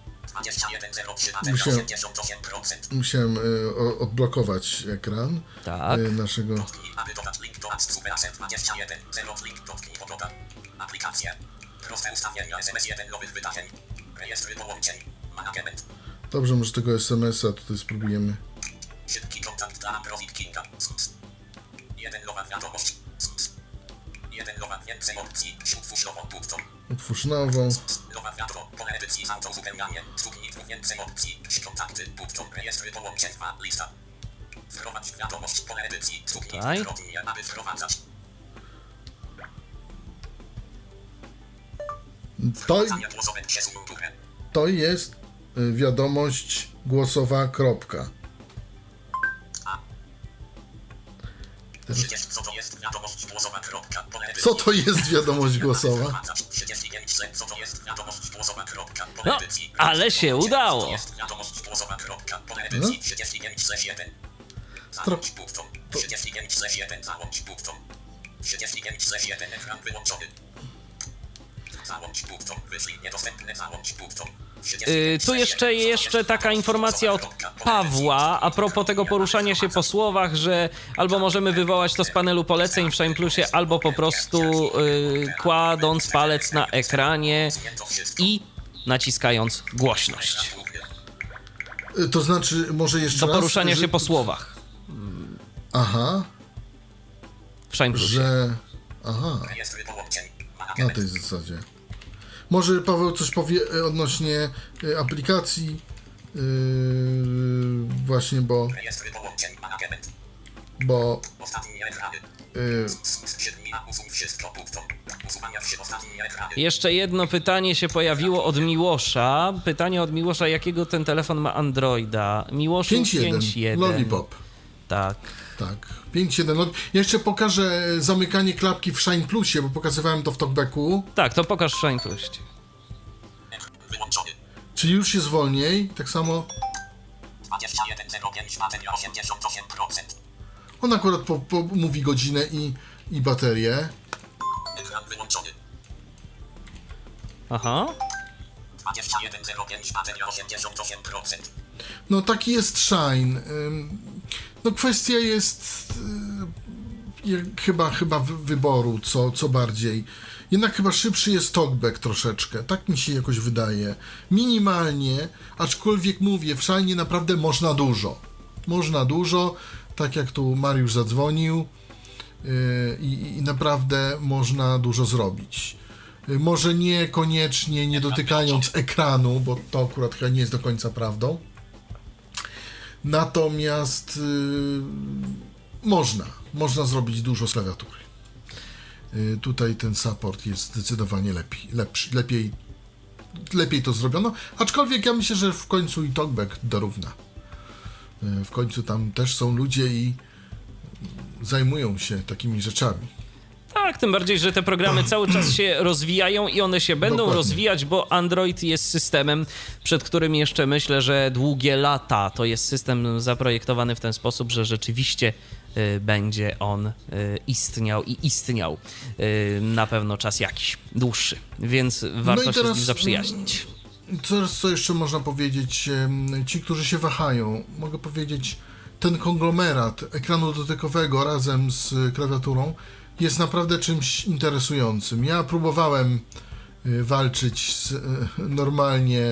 21.03 Musiałem odblokować ekran Tak. naszego... Aby dodać link do AppSuperAsset 21.0 link dotknij pogoda. Aplikacje. Proste ustawienia SMS1 nowych wydarzeń. Rejestry połączeń. Management. Dobrze, może tego SMS-a tutaj spróbujemy. Szybki kontakt dla Profit Kinga. 1 nowa wiadomość. 1 nowa więcej opcji. Otwórz nową punktą. Otwórz nową. Nowa wiadomość. Pole edycji z autouzupełnianie. Stuknij w więcej opcji. Kontakty. Punktą. Rejestry połączeń. Lista. Wprowadź wiadomość. Pole edycji. Stuknij wygodnie, aby wprowadzać. To jest wiadomość głosowa, kropka. Co to jest wiadomość głosowa, kropka? Co to jest wiadomość głosowa? No, ale się udało. Załącz button. 35/1 załącz button. 35/1 ekran wyłączony. Załącz button. Wyślij niedostępne załącz button. Tu jeszcze taka informacja od Pawła a propos tego poruszania się po słowach, że albo możemy wywołać to z panelu poleceń w Shine Plusie, albo po prostu kładąc palec na ekranie i naciskając głośność. To znaczy, może jeszcze do raz... poruszania się po słowach. Aha. W Shine Plusie. Że... Aha. Na tej zasadzie. Może Paweł coś powie odnośnie aplikacji, właśnie, bo jeszcze jedno pytanie się pojawiło od Miłosza. Pytanie od Miłosza, jakiego ten telefon ma Androida? Miłoszu 5.1. Lollipop. Tak. Tak, 5.1. No, jeszcze pokażę zamykanie klapki w Shine Plusie, bo pokazywałem to w talkbacku. Tak, to pokaż w Shine Plusie. Czyli już jest wolniej, tak samo. 21.05 bateria 88%. On akurat mówi godzinę i baterię. Ekran wyłączony. Aha. 21.05 bateria 88%. No taki jest Shine. No kwestia jest chyba wyboru, co bardziej. Jednak chyba szybszy jest talkback troszeczkę, tak mi się jakoś wydaje. Minimalnie, aczkolwiek mówię, w Shine naprawdę można dużo. Można dużo, tak jak tu Mariusz zadzwonił i naprawdę można dużo zrobić. Może niekoniecznie nie dotykając ekranu, bo to akurat chyba nie jest do końca prawdą. Natomiast można zrobić dużo z klawiatury. Tutaj ten support jest zdecydowanie lepiej to zrobiono, aczkolwiek ja myślę, że w końcu i talkback dorówna. W końcu tam też są ludzie i zajmują się takimi rzeczami. Tak, tym bardziej, że te programy cały czas się rozwijają i one się będą rozwijać, bo Android jest systemem, przed którym jeszcze myślę, że długie lata. To jest system zaprojektowany w ten sposób, że rzeczywiście będzie on istniał na pewno czas jakiś dłuższy, więc warto się z nim zaprzyjaźnić. Teraz co jeszcze można powiedzieć? Ci, którzy się wahają, mogę powiedzieć, ten konglomerat ekranu dotykowego razem z klawiaturą jest naprawdę czymś interesującym. Ja próbowałem walczyć normalnie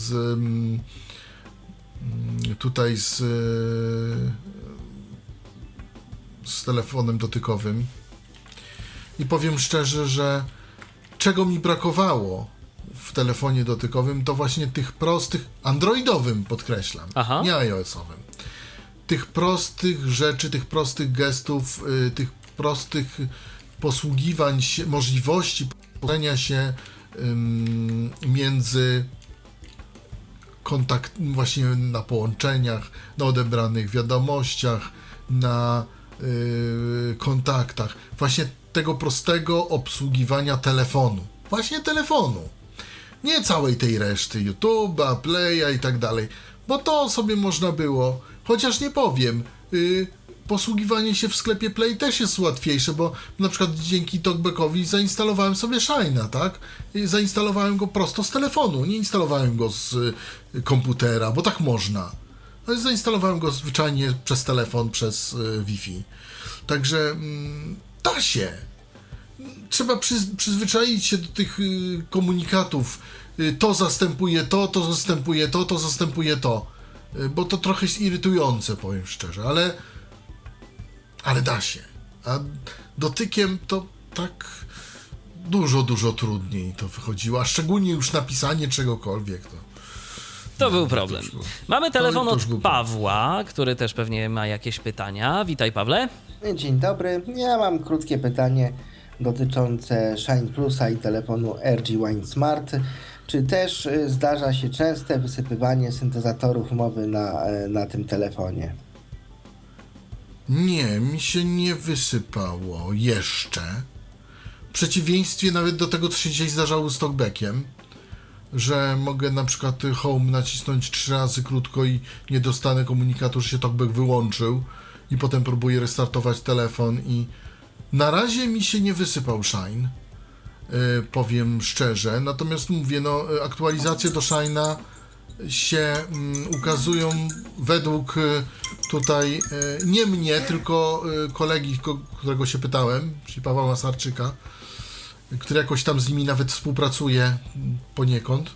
z telefonem dotykowym i powiem szczerze, że czego mi brakowało w telefonie dotykowym, to właśnie tych prostych, androidowym podkreślam, nie iOS-owym, tych prostych rzeczy, tych prostych gestów, tych prostych posługiwań się, możliwości poruszania się między właśnie na połączeniach, na odebranych wiadomościach, na kontaktach, właśnie tego prostego obsługiwania telefonu, właśnie telefonu, nie całej tej reszty, YouTube'a, Playa i tak dalej, bo to sobie można było, chociaż nie powiem, posługiwanie się w sklepie Play też jest łatwiejsze, bo na przykład dzięki talkbackowi zainstalowałem sobie Shine'a, tak? Zainstalowałem go prosto z telefonu, nie instalowałem go z komputera, bo tak można. Ale zainstalowałem go zwyczajnie przez telefon, przez Wi-Fi. Także da się. Trzeba przyzwyczaić się do tych komunikatów. To zastępuje to, to zastępuje to, to zastępuje to. Bo to trochę jest irytujące, powiem szczerze, ale da się. A dotykiem to tak dużo trudniej to wychodziło, a szczególnie już napisanie czegokolwiek. To był problem. Mamy telefon od Pawła, który też pewnie ma jakieś pytania. Witaj, Pawle. Dzień dobry. Ja mam krótkie pytanie dotyczące Shine Plusa i telefonu LG Wine Smart. Czy też zdarza się częste wysypywanie syntezatorów mowy na tym telefonie? Nie, mi się nie wysypało jeszcze. W przeciwieństwie nawet do tego, co się dzisiaj zdarzało z talkbackiem, że mogę na przykład Home nacisnąć 3 razy krótko i nie dostanę komunikatu, że się talkback wyłączył i potem próbuję restartować telefon i na razie mi się nie wysypał Shine, powiem szczerze, natomiast mówię, no aktualizacje do Shine'a się ukazują według tutaj nie mnie, tylko kolegi, którego się pytałem, czyli Pawła Masarczyka, który jakoś tam z nimi nawet współpracuje poniekąd,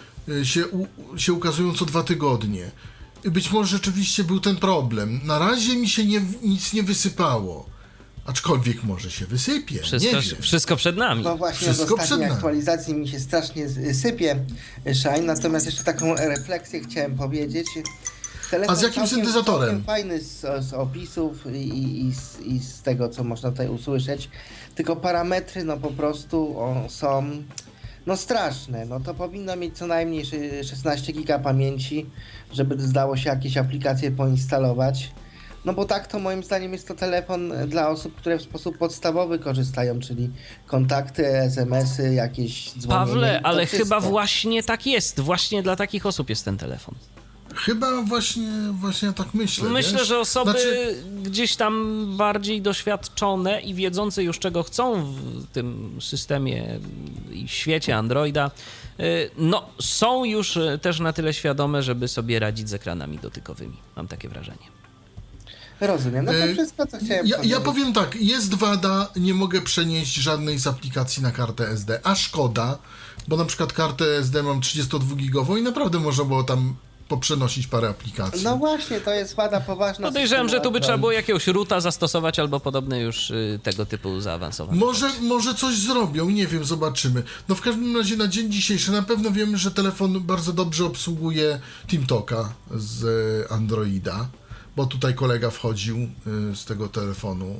się ukazują co 2 tygodnie. Być może rzeczywiście był ten problem. Na razie mi się nic nie wysypało. Aczkolwiek może się wysypie, nie wiem. Wszystko przed nami. No właśnie, Wszystko od ostatniej aktualizacji mi się strasznie sypie Shine, natomiast jeszcze taką refleksję chciałem powiedzieć. Telefon a z jakim syntezatorem? Fajny z opisów i z tego, co można tutaj usłyszeć, tylko parametry no po prostu są no straszne. No to powinno mieć co najmniej 16 giga pamięci, żeby zdało się jakieś aplikacje poinstalować. No bo tak to moim zdaniem jest to telefon dla osób, które w sposób podstawowy korzystają, czyli kontakty, SMS-y, jakieś dzwonienie. Pawle, ale chyba właśnie tak jest. Właśnie dla takich osób jest ten telefon. Chyba właśnie tak myślę. Myślę, wiesz? że osoby gdzieś tam bardziej doświadczone i wiedzące już czego chcą w tym systemie i świecie Androida, no są już też na tyle świadome, żeby sobie radzić z ekranami dotykowymi. Mam takie wrażenie. Rozumiem, no to wszystko, co chciałem powiedzieć. Ja powiem tak, jest wada, nie mogę przenieść żadnej z aplikacji na kartę SD, a szkoda, bo na przykład kartę SD mam 32-gigową i naprawdę można było tam poprzenosić parę aplikacji. No właśnie, to jest wada poważna. Podejrzewam, że tu by trzeba było jakiegoś roota zastosować albo podobne już tego typu zaawansowane. Może coś zrobią, nie wiem, zobaczymy. No w każdym razie na dzień dzisiejszy na pewno wiemy, że telefon bardzo dobrze obsługuje TeamTalka z Androida, bo tutaj kolega wchodził z tego telefonu,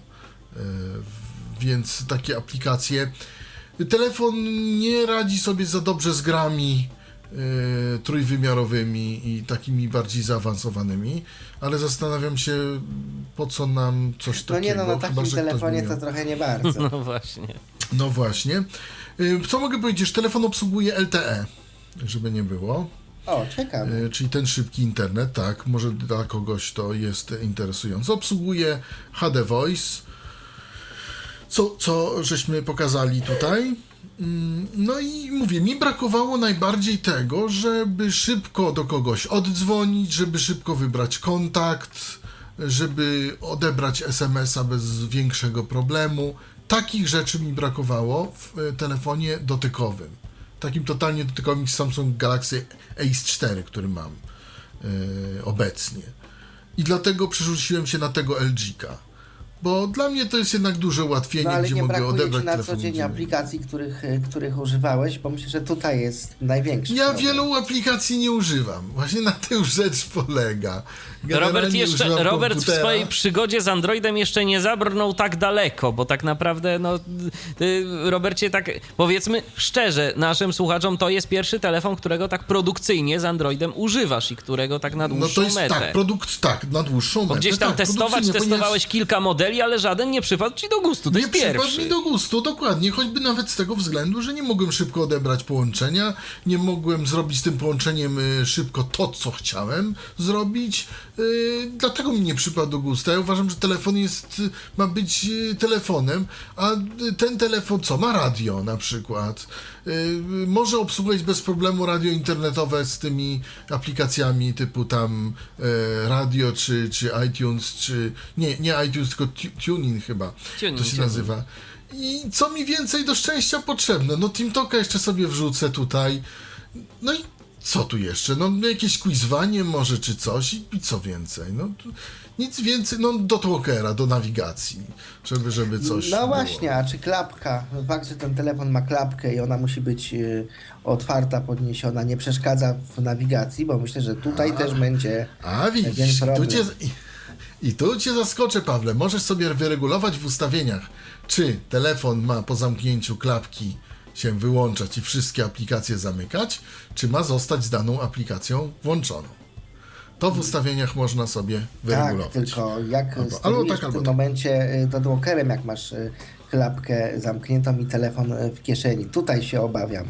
więc takie aplikacje. Telefon nie radzi sobie za dobrze z grami trójwymiarowymi i takimi bardziej zaawansowanymi, ale zastanawiam się, po co nam coś takiego. No nie, no na takim telefonie to trochę nie bardzo. No właśnie. Co mogę powiedzieć? Telefon obsługuje LTE, żeby nie było. O, ciekawe. Czyli ten szybki internet, tak, może dla kogoś to jest interesujące. Obsługuje HD Voice, co żeśmy pokazali tutaj. No i mówię, mi brakowało najbardziej tego, żeby szybko do kogoś oddzwonić, żeby szybko wybrać kontakt, żeby odebrać SMS-a bez większego problemu. Takich rzeczy mi brakowało w telefonie dotykowym. Takim totalnie dotykowym Samsung Galaxy Ace 4, który mam obecnie. I dlatego przerzuciłem się na tego LG-ka. Bo dla mnie to jest jednak duże ułatwienie, no, ale gdzie nie mogę brakuje odebrać ci na telefon. co dzień aplikacji, których używałeś, bo myślę, że tutaj jest największy Ja problem. wielu aplikacji nie używam. Właśnie na tym rzecz polega. Robert w swojej przygodzie z Androidem jeszcze nie zabrnął tak daleko, bo tak naprawdę, no, Robercie, tak powiedzmy szczerze naszym słuchaczom, to jest pierwszy telefon, którego tak produkcyjnie z Androidem używasz i którego tak na dłuższą metę. Na dłuższą metę. Bo gdzieś tam testowałeś kilka modeli, ale żaden nie przypadł ci do gustu. To jest pierwszy. Nie przypadł mi do gustu, dokładnie. Choćby nawet z tego względu, że nie mogłem szybko odebrać połączenia, nie mogłem zrobić z tym połączeniem szybko to, co chciałem zrobić. Dlatego mi nie przypadł do gustu. Ja uważam, że telefon ma być telefonem, a ten telefon ma radio na przykład. Może obsługiwać bez problemu radio internetowe z tymi aplikacjami typu tam radio, czy iTunes, czy nie iTunes, tylko TuneIn chyba to się nazywa. I co mi więcej do szczęścia potrzebne? No TeamTalka jeszcze sobie wrzucę tutaj. No i co tu jeszcze? No jakieś quizwanie może, czy coś i co więcej? No nic więcej, no do talkera, do nawigacji, żeby coś No było. właśnie, a czy klapka? Fakt, że ten telefon ma klapkę i ona musi być otwarta, podniesiona, nie przeszkadza w nawigacji, bo myślę, że tutaj też będzie widzisz, problem. Tu cię zaskoczę, Pawle. Możesz sobie wyregulować w ustawieniach, czy telefon ma po zamknięciu klapki się wyłączać i wszystkie aplikacje zamykać, czy ma zostać z daną aplikacją włączoną. To w ustawieniach można sobie wyregulować. Tak, tylko jak sterujesz w tym momencie dookerem, jak masz klapkę zamkniętą i telefon w kieszeni. Tutaj się obawiam.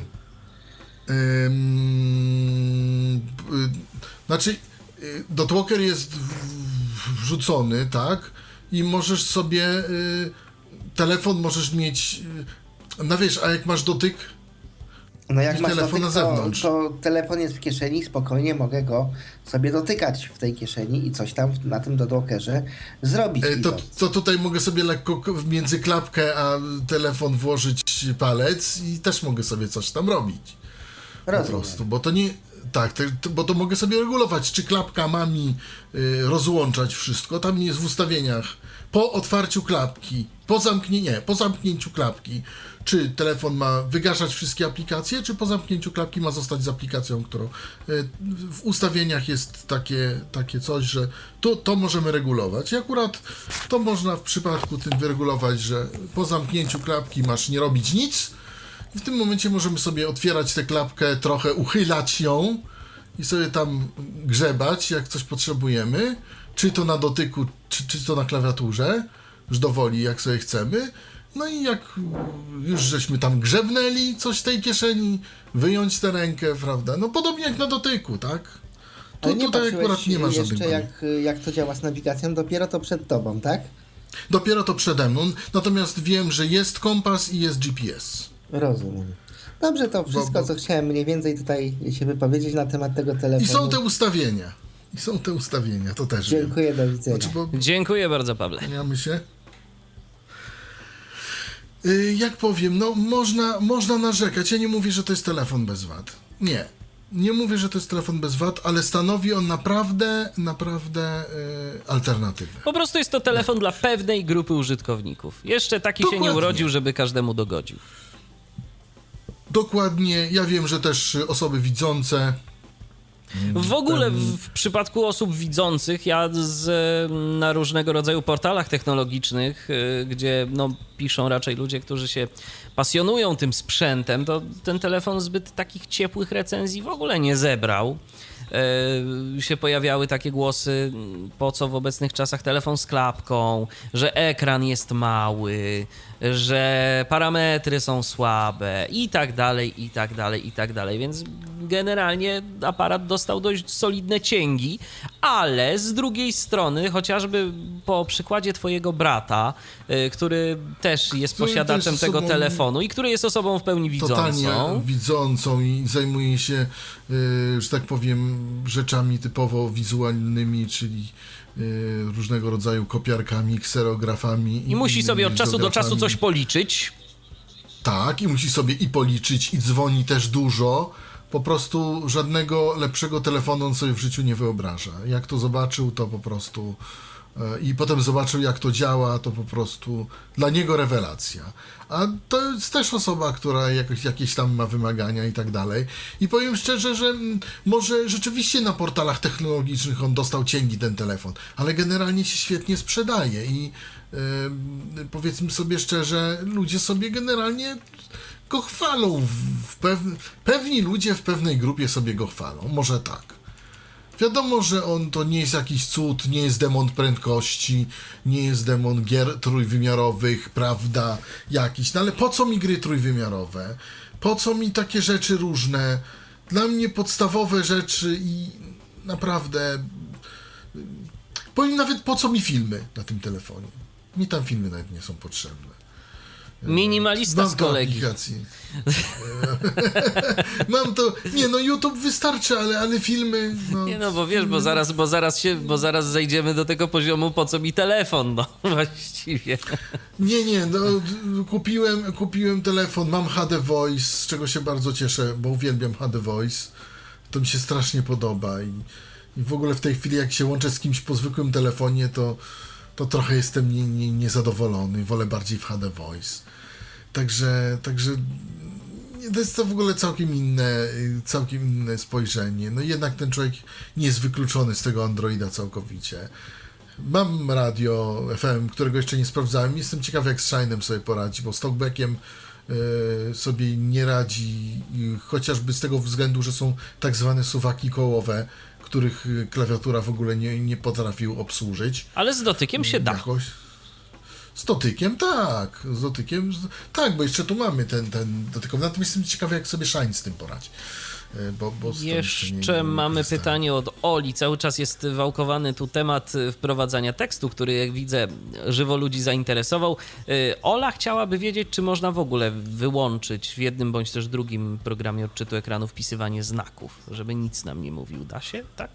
Znaczy, dotwalker jest wrzucony, tak? I możesz sobie telefon możesz mieć, no wiesz, a jak masz dotyk? No jak masz telefon dotyk, na zewnątrz. to telefon jest w kieszeni, spokojnie mogę go sobie dotykać w tej kieszeni i coś tam na tym dockerze zrobić. To tutaj mogę sobie lekko między klapkę a telefon włożyć palec i też mogę sobie coś tam robić. Rozumiem. Po prostu, bo to nie... Tak, bo to mogę sobie regulować, czy klapka ma mi rozłączać wszystko. Tam jest w ustawieniach po otwarciu klapki, po zamknięciu klapki, czy telefon ma wygaszać wszystkie aplikacje, czy po zamknięciu klapki ma zostać z aplikacją, którą w ustawieniach jest takie coś, że to możemy regulować. I akurat to można w przypadku tym wyregulować, że po zamknięciu klapki masz nie robić nic. W tym momencie możemy sobie otwierać tę klapkę, trochę uchylać ją i sobie tam grzebać, jak coś potrzebujemy, czy to na dotyku, czy to na klawiaturze, już dowoli, jak sobie chcemy. No i jak już żeśmy tam grzebnęli coś z tej kieszeni, wyjąć tę rękę, prawda? No podobnie jak na dotyku, tak? Tutaj akurat nie ma żadnego. Jak to działa z nawigacją, dopiero to przed tobą, tak? Dopiero to przede mną, natomiast wiem, że jest kompas i jest GPS. Rozumiem. Dobrze, to wszystko, co chciałem mniej więcej tutaj się wypowiedzieć na temat tego telefonu. I są te ustawienia, to też Dziękuję, do widzenia. Dziękuję bardzo, Pawle. Kłaniamy się. Jak powiem, no można narzekać. Ja nie mówię, że to jest telefon bez wad. Nie mówię, że to jest telefon bez wad, ale stanowi on naprawdę alternatywę. Po prostu jest to telefon dla pewnej grupy użytkowników. Jeszcze taki się nie urodził, żeby każdemu dogodził. Dokładnie. Ja wiem, że też osoby widzące... W ogóle w przypadku osób widzących, ja na różnego rodzaju portalach technologicznych, gdzie piszą raczej ludzie, którzy się pasjonują tym sprzętem, to ten telefon zbyt takich ciepłych recenzji w ogóle nie zebrał. Się pojawiały takie głosy, po co w obecnych czasach telefon z klapką, że ekran jest mały, że parametry są słabe i tak dalej, więc generalnie aparat dostał dość solidne cięgi, ale z drugiej strony, chociażby po przykładzie twojego brata, który też jest posiadaczem tego telefonu i który jest osobą w pełni widzącą. Totalnie widzącą i zajmuje się, że tak powiem, rzeczami typowo wizualnymi, czyli różnego rodzaju kopiarkami, kserografami. I musi sobie od czasu do czasu coś policzyć. Tak, i musi sobie i policzyć, i dzwoni też dużo. Po prostu żadnego lepszego telefonu on sobie w życiu nie wyobraża. Jak to zobaczył, to po prostu... I potem zobaczył, jak to działa, to po prostu dla niego rewelacja. A to jest też osoba, która jakieś tam ma wymagania i tak dalej. I powiem szczerze, że może rzeczywiście na portalach technologicznych on dostał cięgi ten telefon, ale generalnie się świetnie sprzedaje i powiedzmy sobie szczerze, ludzie sobie generalnie go chwalą. Pewni ludzie w pewnej grupie sobie go chwalą. Może tak. Wiadomo, że on to nie jest jakiś cud, nie jest demon prędkości, nie jest demon gier trójwymiarowych, prawda, jakiś. No ale po co mi gry trójwymiarowe? Po co mi takie rzeczy różne? Dla mnie podstawowe rzeczy i naprawdę... Powiem nawet, po co mi filmy na tym telefonie? Mi tam filmy nawet nie są potrzebne. Minimalista z kolegi. Mam to... Nie, no YouTube wystarczy, ale filmy... No. Nie, no bo wiesz, bo zaraz zejdziemy do tego poziomu, po co mi telefon, no właściwie. Nie, no kupiłem telefon, mam HD Voice, z czego się bardzo cieszę, bo uwielbiam HD Voice. To mi się strasznie podoba i w ogóle w tej chwili, jak się łączę z kimś po zwykłym telefonie, to trochę jestem niezadowolony. Wolę bardziej w HD Voice. Także to jest to w ogóle całkiem inne spojrzenie. No jednak ten człowiek nie jest wykluczony z tego Androida całkowicie. Mam radio FM, którego jeszcze nie sprawdzałem. Jestem ciekaw, jak z Shine'em sobie poradzi, bo z Talkbackiem sobie nie radzi, chociażby z tego względu, że są tak zwane suwaki kołowe, których klawiatura w ogóle nie potrafił obsłużyć. Ale z dotykiem się da. Z dotykiem tak. Tak, bo jeszcze tu mamy ten dotykowy. Natomiast jestem ciekawy, jak sobie Shine z tym poradzi. bo Jeszcze mamy pytanie od Oli. Cały czas jest wałkowany tu temat wprowadzania tekstu, który, jak widzę, żywo ludzi zainteresował. Ola chciałaby wiedzieć, czy można w ogóle wyłączyć w jednym bądź też drugim programie odczytu ekranu wpisywanie znaków, żeby nic nam nie mówił. Da się? Tak?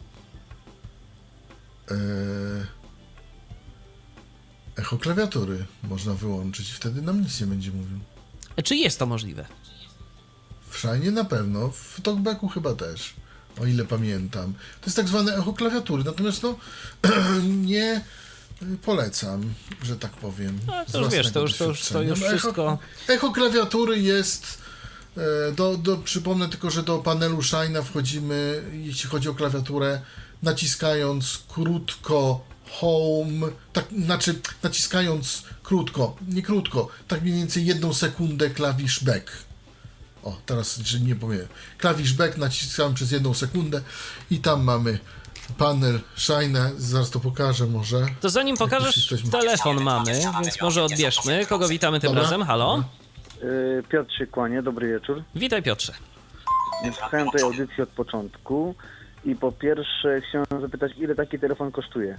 Echo klawiatury można wyłączyć i wtedy nam nic nie będzie mówił. Czy jest to możliwe? W Shine'ie na pewno, w Talkbacku chyba też, o ile pamiętam. To jest tak zwane echo klawiatury, natomiast nie polecam, że tak powiem. No, to już wiesz, to już wszystko... Echo klawiatury jest, przypomnę tylko, że do panelu Shine'a wchodzimy, jeśli chodzi o klawiaturę, naciskając krótko Home, tak, znaczy naciskając krótko, nie krótko, tak mniej więcej 1 sekundę klawisz Back. O, teraz nie powiem. Klawisz Back naciskamy przez 1 sekundę i tam mamy panel Shine'a. Zaraz to pokażę może. To zanim pokażesz, telefon mamy, więc może odbierzmy. Kogo witamy tym razem? Halo? Piotr się kłania, dobry wieczór. Witaj, Piotrze. Słuchałem tej audycji od początku i po pierwsze chciałem zapytać, ile taki telefon kosztuje?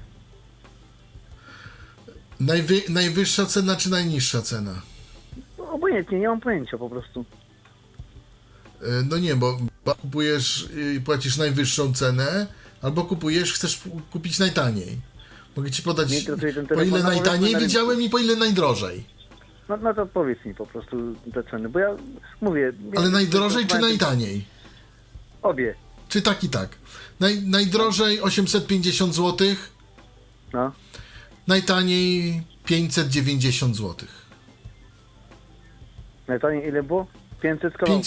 Najwyższa cena czy najniższa cena? Obojętnie, nie mam pojęcia po prostu. No nie, bo kupujesz i płacisz najwyższą cenę, albo chcesz kupić najtaniej. Mogę ci podać po ile najtaniej widziałem i po ile najdrożej. No to powiedz mi po prostu te ceny, bo ja mówię... Ale najdrożej czy najtaniej? Obie. Czy tak i tak? Najdrożej 850 zł. No. Najtaniej 590 zł. Najtaniej ile było? 500 z kawałkiem?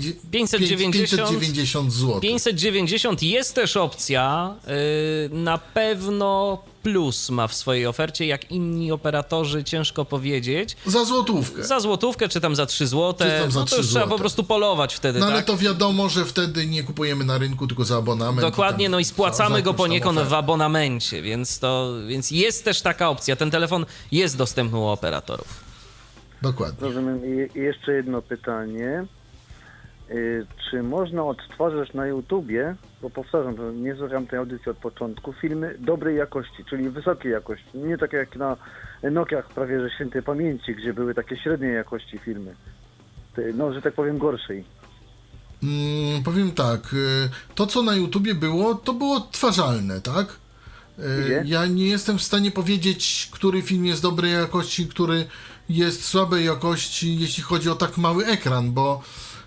590 zł. 590 jest też opcja. Na pewno Plus ma w swojej ofercie, jak inni operatorzy, ciężko powiedzieć. Za złotówkę. Za złotówkę, czy tam za 3 zł. To już trzeba po prostu polować wtedy, no tak? ale to wiadomo, że wtedy nie kupujemy na rynku, tylko za abonament. Dokładnie, no i spłacamy go poniekąd w abonamencie, więc jest też taka opcja. Ten telefon jest dostępny u operatorów. Dokładnie. Rozumiem. I jeszcze jedno pytanie. Czy można odtwarzać na YouTubie, bo powtarzam, że nie słucham tej audycji od początku, filmy dobrej jakości, czyli wysokiej jakości, nie takie jak na Nokiach prawie że świętej pamięci, gdzie były takie średniej jakości filmy, no, że tak powiem gorszej. Powiem tak, to co na YouTubie było, to było odtwarzalne, tak? Ja nie jestem w stanie powiedzieć, który film jest dobrej jakości, który jest słabej jakości, jeśli chodzi o tak mały ekran, bo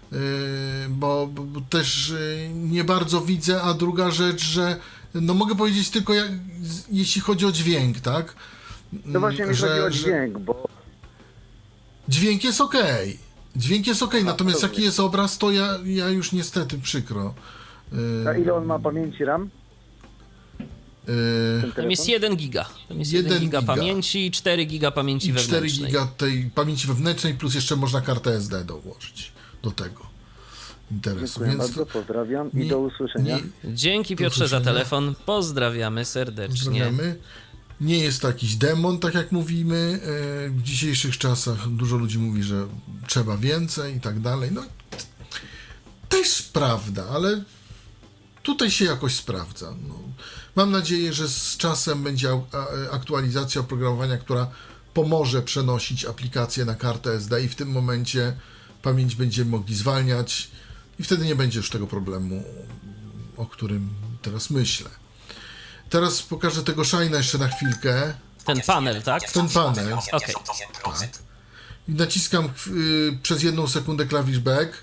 też nie bardzo widzę, a druga rzecz, że no mogę powiedzieć tylko jeśli chodzi o dźwięk, tak? No właśnie mi chodzi o dźwięk, bo... Dźwięk jest okej. Dźwięk jest okej, natomiast jaki jest obraz, to ja już niestety przykro. A ile on ma pamięci RAM? Tam jest 1 giga. Tam jest 1 giga pamięci i 4 giga pamięci wewnętrznej. 4 giga tej pamięci wewnętrznej, plus jeszcze można kartę SD dołożyć do tego interesu. Dziękuję bardzo, pozdrawiam i do usłyszenia. Dzięki Piotrze za telefon, pozdrawiamy serdecznie. Pozdrawiamy. Nie jest to jakiś demon, tak jak mówimy. W dzisiejszych czasach dużo ludzi mówi, że trzeba więcej i tak dalej. No też prawda, ale tutaj się jakoś sprawdza. No, mam nadzieję, że z czasem będzie aktualizacja oprogramowania, która pomoże przenosić aplikacje na kartę SD i w tym momencie pamięć będziemy mogli zwalniać i wtedy nie będzie już tego problemu, o którym teraz myślę. Teraz pokażę tego Shine'a jeszcze na chwilkę. Ten panel, tak? Ten panel. Okej. Tak. I naciskam przez 1 sekundę klawisz Back.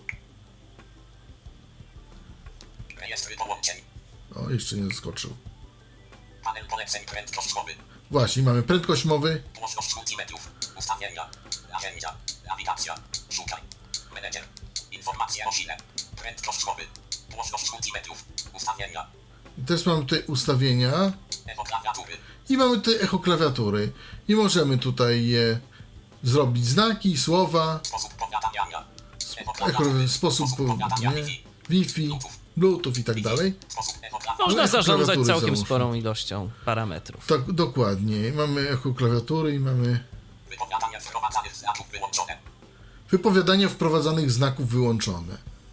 O, jeszcze nie zaskoczył. Panel poleceń prędkościowy. Właśnie, mamy prędkość mowy. Głośność multimediów. Ustawienia. Narzędzia. Nawigacja. Szukaj. Menedżer. Informacje o sile. Prędkość mowy. Głośność multimediów. Ustawienia. I teraz mamy tutaj ustawienia. Echo klawiatury. I mamy tutaj echo klawiatury. I możemy tutaj zrobić znaki, słowa. Sposób powiadamiania. Sposób Wi-Fi, Bluetooth i tak dalej. Można zarządzać całkiem sporą ilością parametrów. Tak, dokładnie. Mamy echo klawiatury i mamy wypowiadanie wprowadzanych znaków wyłączone. Wypowiadanie wprowadzanych znaków wyłączone.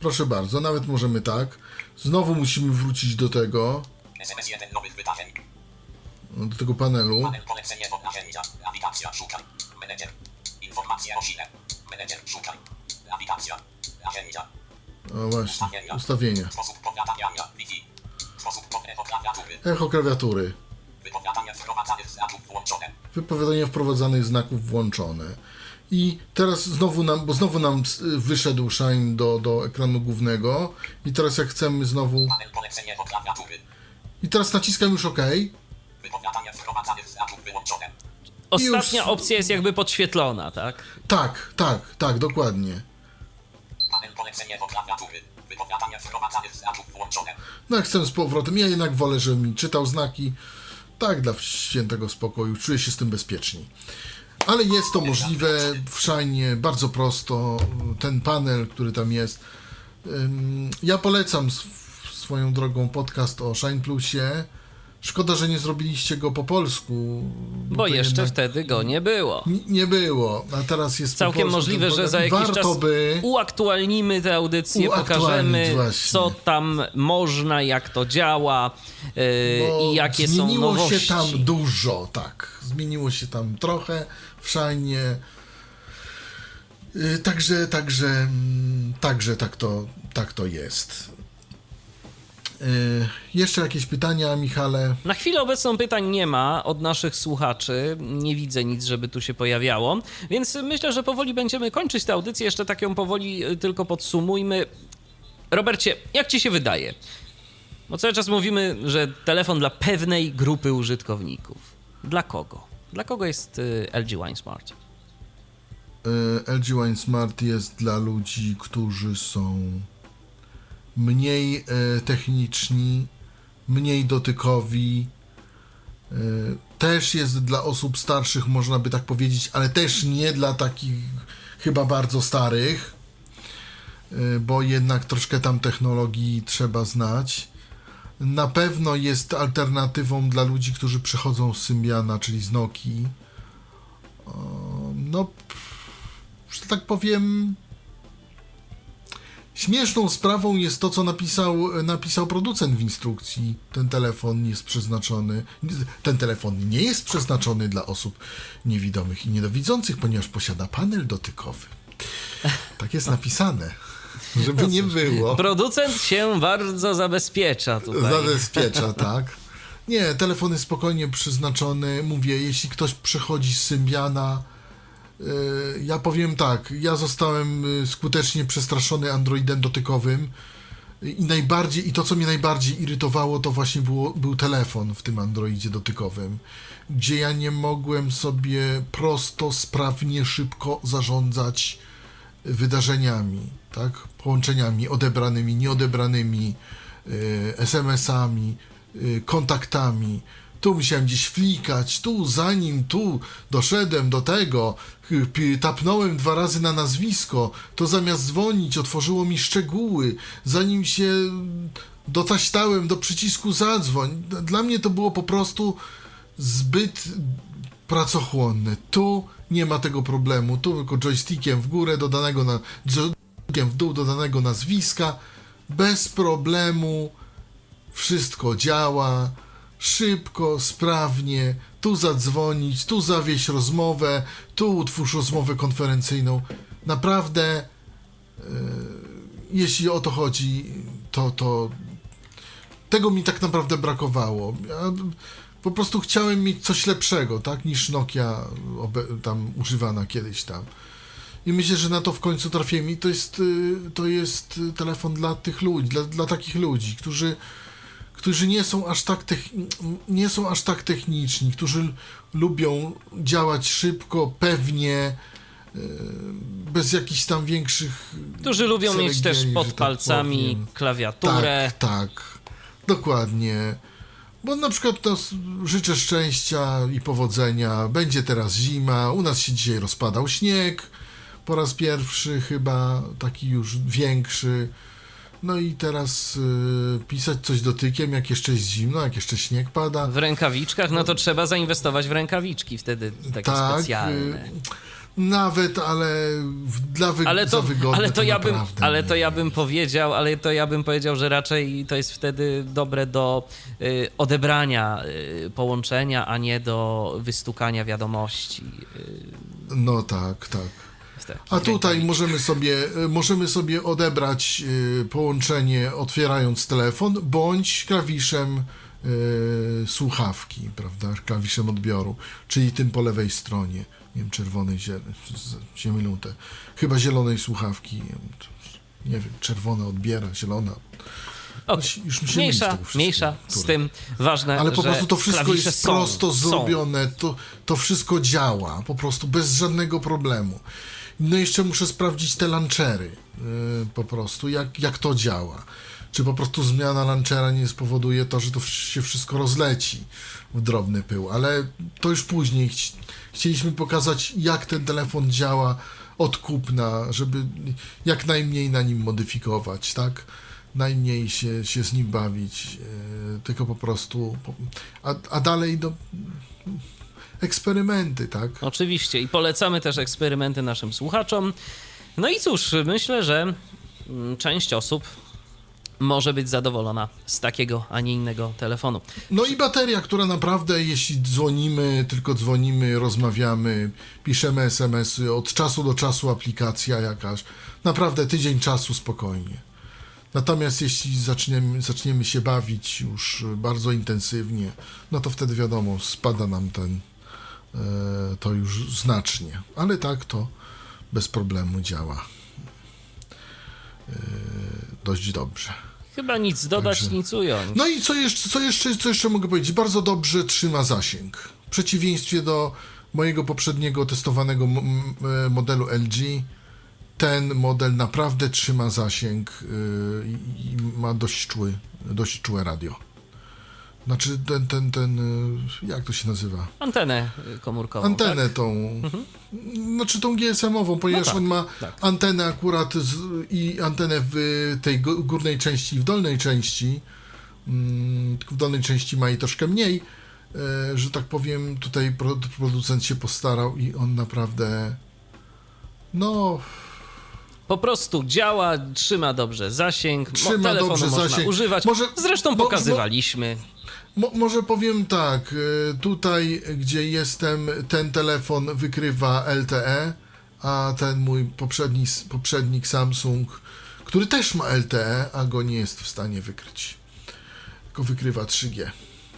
proszę bardzo, nawet możemy tak. Znowu musimy wrócić do tego. SMS 1 nowych wydarzeń. Do tego panelu. Panel polecenie od narzędzia. Aplikacja szukaj. Menedżer. Informacje o sile. Menedżer szukaj. Aplikacja. Narzędzia. O właśnie, ustawienia. Sposób powiadamiania. Wi-Fi. Sposób echo klawiatury. Echo klawiatury. Wypowiadanie wprowadzanych znaków włączone. Wypowiadanie wprowadzanych znaków włączone. I teraz znowu nam wyszedł Shine do ekranu głównego. I teraz jak chcemy znowu... Panel polecenie do klawiatury. I teraz naciskam już OK. Wypowiadanie wprowadzanych znaków wyłączone. Ostatnia opcja jest jakby podświetlona, tak? Tak, dokładnie. Panel polecenie do klawiatury. Wypowiadanie wprowadzanych znaków włączone. No jak chcę z powrotem, ja jednak wolę, żeby mi czytał znaki. Tak, dla świętego spokoju. Czuję się z tym bezpieczniej. Ale jest to możliwe w Shine, bardzo prosto. Ten panel, który tam jest. Ja polecam swoją drogą podcast o Shine Plusie. Szkoda, że nie zrobiliście go po polsku. Bo jeszcze wtedy go nie było. Nie było, a teraz jest całkiem po polsku. możliwe, że za jakiś czas uaktualnimy tę audycję, pokażemy właśnie, co tam można, jak to działa i jakie są nowości. Zmieniło się tam dużo, tak. Zmieniło się tam trochę w Shine. Także tak to jest. Jeszcze jakieś pytania, Michale? Na chwilę obecną pytań nie ma od naszych słuchaczy. Nie widzę nic, żeby tu się pojawiało. Więc myślę, że powoli będziemy kończyć tę audycję. Jeszcze tak ją powoli tylko podsumujmy. Robercie, jak ci się wydaje? Bo cały czas mówimy, że telefon dla pewnej grupy użytkowników. Dla kogo? Dla kogo jest LG Wine Smart? LG Wine Smart jest dla ludzi, którzy są mniej techniczni, mniej dotykowi. Też jest dla osób starszych, można by tak powiedzieć, ale też nie dla takich chyba bardzo starych, bo jednak troszkę tam technologii trzeba znać. Na pewno jest alternatywą dla ludzi, którzy przychodzą z Symbiana, czyli z Nokii. No, że tak powiem, śmieszną sprawą jest to, co napisał producent w instrukcji. Ten telefon nie jest przeznaczony dla osób niewidomych i niedowidzących, ponieważ posiada panel dotykowy. Tak jest napisane, żeby nie było. Producent się bardzo zabezpiecza tutaj. Zabezpiecza, tak. Nie, telefon jest spokojnie przeznaczony. Mówię, jeśli ktoś przychodzi z Symbiana, ja powiem tak, ja zostałem skutecznie przestraszony Androidem dotykowym i to, co mnie najbardziej irytowało, to właśnie był telefon w tym Androidzie dotykowym, gdzie ja nie mogłem sobie prosto, sprawnie, szybko zarządzać wydarzeniami, tak? Połączeniami odebranymi, nieodebranymi, SMS-ami, kontaktami. Tu musiałem gdzieś flikać, zanim doszedłem do tego, tapnąłem 2 razy na nazwisko, to zamiast dzwonić otworzyło mi szczegóły, zanim się dotaśtałem do przycisku zadzwoń. Dla mnie to było po prostu zbyt pracochłonne. Tu nie ma tego problemu, tu tylko joystickiem w górę joystickiem w dół dodanego nazwiska, bez problemu wszystko działa. Szybko, sprawnie, tu zadzwonić, tu zawieźć rozmowę, tu utwórz rozmowę konferencyjną. Naprawdę, jeśli o to chodzi, to tego mi tak naprawdę brakowało. Ja po prostu chciałem mieć coś lepszego, tak, niż Nokia tam używana kiedyś tam. I myślę, że na to w końcu trafiłem i to jest telefon dla tych ludzi, dla takich ludzi, którzy nie są aż tak techniczni, którzy lubią działać szybko, pewnie, bez jakichś tam większych... Którzy lubią mieć też pod palcami klawiaturę. Tak, dokładnie. Bo na przykład życzę szczęścia i powodzenia. Będzie teraz zima, u nas się dzisiaj rozpadał śnieg, po raz pierwszy chyba, taki już większy. No i teraz pisać coś dotykiem, jak jeszcze jest zimno, jak jeszcze śnieg pada. W rękawiczkach, no to trzeba zainwestować w rękawiczki wtedy, takie specjalne. Nawet, ale za wygodne to ja bym powiedział, że raczej to jest wtedy dobre do odebrania połączenia, a nie do wystukania wiadomości. No tak. A tutaj możemy sobie odebrać połączenie otwierając telefon, bądź klawiszem słuchawki, prawda, klawiszem odbioru, czyli tym po lewej stronie, nie wiem, czerwonej, się mylą te, chyba zielonej słuchawki, nie wiem, czerwona odbiera, zielona. Już mi się mniejsza z tym, ważne, ale po prostu to wszystko jest prosto zrobione, są. To wszystko działa, po prostu bez żadnego problemu. No jeszcze muszę sprawdzić te launchery, po prostu, jak to działa. Czy po prostu zmiana launchera nie spowoduje to, że to się wszystko rozleci w drobny pył, ale to już później. Chcieliśmy pokazać, jak ten telefon działa od kupna, żeby jak najmniej na nim modyfikować, tak? Najmniej się z nim bawić, tylko po prostu, a dalej eksperymenty, tak? Oczywiście i polecamy też eksperymenty naszym słuchaczom. No i cóż, myślę, że część osób może być zadowolona z takiego, a nie innego telefonu. No i bateria, która naprawdę, jeśli tylko dzwonimy, rozmawiamy, piszemy SMS-y, od czasu do czasu aplikacja jakaś, naprawdę tydzień czasu spokojnie. Natomiast jeśli zaczniemy się bawić już bardzo intensywnie, no to wtedy wiadomo, spada nam to już znacznie. Ale tak to bez problemu działa dość dobrze. Chyba nic dodać, nic ująć. No i co jeszcze mogę powiedzieć? Bardzo dobrze trzyma zasięg. W przeciwieństwie do mojego poprzedniego testowanego modelu LG, ten model naprawdę trzyma zasięg i ma dość czułe radio. Znaczy jak to się nazywa? Antenę komórkową. Antenę tak? tą, znaczy tą GSM-ową, ponieważ on ma antenę akurat i antenę w tej górnej części i w dolnej części. Tylko w dolnej części ma jej troszkę mniej, że tak powiem, tutaj producent się postarał i on naprawdę po prostu działa, trzyma dobrze zasięg, telefonu można używać. Zresztą pokazywaliśmy. Może powiem tak, tutaj gdzie jestem, ten telefon wykrywa LTE, a ten mój poprzednik Samsung, który też ma LTE, a go nie jest w stanie wykryć. Tylko wykrywa 3G.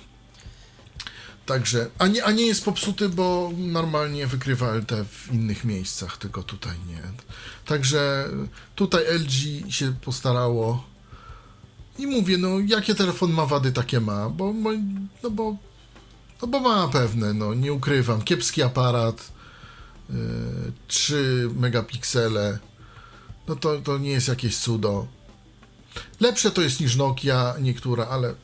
Także, a nie jest popsuty, bo normalnie wykrywa LTE w innych miejscach, tylko tutaj nie. Także tutaj LG się postarało i mówię, jakie telefon ma wady, takie ma, bo ma pewne, nie ukrywam, kiepski aparat, 3 megapiksele, to nie jest jakieś cudo. Lepsze to jest niż Nokia niektóre,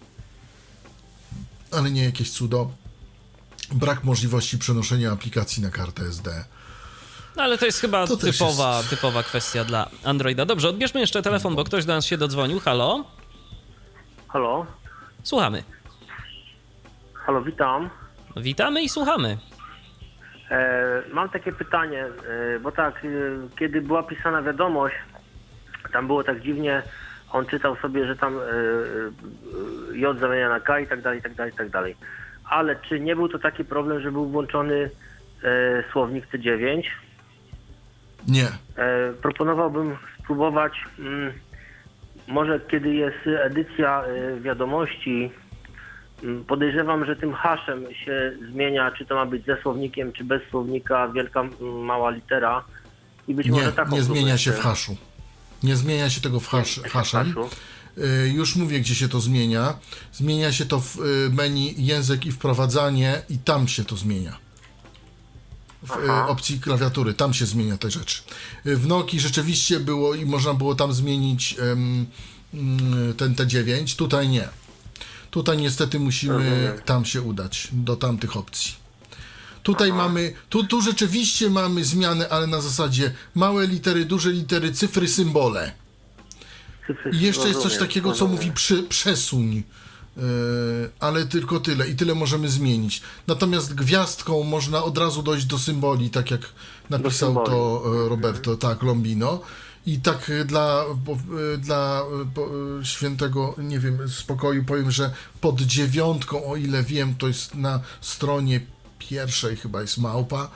ale nie jakieś cudo. Brak możliwości przenoszenia aplikacji na kartę SD. No ale to jest chyba typowa kwestia dla Androida. Dobrze, odbierzmy jeszcze telefon, bo ktoś do nas się dodzwonił. Halo? Halo? Słuchamy. Halo, witam. Witamy i słuchamy. Mam takie pytanie, bo tak, kiedy była pisana wiadomość, tam było tak dziwnie, on czytał sobie, że tam J zamienia na K i tak dalej, i tak dalej, i tak dalej. Ale czy nie był to taki problem, że był włączony słownik C9? Nie. Proponowałbym spróbować, może kiedy jest edycja wiadomości, podejrzewam, że tym haszem się zmienia, czy to ma być ze słownikiem, czy bez słownika, wielka, mała litera. I być może taką nie zmienia się w haszu. Nie zmienia się tego haszem. Już mówię, gdzie się to zmienia. Zmienia się to w menu język i wprowadzanie i tam się to zmienia. W opcji klawiatury, tam się zmienia te rzeczy. W Nokii rzeczywiście było i można było tam zmienić ten T9, tutaj nie. Tutaj niestety musimy tam się udać, do tamtych opcji. Tutaj mamy, tu rzeczywiście mamy zmiany, ale na zasadzie małe litery, duże litery, cyfry, symbole. I jeszcze jest coś takiego, co mówi przesuń ale tylko tyle i tyle możemy zmienić. Natomiast gwiazdką można od razu dojść do symboli, tak jak napisał to Roberto, tak, Lombino. I tak dla świętego, nie wiem, spokoju powiem, że pod 9, o ile wiem, to jest na stronie 1 chyba jest małpa,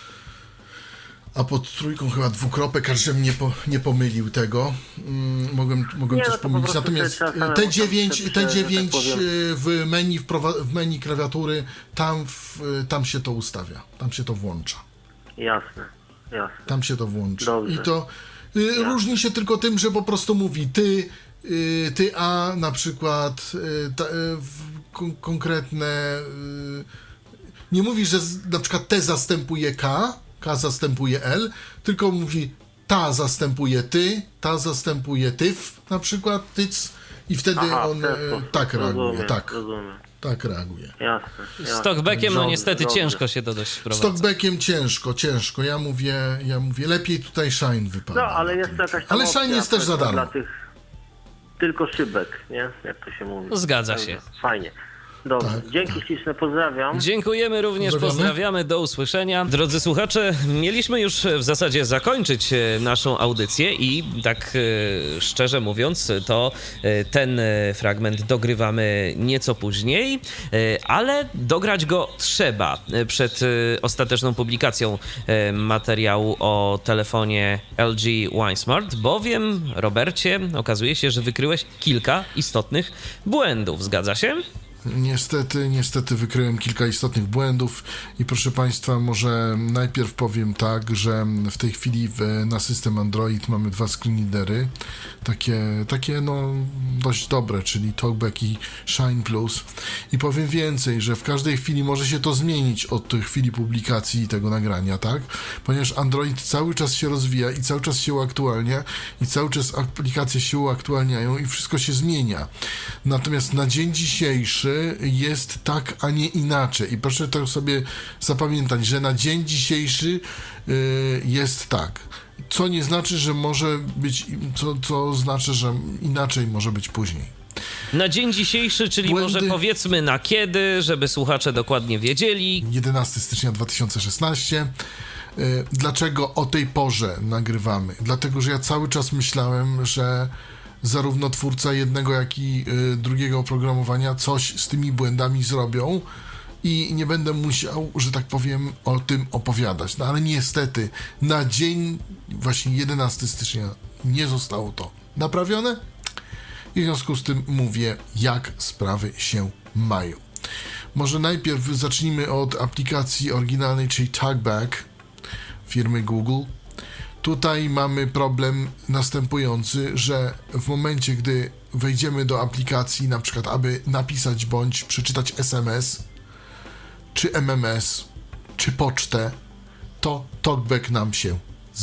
a pod 3 chyba dwukropek, aż żebym nie pomylił tego. Mogłem coś pomylić. Natomiast te 9 w menu klawiatury, tam się to ustawia, tam się to włącza. Jasne. Tam się to włączy. Dobrze. I to różni się tylko tym, że po prostu mówi ty a na przykład konkretne nie mówi, że na przykład T zastępuje K zastępuje L, tylko mówi ta zastępuje ty, ta zastępuje tyf, na przykład tyc i wtedy on tak reaguje. Tak reaguje. Jasne. Z talkbackiem niestety ciężko się to dość wprowadza. Z talkbackiem ciężko. Ja mówię, lepiej tutaj Shine wypada. No, ale jest to jakaś ale Shine jest też za darmo. Dla tych tylko szybek, nie? Jak to się mówi. Zgadza się. Fajnie. Dobrze, dzięki śliczne, pozdrawiam. Dziękujemy również, pozdrawiamy, do usłyszenia. Drodzy słuchacze, mieliśmy już w zasadzie zakończyć naszą audycję i tak szczerze mówiąc, to ten fragment dogrywamy nieco później, ale dograć go trzeba przed ostateczną publikacją materiału o telefonie LG Wine Smart, bowiem, Robercie, okazuje się, że wykryłeś kilka istotnych błędów, zgadza się? Niestety wykryłem kilka istotnych błędów i proszę Państwa, może najpierw powiem tak, że w tej chwili na system Android mamy 2 screenreadery, takie no dość dobre, czyli TalkBack i Shine Plus i powiem więcej, że w każdej chwili może się to zmienić od tej chwili publikacji tego nagrania, tak? Ponieważ Android cały czas się rozwija i cały czas się uaktualnia i cały czas aplikacje się uaktualniają i wszystko się zmienia. Natomiast na dzień dzisiejszy jest tak, a nie inaczej. I proszę to sobie zapamiętać, że na dzień dzisiejszy jest tak. Co nie znaczy, że może być, co znaczy, że inaczej może być później. Na dzień dzisiejszy, czyli może powiedzmy na kiedy, żeby słuchacze dokładnie wiedzieli. 11 stycznia 2016. Dlaczego o tej porze nagrywamy? Dlatego, że ja cały czas myślałem, że zarówno twórca jednego, jak i drugiego oprogramowania coś z tymi błędami zrobią i nie będę musiał, że tak powiem, o tym opowiadać. No ale niestety na dzień właśnie 11 stycznia nie zostało to naprawione i w związku z tym mówię, jak sprawy się mają. Może najpierw zacznijmy od aplikacji oryginalnej, czyli TalkBack firmy Google. Tutaj mamy problem następujący, że w momencie, gdy wejdziemy do aplikacji, na przykład aby napisać bądź przeczytać SMS, czy MMS, czy pocztę, to TalkBack nam się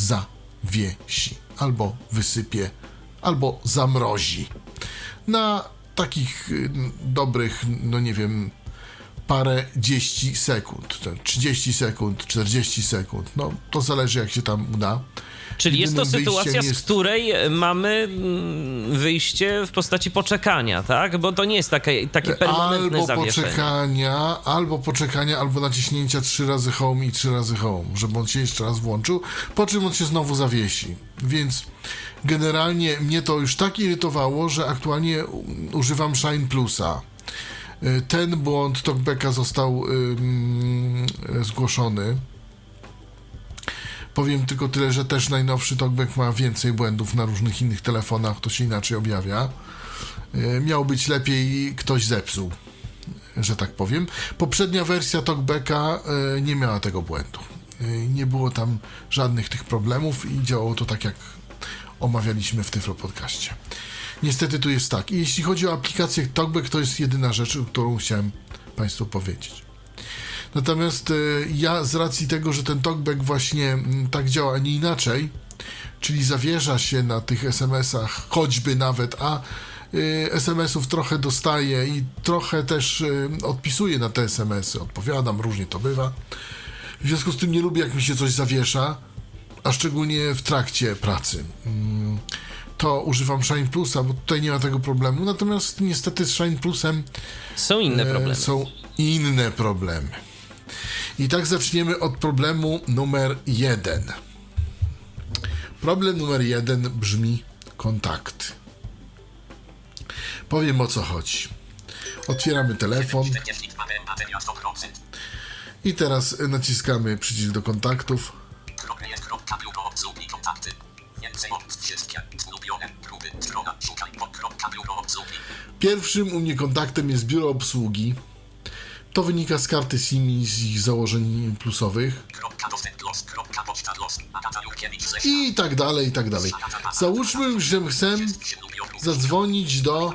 zawiesi, albo wysypie, albo zamrozi. Na takich dobrych, no nie wiem, parędzieści sekund, 30 sekund, 40 sekund, no to zależy jak się tam uda. Czyli jest to sytuacja, z której mamy wyjście w postaci poczekania, tak? Bo to nie jest takie permanentne zawieszenie. Albo poczekania, albo naciśnięcia 3 razy home i 3 razy home, żeby on się jeszcze raz włączył, po czym on się znowu zawiesi. Więc generalnie mnie to już tak irytowało, że aktualnie używam Shine Plusa. Ten błąd TalkBacka został zgłoszony. Powiem tylko tyle, że też najnowszy TalkBack ma więcej błędów na różnych innych telefonach, to się inaczej objawia. Miał być lepiej, ktoś zepsuł, że tak powiem. Poprzednia wersja TalkBacka nie miała tego błędu. Nie było tam żadnych tych problemów i działało to tak, jak omawialiśmy w Tyflo Podcaście. Niestety tu jest tak. I jeśli chodzi o aplikację TalkBack, to jest jedyna rzecz, którą chciałem Państwu powiedzieć. Natomiast ja z racji tego, że ten TalkBack właśnie tak działa, a nie inaczej, czyli zawiesza się na tych SMS-ach, choćby nawet, a SMS-ów trochę dostaję i trochę też odpisuję na te SMS-y, odpowiadam, różnie to bywa. W związku z tym nie lubię, jak mi się coś zawiesza, a szczególnie w trakcie pracy. to używam Shine Plusa, bo tutaj nie ma tego problemu. Natomiast niestety z Shine Plusem są inne problemy. I tak zaczniemy od problemu numer 1. Problem numer 1 brzmi kontakty. Powiem, o co chodzi. Otwieramy telefon i teraz naciskamy przycisk do kontaktów. Pierwszym u mnie kontaktem jest biuro obsługi. To wynika z karty SIM i z ich założeń plusowych. I tak dalej, i tak dalej. Załóżmy, że chcę zadzwonić do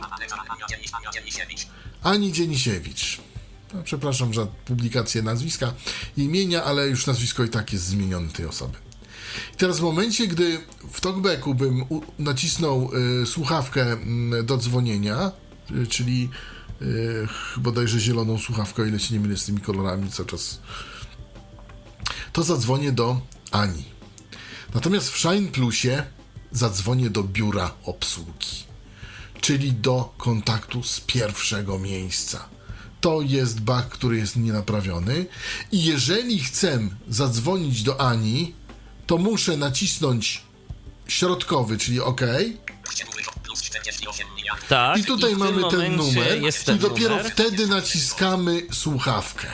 Ani Dzienisiewicz. No, przepraszam za publikację nazwiska i imienia, ale już nazwisko i tak jest zmienione tej osoby. I teraz w momencie, gdy w talkbacku bym nacisnął słuchawkę do dzwonienia, czyli bodajże zieloną słuchawkę, o ile się nie mylę z tymi kolorami cały czas, to zadzwonię do Ani. Natomiast w Shine Plusie zadzwonię do biura obsługi, czyli do kontaktu z pierwszego miejsca. To jest bug, który jest nienaprawiony i jeżeli chcę zadzwonić do Ani, to muszę nacisnąć środkowy, czyli OK. Tak, i tutaj mamy ten numer i dopiero wtedy naciskamy słuchawkę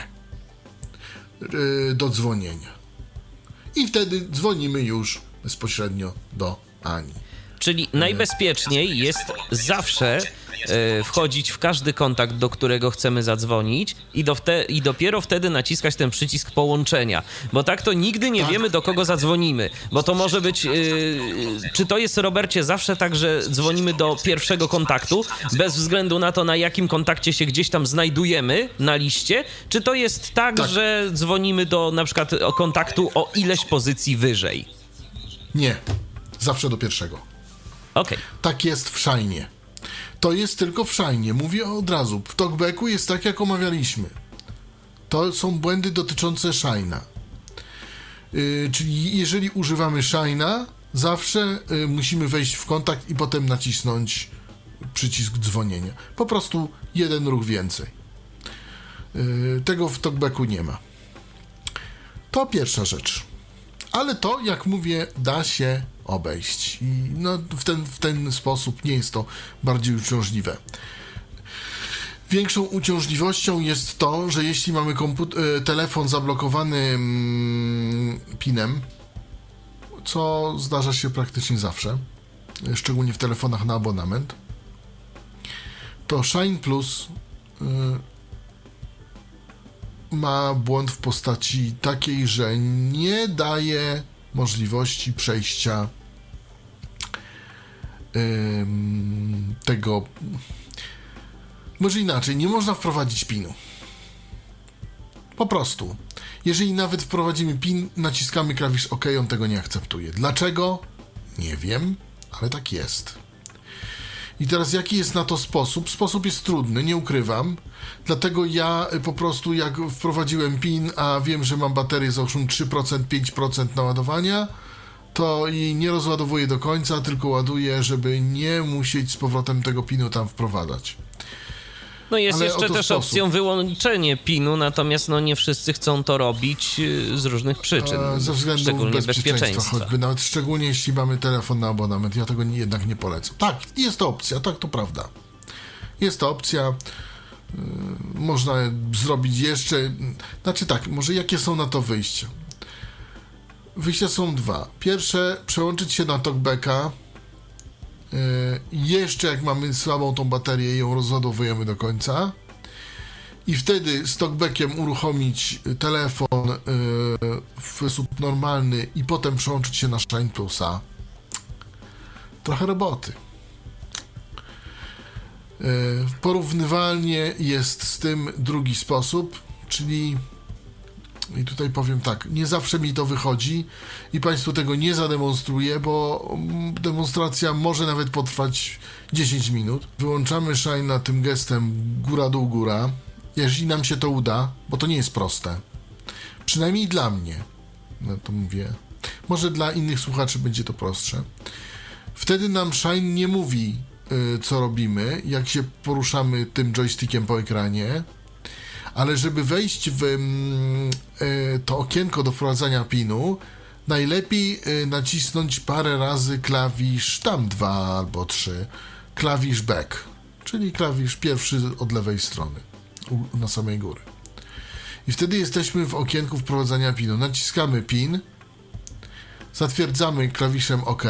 do dzwonienia. I wtedy dzwonimy już bezpośrednio do Ani. Czyli najbezpieczniej jest zawsze wchodzić w każdy kontakt, do którego chcemy zadzwonić i dopiero wtedy naciskać ten przycisk połączenia, bo tak to nigdy nie wiemy, do kogo zadzwonimy, bo to może być, czy to jest, Robercie, zawsze tak, że dzwonimy do pierwszego kontaktu, bez względu na to, na jakim kontakcie się gdzieś tam znajdujemy na liście, czy to jest tak, że dzwonimy do na przykład kontaktu o ileś pozycji wyżej? Nie, zawsze do pierwszego. Okay. Tak jest w Shine'ie. To jest tylko w Shine'ie. Mówię od razu. W talkbacku jest tak, jak omawialiśmy. To są błędy dotyczące Shine'a. Czyli jeżeli używamy Shine'a, zawsze musimy wejść w kontakt i potem nacisnąć przycisk dzwonienia. Po prostu jeden ruch więcej. Tego w talkbacku nie ma. To pierwsza rzecz. Ale to, jak mówię, da się obejść. I no, w ten sposób nie jest to bardziej uciążliwe. Większą uciążliwością jest to, że jeśli mamy telefon zablokowany PIN-em, co zdarza się praktycznie zawsze, szczególnie w telefonach na abonament, to Shine Plus ma błąd w postaci takiej, że nie daje możliwości przejścia tego. Może inaczej, nie można wprowadzić PIN-u. Po prostu. Jeżeli nawet wprowadzimy PIN, naciskamy klawisz OK, on tego nie akceptuje. Dlaczego? Nie wiem, ale tak jest. I teraz jaki jest na to sposób? Sposób jest trudny, nie ukrywam. Dlatego ja po prostu jak wprowadziłem PIN, a wiem, że mam baterię załóżmy 3%, 5% naładowania, to jej nie rozładowuję do końca, tylko ładuję, żeby nie musieć z powrotem tego PIN-u tam wprowadzać. No jest jeszcze też opcją wyłączenie PIN-u, natomiast no nie wszyscy chcą to robić z różnych przyczyn. Ze względu bezpieczeństwa. Choćby, nawet szczególnie jeśli mamy telefon na abonament, ja tego jednak nie polecam. Tak, jest to opcja, tak, to prawda. Jest to opcja, można zrobić jeszcze, znaczy tak, może jakie są na to wyjścia? Wyjścia są dwa. Pierwsze, przełączyć się na talkbacka. Jeszcze jak mamy słabą tą baterię, ją rozładowujemy do końca i wtedy z talkbackiem uruchomić telefon w sposób normalny i potem przełączyć się na Shine Plusa. Trochę roboty. Porównywalnie jest z tym drugi sposób, czyli i tutaj powiem tak, nie zawsze mi to wychodzi i Państwu tego nie zademonstruję, bo demonstracja może nawet potrwać 10 minut. Wyłączamy Shine tym gestem góra-dół, góra. Jeżeli nam się to uda, bo to nie jest proste. Przynajmniej dla mnie. No to mówię. Może dla innych słuchaczy będzie to prostsze. Wtedy nam Shine nie mówi, co robimy, jak się poruszamy tym joystickiem po ekranie, ale żeby wejść w to okienko do wprowadzania PIN-u, najlepiej nacisnąć parę razy klawisz tam 2 albo 3, klawisz back, czyli klawisz pierwszy od lewej strony, na samej góry. I wtedy jesteśmy w okienku wprowadzania PIN-u. Naciskamy PIN, zatwierdzamy klawiszem OK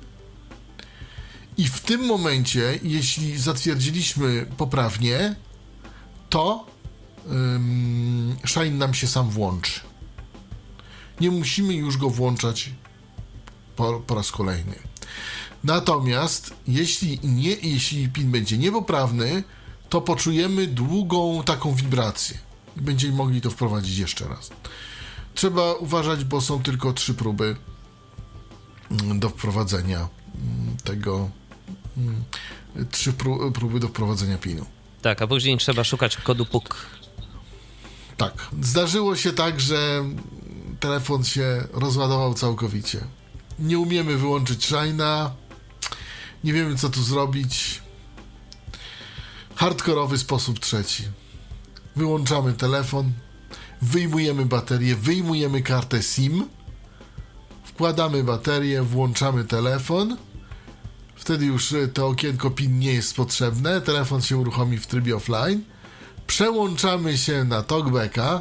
i w tym momencie, jeśli zatwierdziliśmy poprawnie, to Shine nam się sam włączy. Nie musimy już go włączać po raz kolejny. Natomiast jeśli PIN będzie niepoprawny, to poczujemy długą taką wibrację i będziemy mogli to wprowadzić jeszcze raz. Trzeba uważać, bo są tylko 3 próby do wprowadzenia tego, 3 próby do wprowadzenia PIN-u. Tak, a później trzeba szukać kodu PUK. Tak, zdarzyło się tak, że telefon się rozładował całkowicie. Nie umiemy wyłączyć Shine'a, nie wiemy, co tu zrobić. Hardkorowy sposób trzeci. Wyłączamy telefon, wyjmujemy baterię, wyjmujemy kartę SIM, wkładamy baterię, włączamy telefon. Wtedy już to okienko PIN nie jest potrzebne, telefon się uruchomi w trybie offline. Przełączamy się na talkbacka,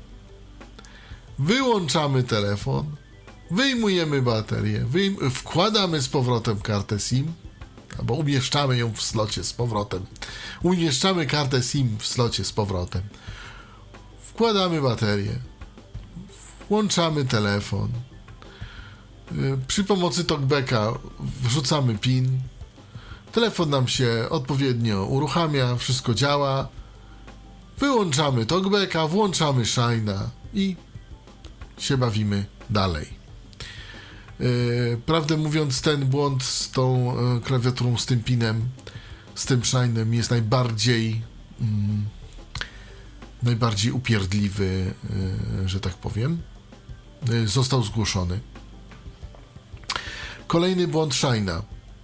wyłączamy telefon, wyjmujemy baterię, wkładamy z powrotem kartę SIM, albo umieszczamy ją w slocie z powrotem. Umieszczamy kartę SIM w slocie z powrotem. Wkładamy baterię, włączamy telefon. Przy pomocy talkbacka wrzucamy PIN. Telefon nam się odpowiednio uruchamia, wszystko działa. Wyłączamy talkbacka, włączamy Shine'a i się bawimy dalej. Prawdę mówiąc, ten błąd z tą klawiaturą, z tym PIN-em, z tym Shine'em jest najbardziej upierdliwy, że tak powiem. Został zgłoszony. Kolejny błąd Shine'a.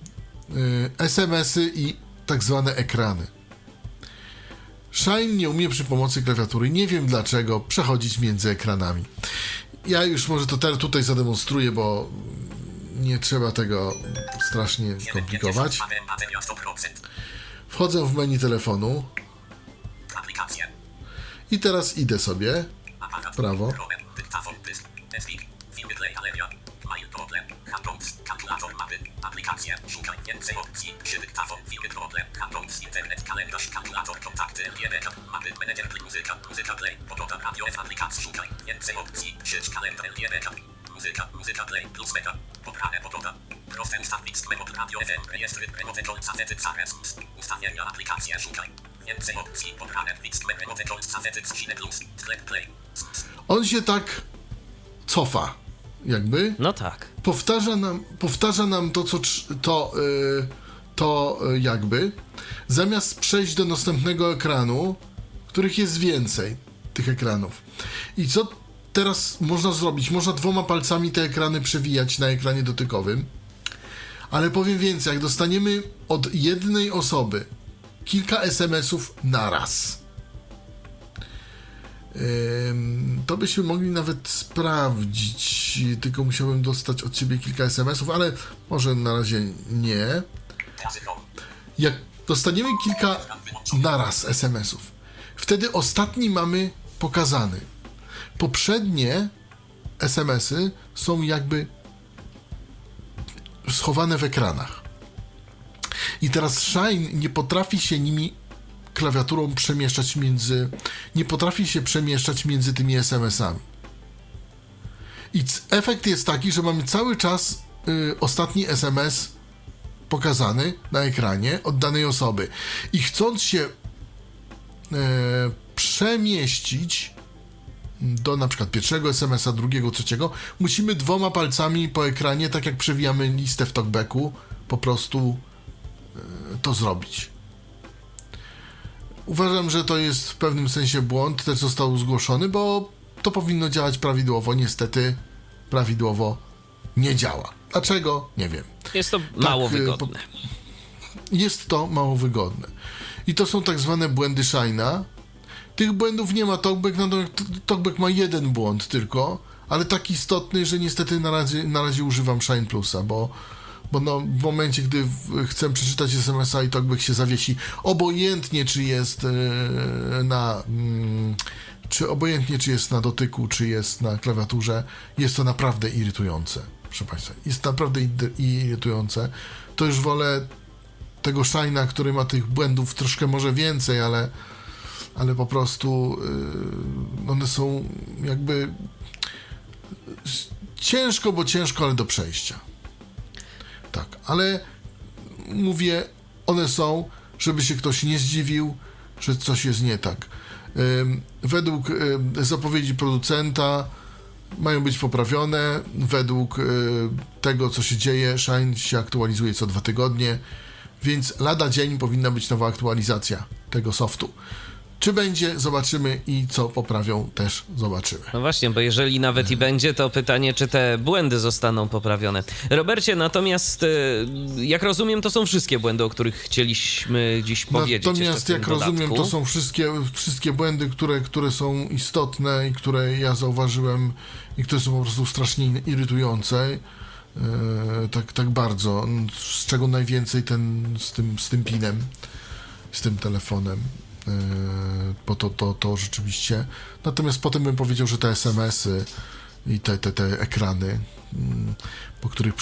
SMS-y i tak zwane ekrany. Shine nie umie przy pomocy klawiatury, nie wiem dlaczego, przechodzić między ekranami. Ja już może to tutaj zademonstruję, bo nie trzeba tego strasznie komplikować. Wchodzę w menu telefonu i teraz idę sobie w prawo. Kalkulator mapy, aplikacje, szukaj więcej opcji, przy dyktafon, problem, handląc, internet, kalendarz, kalkulator, kontakty, backup, mapy, menedżer, muzyka play, pogoda, radio, aplikacji, szukaj więcej opcji, sieć, kalendar, backup, muzyka play, plus backup, pobrane, pogoda, proste ustawić, radio, FM, rejestry, remote, safety, CRS, ustawienia, aplikacje, szukaj więcej opcji, pobrane, remote, safety, plus, play. On się tak cofa, jakby. No tak. Powtarza nam to jakby, zamiast przejść do następnego ekranu, których jest więcej, tych ekranów. I co teraz można zrobić? Można 2 palcami te ekrany przewijać na ekranie dotykowym, ale powiem więcej, jak dostaniemy od jednej osoby kilka SMS-ów naraz, to byśmy mogli nawet sprawdzić, tylko musiałbym dostać od ciebie kilka SMS-ów, ale może na razie nie. Jak dostaniemy kilka naraz SMS-ów, wtedy ostatni mamy pokazany. Poprzednie SMS-y są jakby schowane w ekranach. I teraz Shine nie potrafi się nimi klawiaturą przemieszczać między tymi SMS-ami. I efekt jest taki, że mamy cały czas ostatni SMS pokazany na ekranie od danej osoby. I chcąc się przemieścić do na przykład pierwszego SMS-a, drugiego, trzeciego, musimy 2 palcami po ekranie, tak jak przewijamy listę w talkbacku, po prostu to zrobić. Uważam, że to jest w pewnym sensie błąd, też został zgłoszony, bo to powinno działać prawidłowo. Niestety prawidłowo nie działa. Dlaczego? Nie wiem. Jest to mało wygodne. Jest to mało wygodne. I to są tak zwane błędy Shine'a. Tych błędów nie ma TalkBack, natomiast TalkBack ma jeden błąd tylko, ale tak istotny, że niestety na razie używam Shine Plusa, bo w momencie, gdy chcę przeczytać SMS-a i TalkBack się zawiesi, obojętnie czy jest na dotyku, czy jest na klawiaturze, jest to naprawdę irytujące, proszę Państwa. Jest naprawdę irytujące. To już wolę tego Shine'a, który ma tych błędów troszkę może więcej, ale po prostu one są jakby ciężko, ale do przejścia. Tak, ale mówię, one są, żeby się ktoś nie zdziwił, że coś jest nie tak. Według zapowiedzi producenta mają być poprawione, według tego, co się dzieje, Shine się aktualizuje co 2 tygodnie, więc lada dzień powinna być nowa aktualizacja tego softu. Czy będzie, zobaczymy, i co poprawią, też zobaczymy. No właśnie, bo jeżeli nawet i będzie, to pytanie, czy te błędy zostaną poprawione. Robercie, natomiast jak rozumiem, to są wszystkie błędy, o których chcieliśmy dziś powiedzieć. Natomiast jak rozumiem, to są wszystkie błędy, które są istotne i które ja zauważyłem i które są po prostu strasznie irytujące. Tak bardzo. Z czego najwięcej z tym pinem, z tym telefonem. Bo to rzeczywiście. Natomiast potem bym powiedział, że te SMS-y i te ekrany, po których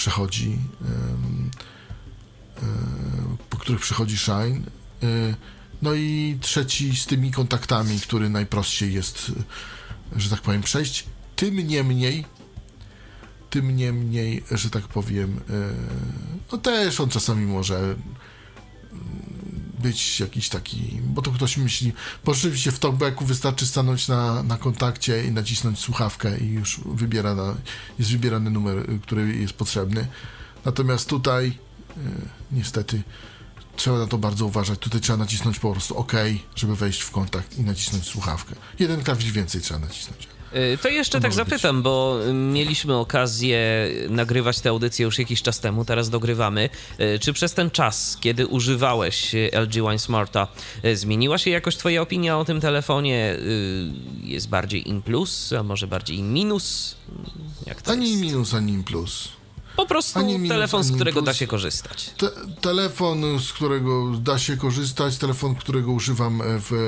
przechodzi Shine. No i trzeci z tymi kontaktami, który najprościej jest, że tak powiem, przejść. Tym niemniej, że tak powiem, no też on czasami może być jakiś taki, bo to ktoś myśli, bo rzeczywiście w TalkBacku wystarczy stanąć na kontakcie i nacisnąć słuchawkę i już jest wybierany numer, który jest potrzebny. Natomiast tutaj niestety trzeba na to bardzo uważać. Tutaj trzeba nacisnąć po prostu OK, żeby wejść w kontakt i nacisnąć słuchawkę. Jeden klawisz więcej trzeba nacisnąć. To jeszcze tak zapytam, bo mieliśmy okazję nagrywać tę audycję już jakiś czas temu, teraz dogrywamy. Czy przez ten czas, kiedy używałeś LG Wine Smarta, zmieniła się jakoś twoja opinia o tym telefonie? Jest bardziej in plus, a może bardziej in minus? Jak to ani jest? in minus, ani in plus. Po prostu telefon, z którego da się korzystać. Telefon, z którego da się korzystać, telefon, którego używam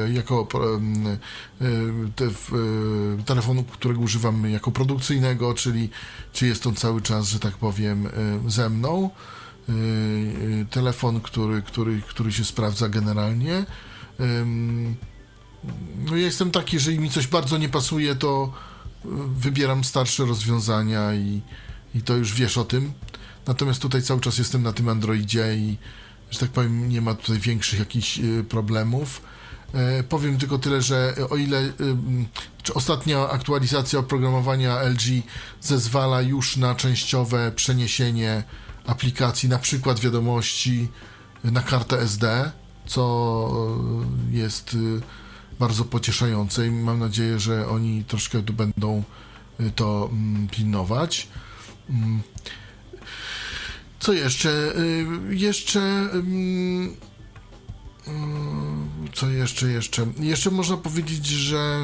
telefonu, którego używam jako produkcyjnego, czyli czy jest on cały czas, że tak powiem, ze mną. Telefon, który się sprawdza generalnie. No ja jestem taki, jeżeli mi coś bardzo nie pasuje, to wybieram starsze rozwiązania i to już wiesz o tym. Natomiast tutaj cały czas jestem na tym Androidzie i, że tak powiem, nie ma tutaj większych jakichś problemów. Powiem tylko tyle, że o ile ostatnia aktualizacja oprogramowania LG zezwala już na częściowe przeniesienie aplikacji, na przykład wiadomości, na kartę SD, co jest bardzo pocieszające i mam nadzieję, że oni troszkę będą to pilnować. Co jeszcze? Co jeszcze? Jeszcze można powiedzieć, że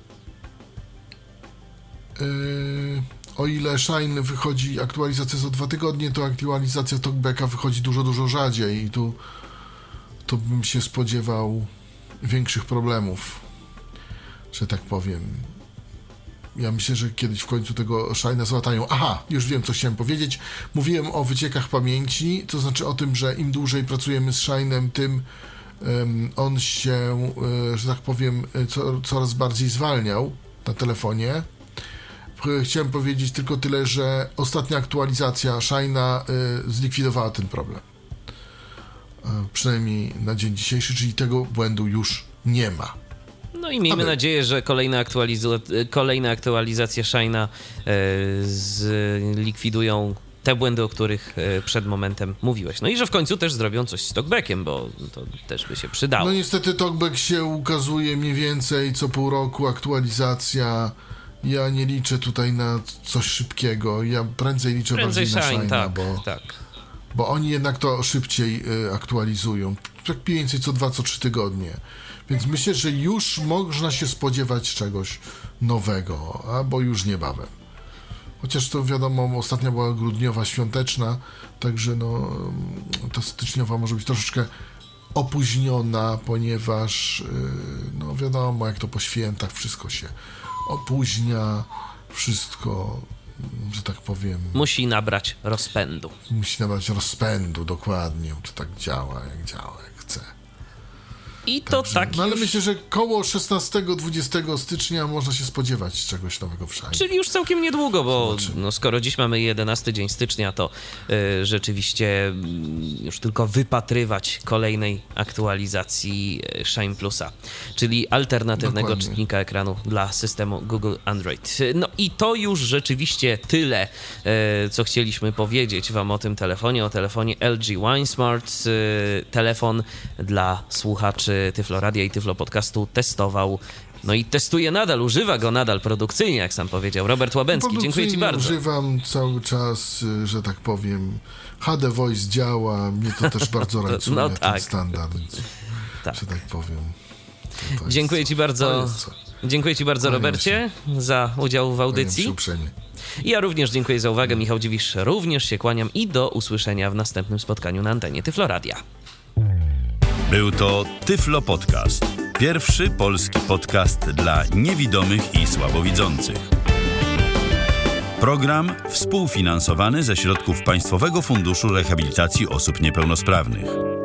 o ile Shine wychodzi aktualizacja co 2 tygodnie, to aktualizacja TalkBacka wychodzi dużo rzadziej i tu bym się spodziewał większych problemów, że tak powiem. Ja myślę, że kiedyś w końcu tego Shine'a załatają. Aha, już wiem, co chciałem powiedzieć. Mówiłem o wyciekach pamięci, to znaczy o tym, że im dłużej pracujemy z Shine'em, tym on się, że tak powiem, coraz bardziej zwalniał na telefonie. Chciałem powiedzieć tylko tyle, że ostatnia aktualizacja Shine'a zlikwidowała ten problem. Przynajmniej na dzień dzisiejszy, czyli tego błędu już nie ma. No i miejmy nadzieję, że kolejne aktualizacje Shine'a zlikwidują te błędy, o których przed momentem mówiłeś. No i że w końcu też zrobią coś z TalkBackiem, bo to też by się przydało. No niestety TalkBack się ukazuje mniej więcej co pół roku, aktualizacja Ja nie liczę tutaj na coś szybkiego. Ja prędzej liczę bardziej na Shine'a, bo oni jednak to szybciej aktualizują. Tak mniej więcej co 2, co 3 tygodnie. Więc myślę, że już można się spodziewać czegoś nowego, albo już niebawem. Chociaż to wiadomo, ostatnia była grudniowa, świąteczna, także no ta styczniowa może być troszeczkę opóźniona, ponieważ no wiadomo, jak to po świętach wszystko się opóźnia, wszystko, że tak powiem... Musi nabrać rozpędu. Musi nabrać rozpędu, dokładnie. To tak działa, jak chce. I to także, tak no ale już... myślę, że koło 16-20 stycznia można się spodziewać czegoś nowego w Shine. Czyli już całkiem niedługo, bo no, skoro dziś mamy 11 dzień stycznia, to rzeczywiście już tylko wypatrywać kolejnej aktualizacji Shine Plusa, czyli alternatywnego czytnika ekranu dla systemu Google Android. No i to już rzeczywiście tyle, co chcieliśmy powiedzieć wam o tym telefonie, o telefonie LG WineSmart. Telefon dla słuchaczy Tyflo Radia i Tyflo Podcastu testował, no i testuje nadal, używa go nadal produkcyjnie, jak sam powiedział Robert Łabęcki. Dziękuję ci bardzo. Używam cały czas, że tak powiem, HD Voice działa, mnie to też bardzo rajcuje, no ten tak. standard, że tak powiem. Dziękuję ci bardzo. Dziękuję ci bardzo, Robercie, za udział w audycji. Ja również dziękuję za uwagę. Michał Dziwisz, również się kłaniam i do usłyszenia w następnym spotkaniu na antenie Tyflo Radia. Był to Tyflo Podcast. Pierwszy polski podcast dla niewidomych i słabowidzących. Program współfinansowany ze środków Państwowego Funduszu Rehabilitacji Osób Niepełnosprawnych.